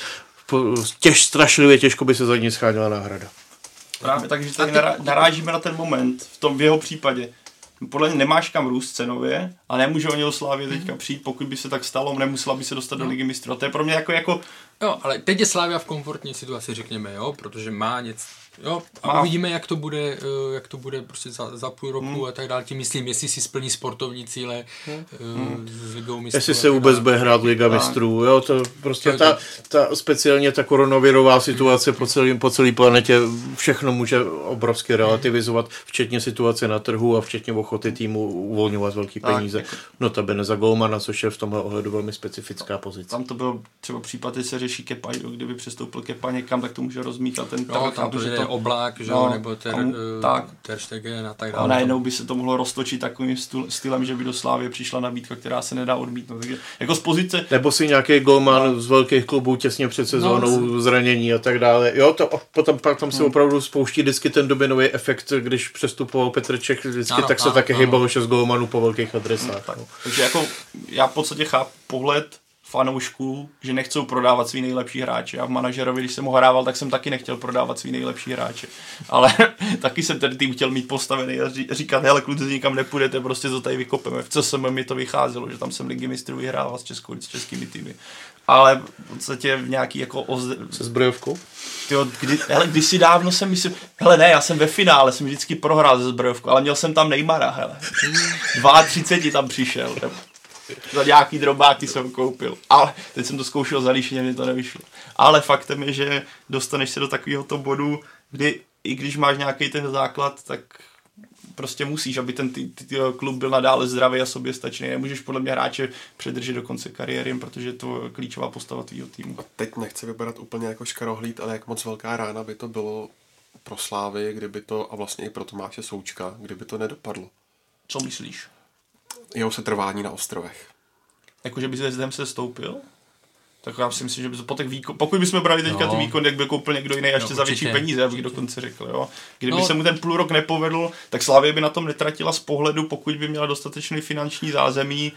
Těž, strašlivě těžko by se za ní scháněla náhrada. Právě, takže tady narážíme na ten moment v tom v jeho případě. Podle mě nemáš kam růst cenově a nemůže o něho Slavie teďka přijít, pokud by se tak stalo, nemusela by se dostat do Ligy mistrů. A to je pro mě jako, jako... Jo, ale teď je Slavia v komfortní situaci, řekněme, jo, protože má něco, jo, a má. Uvidíme, jak to bude, jak to bude prostě za, za půl roku hmm. a tak dále. Tím myslím, jestli si splní sportovní cíle hmm. s Ligou mistrů. Jestli se vůbec bude hrát Liga mistrů, jo, to prostě ta, ta speciálně ta koronavirová situace po celé po celé planetě všechno může obrovsky relativizovat, včetně situace na trhu a včetně ochoty týmu uvolňovat velký peníze. Notabene za golmana, což je v tomhle ohledu velmi specifická pozice. Tam to byl třeba případ, kdy se řeší Kepa, kdyby přestoupil Kepa někam, tak to může rozmíchat ten no, trh. Tam to je to... Oblák, že no, nebo ter, mu, tak. Ter Stegen a tak dále. A najednou by se to mohlo roztočit takovým stylem, že by do Slávie přišla nabídka, která se nedá odmítnout. Takže jako z pozice... Nebo si nějaký golman no. z velkých klubů těsně před sezónou no, zranění a tak dále. Jo, to potom, potom se hmm. opravdu spouští vždycky ten dobinový efekt, když přestupoval Petr Čech vždycky, ano, tak se ano, také ano. hýbalo šest golmanů po velkých adresách. No, tak. Takže jako já v podstatě chápu pohled fanoušků, že nechcou prodávat svý nejlepší hráče. A v manažerovi, když jsem ho hrával, tak jsem taky nechtěl prodávat svý nejlepší hráče. Ale taky jsem ten tým chtěl mít postavený a říkat, hele kluci, nikam nepůjdete, prostě to tady vykopeme. V co jsem mi to vycházelo, že tam jsem Ligy mistrů vyhrával s, českou, s českými týmy. Ale v podstatě v nějaký jako... Ozde... Se zbrojovkou? Tyjo, kdy, hele, kdysi dávno jsem myslel, hele ne, já jsem ve finále, jsem vždycky prohrál se zbrojovkou, ale měl jsem tam Neymara, hele. třicet dva tam přišel, nebo za nějaký drobáky jsem koupil. Ale teď jsem to zkoušel za líšeně, mě to nevyšlo. Ale faktem je, že dostaneš se do takovéhoto bodu, kdy i když máš nějaký ten základ, tak prostě musíš, aby ten ty, ty, ty klub byl nadále zdravý a soběstačný. Nemůžeš podle mě hráče předržet do konce kariéry, protože je to klíčová postava tvýho týmu. A teď nechci vypadat úplně jako škarohlíd, ale jak moc velká rána by to bylo pro Slávy, kdyby to, a vlastně i pro Tomáše Součka, kdyby to nedopadlo. Co myslíš? Jeho setrvání na ostrovech. Jakože by se zdem se stoupil? Tak já si myslím, že by to po těch výkon, pokud bychom brali teďka no. ty výkony, jak by koupil někdo jiný ještě no, za větší peníze, abych dokonce řekl. Jo? Kdyby no. se mu ten půl rok nepovedl, tak Slavia by na tom netratila z pohledu, pokud by měla dostatečný finanční zázemí,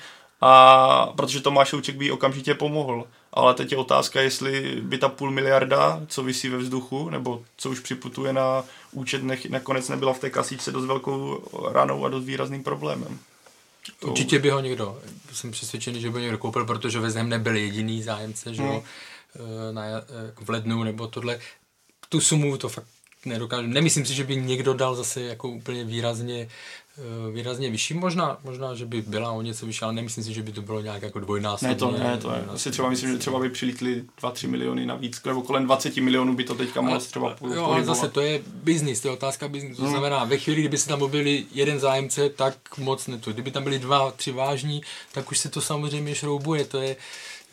a protože Tomáš Souček by jí okamžitě pomohl. Ale teď je otázka, jestli by ta půl miliarda, co visí ve vzduchu, nebo co už připutuje na účet, nech, nakonec nebyla v té kasíčce dost velkou ranou a dost výrazným problémem. To... Určitě by ho někdo, jsem přesvědčený, že by ho někdo koupil, protože West Ham nebyl jediný zájemce, že hmm. na, v lednu nebo tohle. Tu sumu to fakt nedokážu. Nemyslím si, že by někdo dal zase jako úplně výrazně, výrazně vyšší. Možná, možná, že by byla o něco vyšší, ale nemyslím si, že by to bylo nějak jako dvojnásobně. Ne, to ne, to je. Asi třeba myslím, že třeba by přilítli dva tři miliony navíc, nebo kolem dvacet milionů by to teďka mohlo třeba po, jo, ale zase to je biznis, to je otázka biznis. To znamená, ve chvíli, kdyby se tam objevili jeden zájemce, tak moc ne to. Kdyby tam byli dva, tři vážní, tak už se to samozřejmě šroubuje. To je,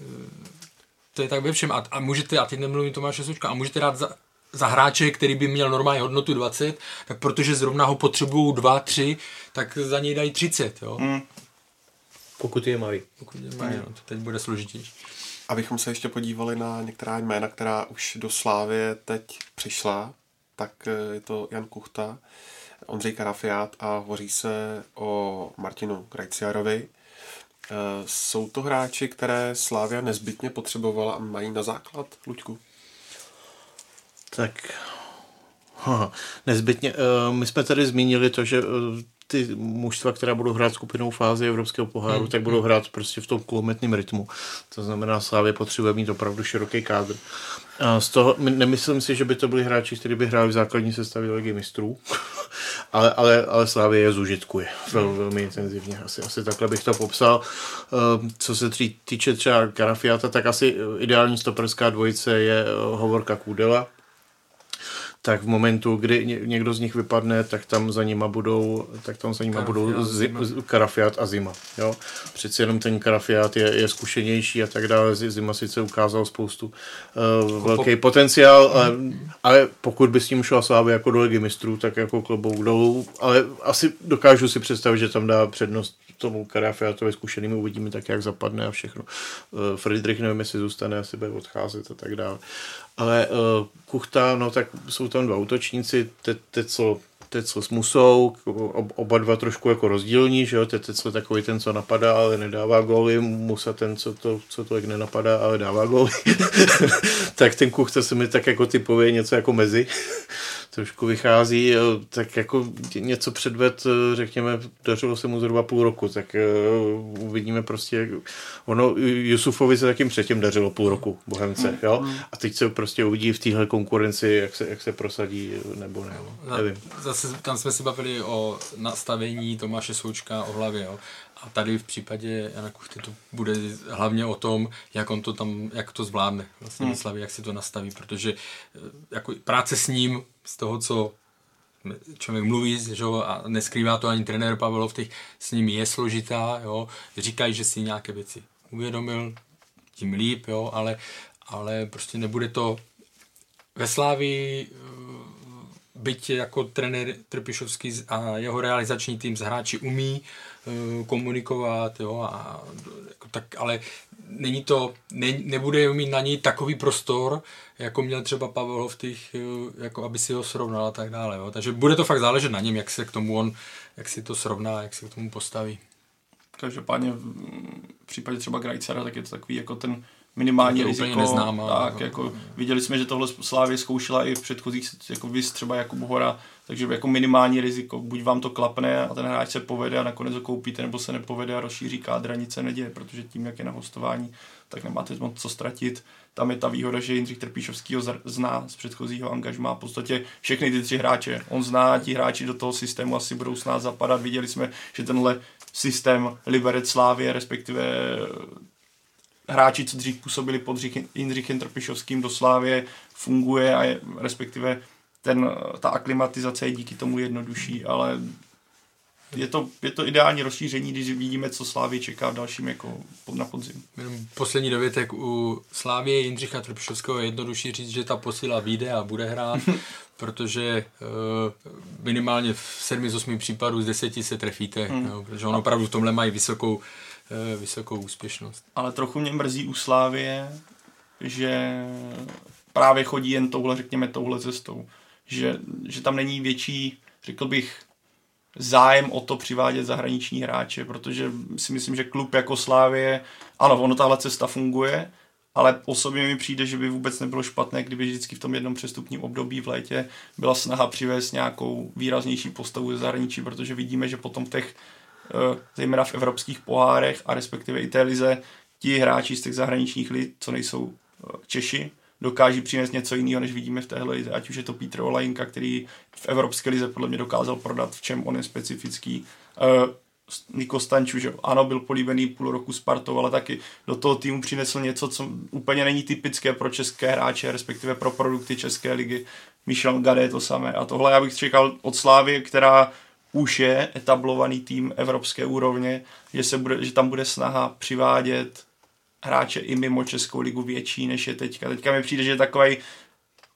to je tak ve všem. A, a můžete, a teď nemluvím Tomáše Součka, a můžete dát za, za hráče, který by měl normální hodnotu dvacet, tak protože zrovna ho potřebují dva, tři, tak za něj dají třicet, jo. Mm. Pokud je mají. Pokud je mají, mm. no, to teď bude složitější. Abychom se ještě podívali na některá jména, která už do Slávie teď přišla, tak je to Jan Kuchta, Ondřej Karafiát a hovoří se o Martinu Grajciarovi. Jsou to hráči, které Slavia nezbytně potřebovala a mají na základ, Luďku? Tak Aha, nezbytně. My jsme tady zmínili to, že ty mužstva, která budou hrát skupinou fázi Evropského poháru, hmm. tak budou hrát prostě v tom kulometném rytmu. To znamená, Slavia potřebuje mít opravdu široký kádr. A z toho, nemyslím si, že by to byli hráči, kteří by hráli v základní sestavě Ligy mistrů, ale, ale, ale Slavia je zužitkuje vel, velmi intenzivně. Asi, asi takhle bych to popsal. Co se týče třeba Karafiáta, tak asi ideální stoperská dvojice je Hovorka Kudela. Tak v momentu, kdy někdo z nich vypadne, tak tam za nima budou, tak tam za nima budou zi, Karafiát a Zima. Jo? Přeci jenom ten Karafiát je, je zkušenější a tak dále. Zima sice ukázal spoustu uh, velký potenciál, ale, ale pokud by s tím šla Slavia jako do Ligy mistrů, tak jako klobouk dolů. Ale asi dokážu si představit, že tam dá přednost tomu Karafiátovi zkušeným, uvidíme tak, jak zapadne a všechno. Uh, Friedrich nevím, jestli zůstane, asi bude odcházet a tak dále. Ale uh, Kuchta, no tak jsou tam dva útočníci, Tecl, Tecl s Musou, oba dva trošku jako rozdílní, že jo, Tecl takový ten, co napadá, ale nedává góly, Musa ten, co to, co to jak nenapadá, ale dává góly. Tak ten Kuchta se mi tak jako typově něco jako mezi. Trošku vychází, tak jako něco předved, řekněme, dařilo se mu zhruba půl roku, tak uh, uvidíme prostě, ono Jusufovi se takým předtím dařilo půl roku, Bohemce, jo, a teď se prostě uvidí v téhle konkurenci, jak se, jak se prosadí, nebo ne, nevím. Zase tam jsme si bavili o nastavení Tomáše Součka, o hlavě, jo. A tady v případě Jana Kuchty to bude hlavně o tom, jak on to tam, jak to zvládne vlastně hmm. Slavii, jak si to nastaví, protože jako práce s ním, z toho, co člověk mluví, že jo, a neskrývá to ani trenér Pavel Lovtych, s ním je složitá, jo, říkají, že si nějaké věci uvědomil, tím líp, jo, ale, ale prostě nebude to ve Slavii, byť jako trenér Trpišovský a jeho realizační tým z hráči umí uh, komunikovat, jo, a, jako tak, ale není to, ne, nebude mít na něj takový prostor, jako měl třeba Pavel Lovtych, jako aby si ho srovnal a tak dále, jo. Takže bude to fakt záležet na něm, jak se k tomu on, jak si to srovná, jak se k tomu postaví. Každopádně v případě třeba Grajcara, tak je to takový jako ten minimální riziko, neznámá, tak no, jako no. Viděli jsme, že tohle Slavie zkoušela i v předchozích, jako vys třeba Jakub Hora, takže jako minimální riziko, buď vám to klapne a ten hráč se povede a nakonec ho koupíte, nebo se nepovede a rozšíří kádr, nic se neděje, protože tím, jak je na hostování, tak nemáte moc co ztratit. Tam je ta výhoda, že Jindřich Trpišovský ho zná z předchozího angažmá, v podstatě všechny ty tři hráče, on zná, ti hráči do toho systému asi budou s nás zapadat, viděli jsme, že tenhle systém Liberec Slavie, respektive hráči, co dřív působili pod Jindřichem Trpišovským do Slávie, funguje a je, respektive ten, ta aklimatizace je díky tomu jednodušší, ale je to, je to ideální rozšíření, když vidíme, co Slávie čeká v dalším jako na podzim. Poslední dovětek u Slávie Jindřicha Trpišovského je jednodušší říct, že ta posila vyjde a bude hrát, protože uh, minimálně v sedmi z osmi případů z deseti se trefíte, hmm. no, protože on opravdu v tomhle mají vysokou vysokou úspěšnost. Ale trochu mě mrzí u Slávie, že právě chodí jen touhle, řekněme, touhle cestou. Že, že tam není větší, řekl bych, zájem o to přivádět zahraniční hráče, protože si myslím, že klub jako Slávie, ano, ono tahle cesta funguje, ale osobně mi přijde, že by vůbec nebylo špatné, kdyby vždycky v tom jednom přestupním období v létě byla snaha přivést nějakou výraznější postavu ze zahraničí, protože vidíme, že potom v těch zejména v evropských pohárech a respektive i té lize, ti hráči z těch zahraničních lid, co nejsou Češi, dokáží přinést něco jiného, než vidíme v téhle lize. Ať už je to Petr Olajinka, který v evropské lize podle mě dokázal prodat, v čem on je specifický. Niko Stanču, že ano, byl políbený půl roku Spartou, ale taky do toho týmu přinesl něco, co úplně není typické pro české hráče, respektive pro produkty české ligy. Michel Gade to samé. A tohle já bych čekal od Slávy, která už je etablovaný tým evropské úrovně, že, se bude, že tam bude snaha přivádět hráče i mimo Českou ligu větší, než je teďka. Teďka mi přijde, že je takovej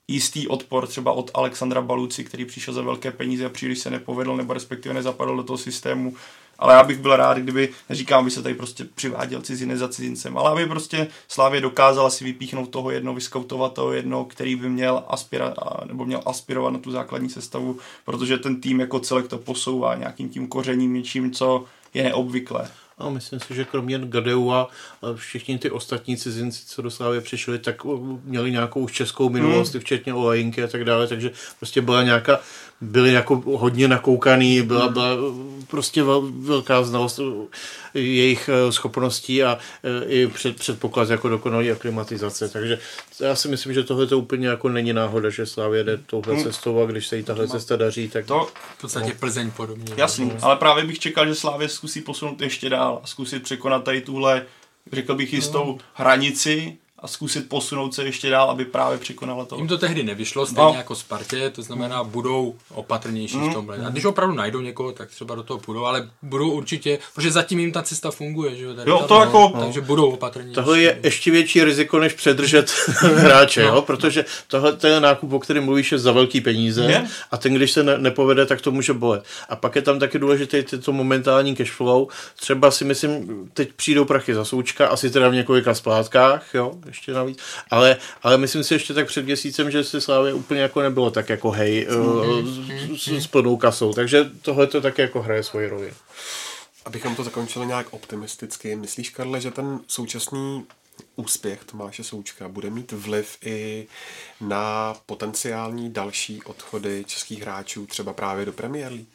jistý odpor třeba od Alexandra Baluci, který přišel za velké peníze a příliš se nepovedl, nebo respektive nezapadl do toho systému. Ale já bych byl rád, kdyby, neříkám, aby se tady prostě přiváděl cizinec za cizincem, ale aby prostě Slavia dokázala si vypíchnout toho jednoho, vyskautovat toho jednoho, který by měl aspira, nebo měl aspirovat na tu základní sestavu, protože ten tým jako celek to posouvá nějakým tím kořením, něčím, co je neobvyklé. A myslím si, že kromě Gadeua všichni ty ostatní cizinci, co do Slávy přišli, tak měli nějakou už českou minulost, hmm. včetně Olajinky a tak dále, takže prostě byla nějaká, byli jako hodně nakoukaný, byla, byla prostě velká znalost jejich schopností a i před, předpoklad jako dokonalý aklimatizace, takže já si myslím, že tohle to úplně jako není náhoda, že Slavia jde touhle cestou a když se jí tahle cesta daří, tak... To v podstatě no. Plzeň podobně. Jasný, no. Ale právě bych čekal, že Slavia zkusí posunout ještě dál a zkusit překonat tady tuhle, řekl bych, jistou no. hranici a zkusit posunout se ještě dál, aby právě překonala to. Jim to tehdy nevyšlo, stejně no. jako Spartě, to znamená, budou opatrnější mm. v tomhle. A když opravdu najdou někoho, tak třeba do toho půjdou, ale budou určitě, protože zatím jim ta cesta funguje, že jo? Jo, to jako... No, takže budou opatrnější. Tohle je ještě větší riziko, než předržet hráče, no. jo? Protože tohle ten nákup, o kterém mluvíš, je za velký peníze je? A ten, když se ne- nepovede, tak to může bolet. A pak je tam taky důležité to momentální cashflow. Třeba si myslím, teď přijdou prachy za Součka, asi teda v několika splátkách, jo? Ještě navíc. Ale, ale myslím si ještě tak před měsícem, že se Slavia úplně jako nebylo tak jako hej mm-hmm. s, s plnou kasou. Takže tohle to taky jako hraje svoji roli. Abychom to zakončili nějak optimisticky, myslíš, Karle, že ten současný úspěch Tomáše Součka bude mít vliv i na potenciální další odchody českých hráčů, třeba právě do Premier League?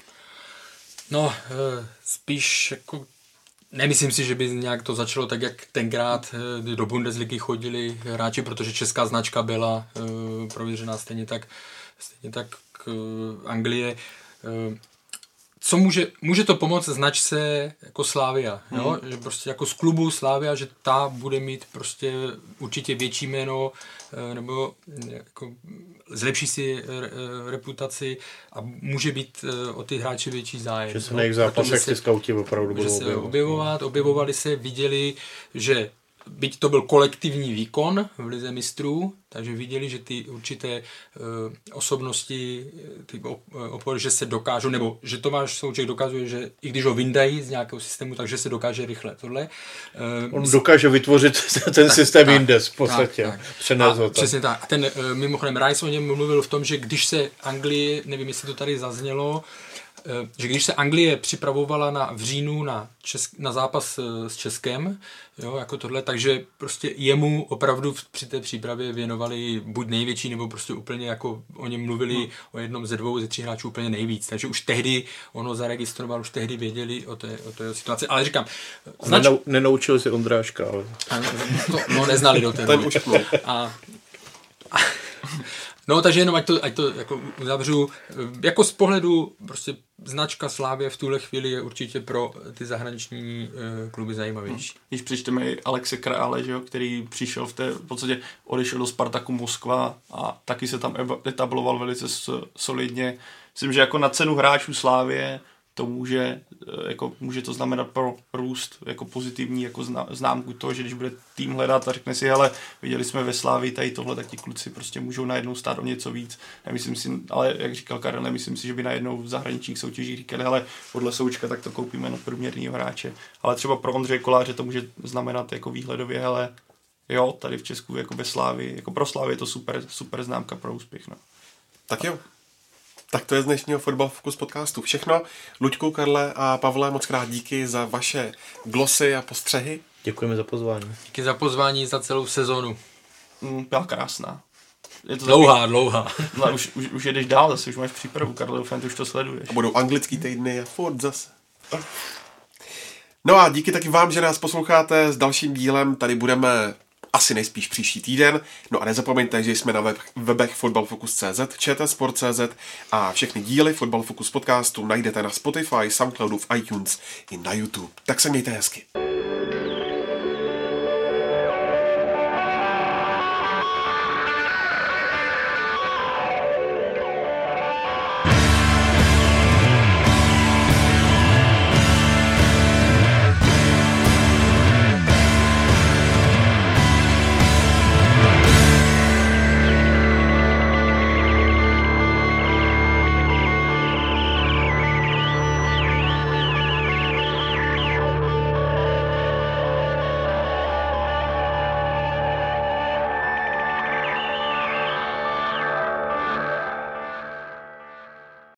No, spíš jako nemyslím si, že by nějak to začalo tak, jak tenkrát do Bundesligy chodili hráči, protože česká značka byla uh, prověřená stejně tak, stejně tak uh, Anglie. Uh, co může, může to pomoct značce jako Slavia, hmm. jo? Že prostě jako z klubu Slavia, že ta bude mít prostě určitě větší jméno nebo jako zlepší si reputaci a může být o ty hráče větší zájem. Že se na jejich zápasech ty skauti opravdu budou objevovat. objevovat. Objevovali se, viděli, že byť to byl kolektivní výkon v Lize mistrů, takže viděli, že ty určité uh, osobnosti, ty opory, že se dokážou, nebo že Tomáš Souček dokazuje, že i když ho vyndají z nějakého systému, takže se dokáže rychle tohle. Uh, On dokáže vytvořit ten tak, systém tak, jinde v podstatě. Tak, tak. Přesně tak. A ten uh, mimochodem Rice o něm mluvil v tom, že když se Anglie, nevím, jestli to tady zaznělo, že když se Anglie připravovala na, v říjnu na, česk, na zápas s Českem, jo, jako tohle, takže prostě jemu opravdu při té přípravě věnovali buď největší, nebo prostě úplně jako o něm mluvili hmm. o jednom ze dvou, ze tří hráčů úplně nejvíc. Takže už tehdy on ho zaregistroval, už tehdy věděli o té, o té situaci. Ale říkám... Znač... Nenou, nenaučili se Ondráška, ale... To, no, neznali do té doby. A... No, takže jenom ať to, ať to jako uzavřu. Jako z pohledu prostě značka Slavie v tuhle chvíli je určitě pro ty zahraniční uh, kluby zajímavější. Hmm. Když přečteme i Alexe Krále, že jo, který přišel v té, v podstatě odešel do Spartaku Moskva a taky se tam etabloval velice solidně. Myslím, že jako na cenu hráčů Slavie to může, jako, může to znamenat pro růst jako pozitivní jako známku toho, že když bude tým hledat a řekne si, hele, viděli jsme ve Slávii tady tohle, tak ti kluci prostě můžou najednou stát o něco víc. Nemyslím si, ale jak říkal Karel, nemyslím si, že by najednou v zahraničních soutěžích říkali, hele, podle Součka, tak to koupíme na průměrného hráče. Ale třeba pro Ondřeje Koláře to může znamenat jako výhledově, hele, jo, tady v Česku jako ve Slávii, jako pro Slávii je to super, super známka pro úspěch. No. Tak jo. Tak to je z dnešního Fotbal Focus podcastu všechno. Luďku, Karle a Pavle, moc krát díky za vaše glosy a postřehy. Děkujeme za pozvání. Díky za pozvání za celou sezonu. Mm, byla krásná. Je to dlouhá, taky... dlouhá. No, už, už, už jedeš dál, zase už máš přípravu, Karle, doufám, už to sleduješ. A budou anglický týdny a furt zase. No a díky taky vám, že nás posloucháte s dalším dílem. Tady budeme asi nejspíš příští týden. No a nezapomeňte, že jsme na web, webech fotbalfocus tečka cé zet, čtsport tečka cé zet a všechny díly Fotbal Focus podcastu najdete na Spotify, Soundcloudu, v iTunes i na YouTube. Tak se mějte hezky.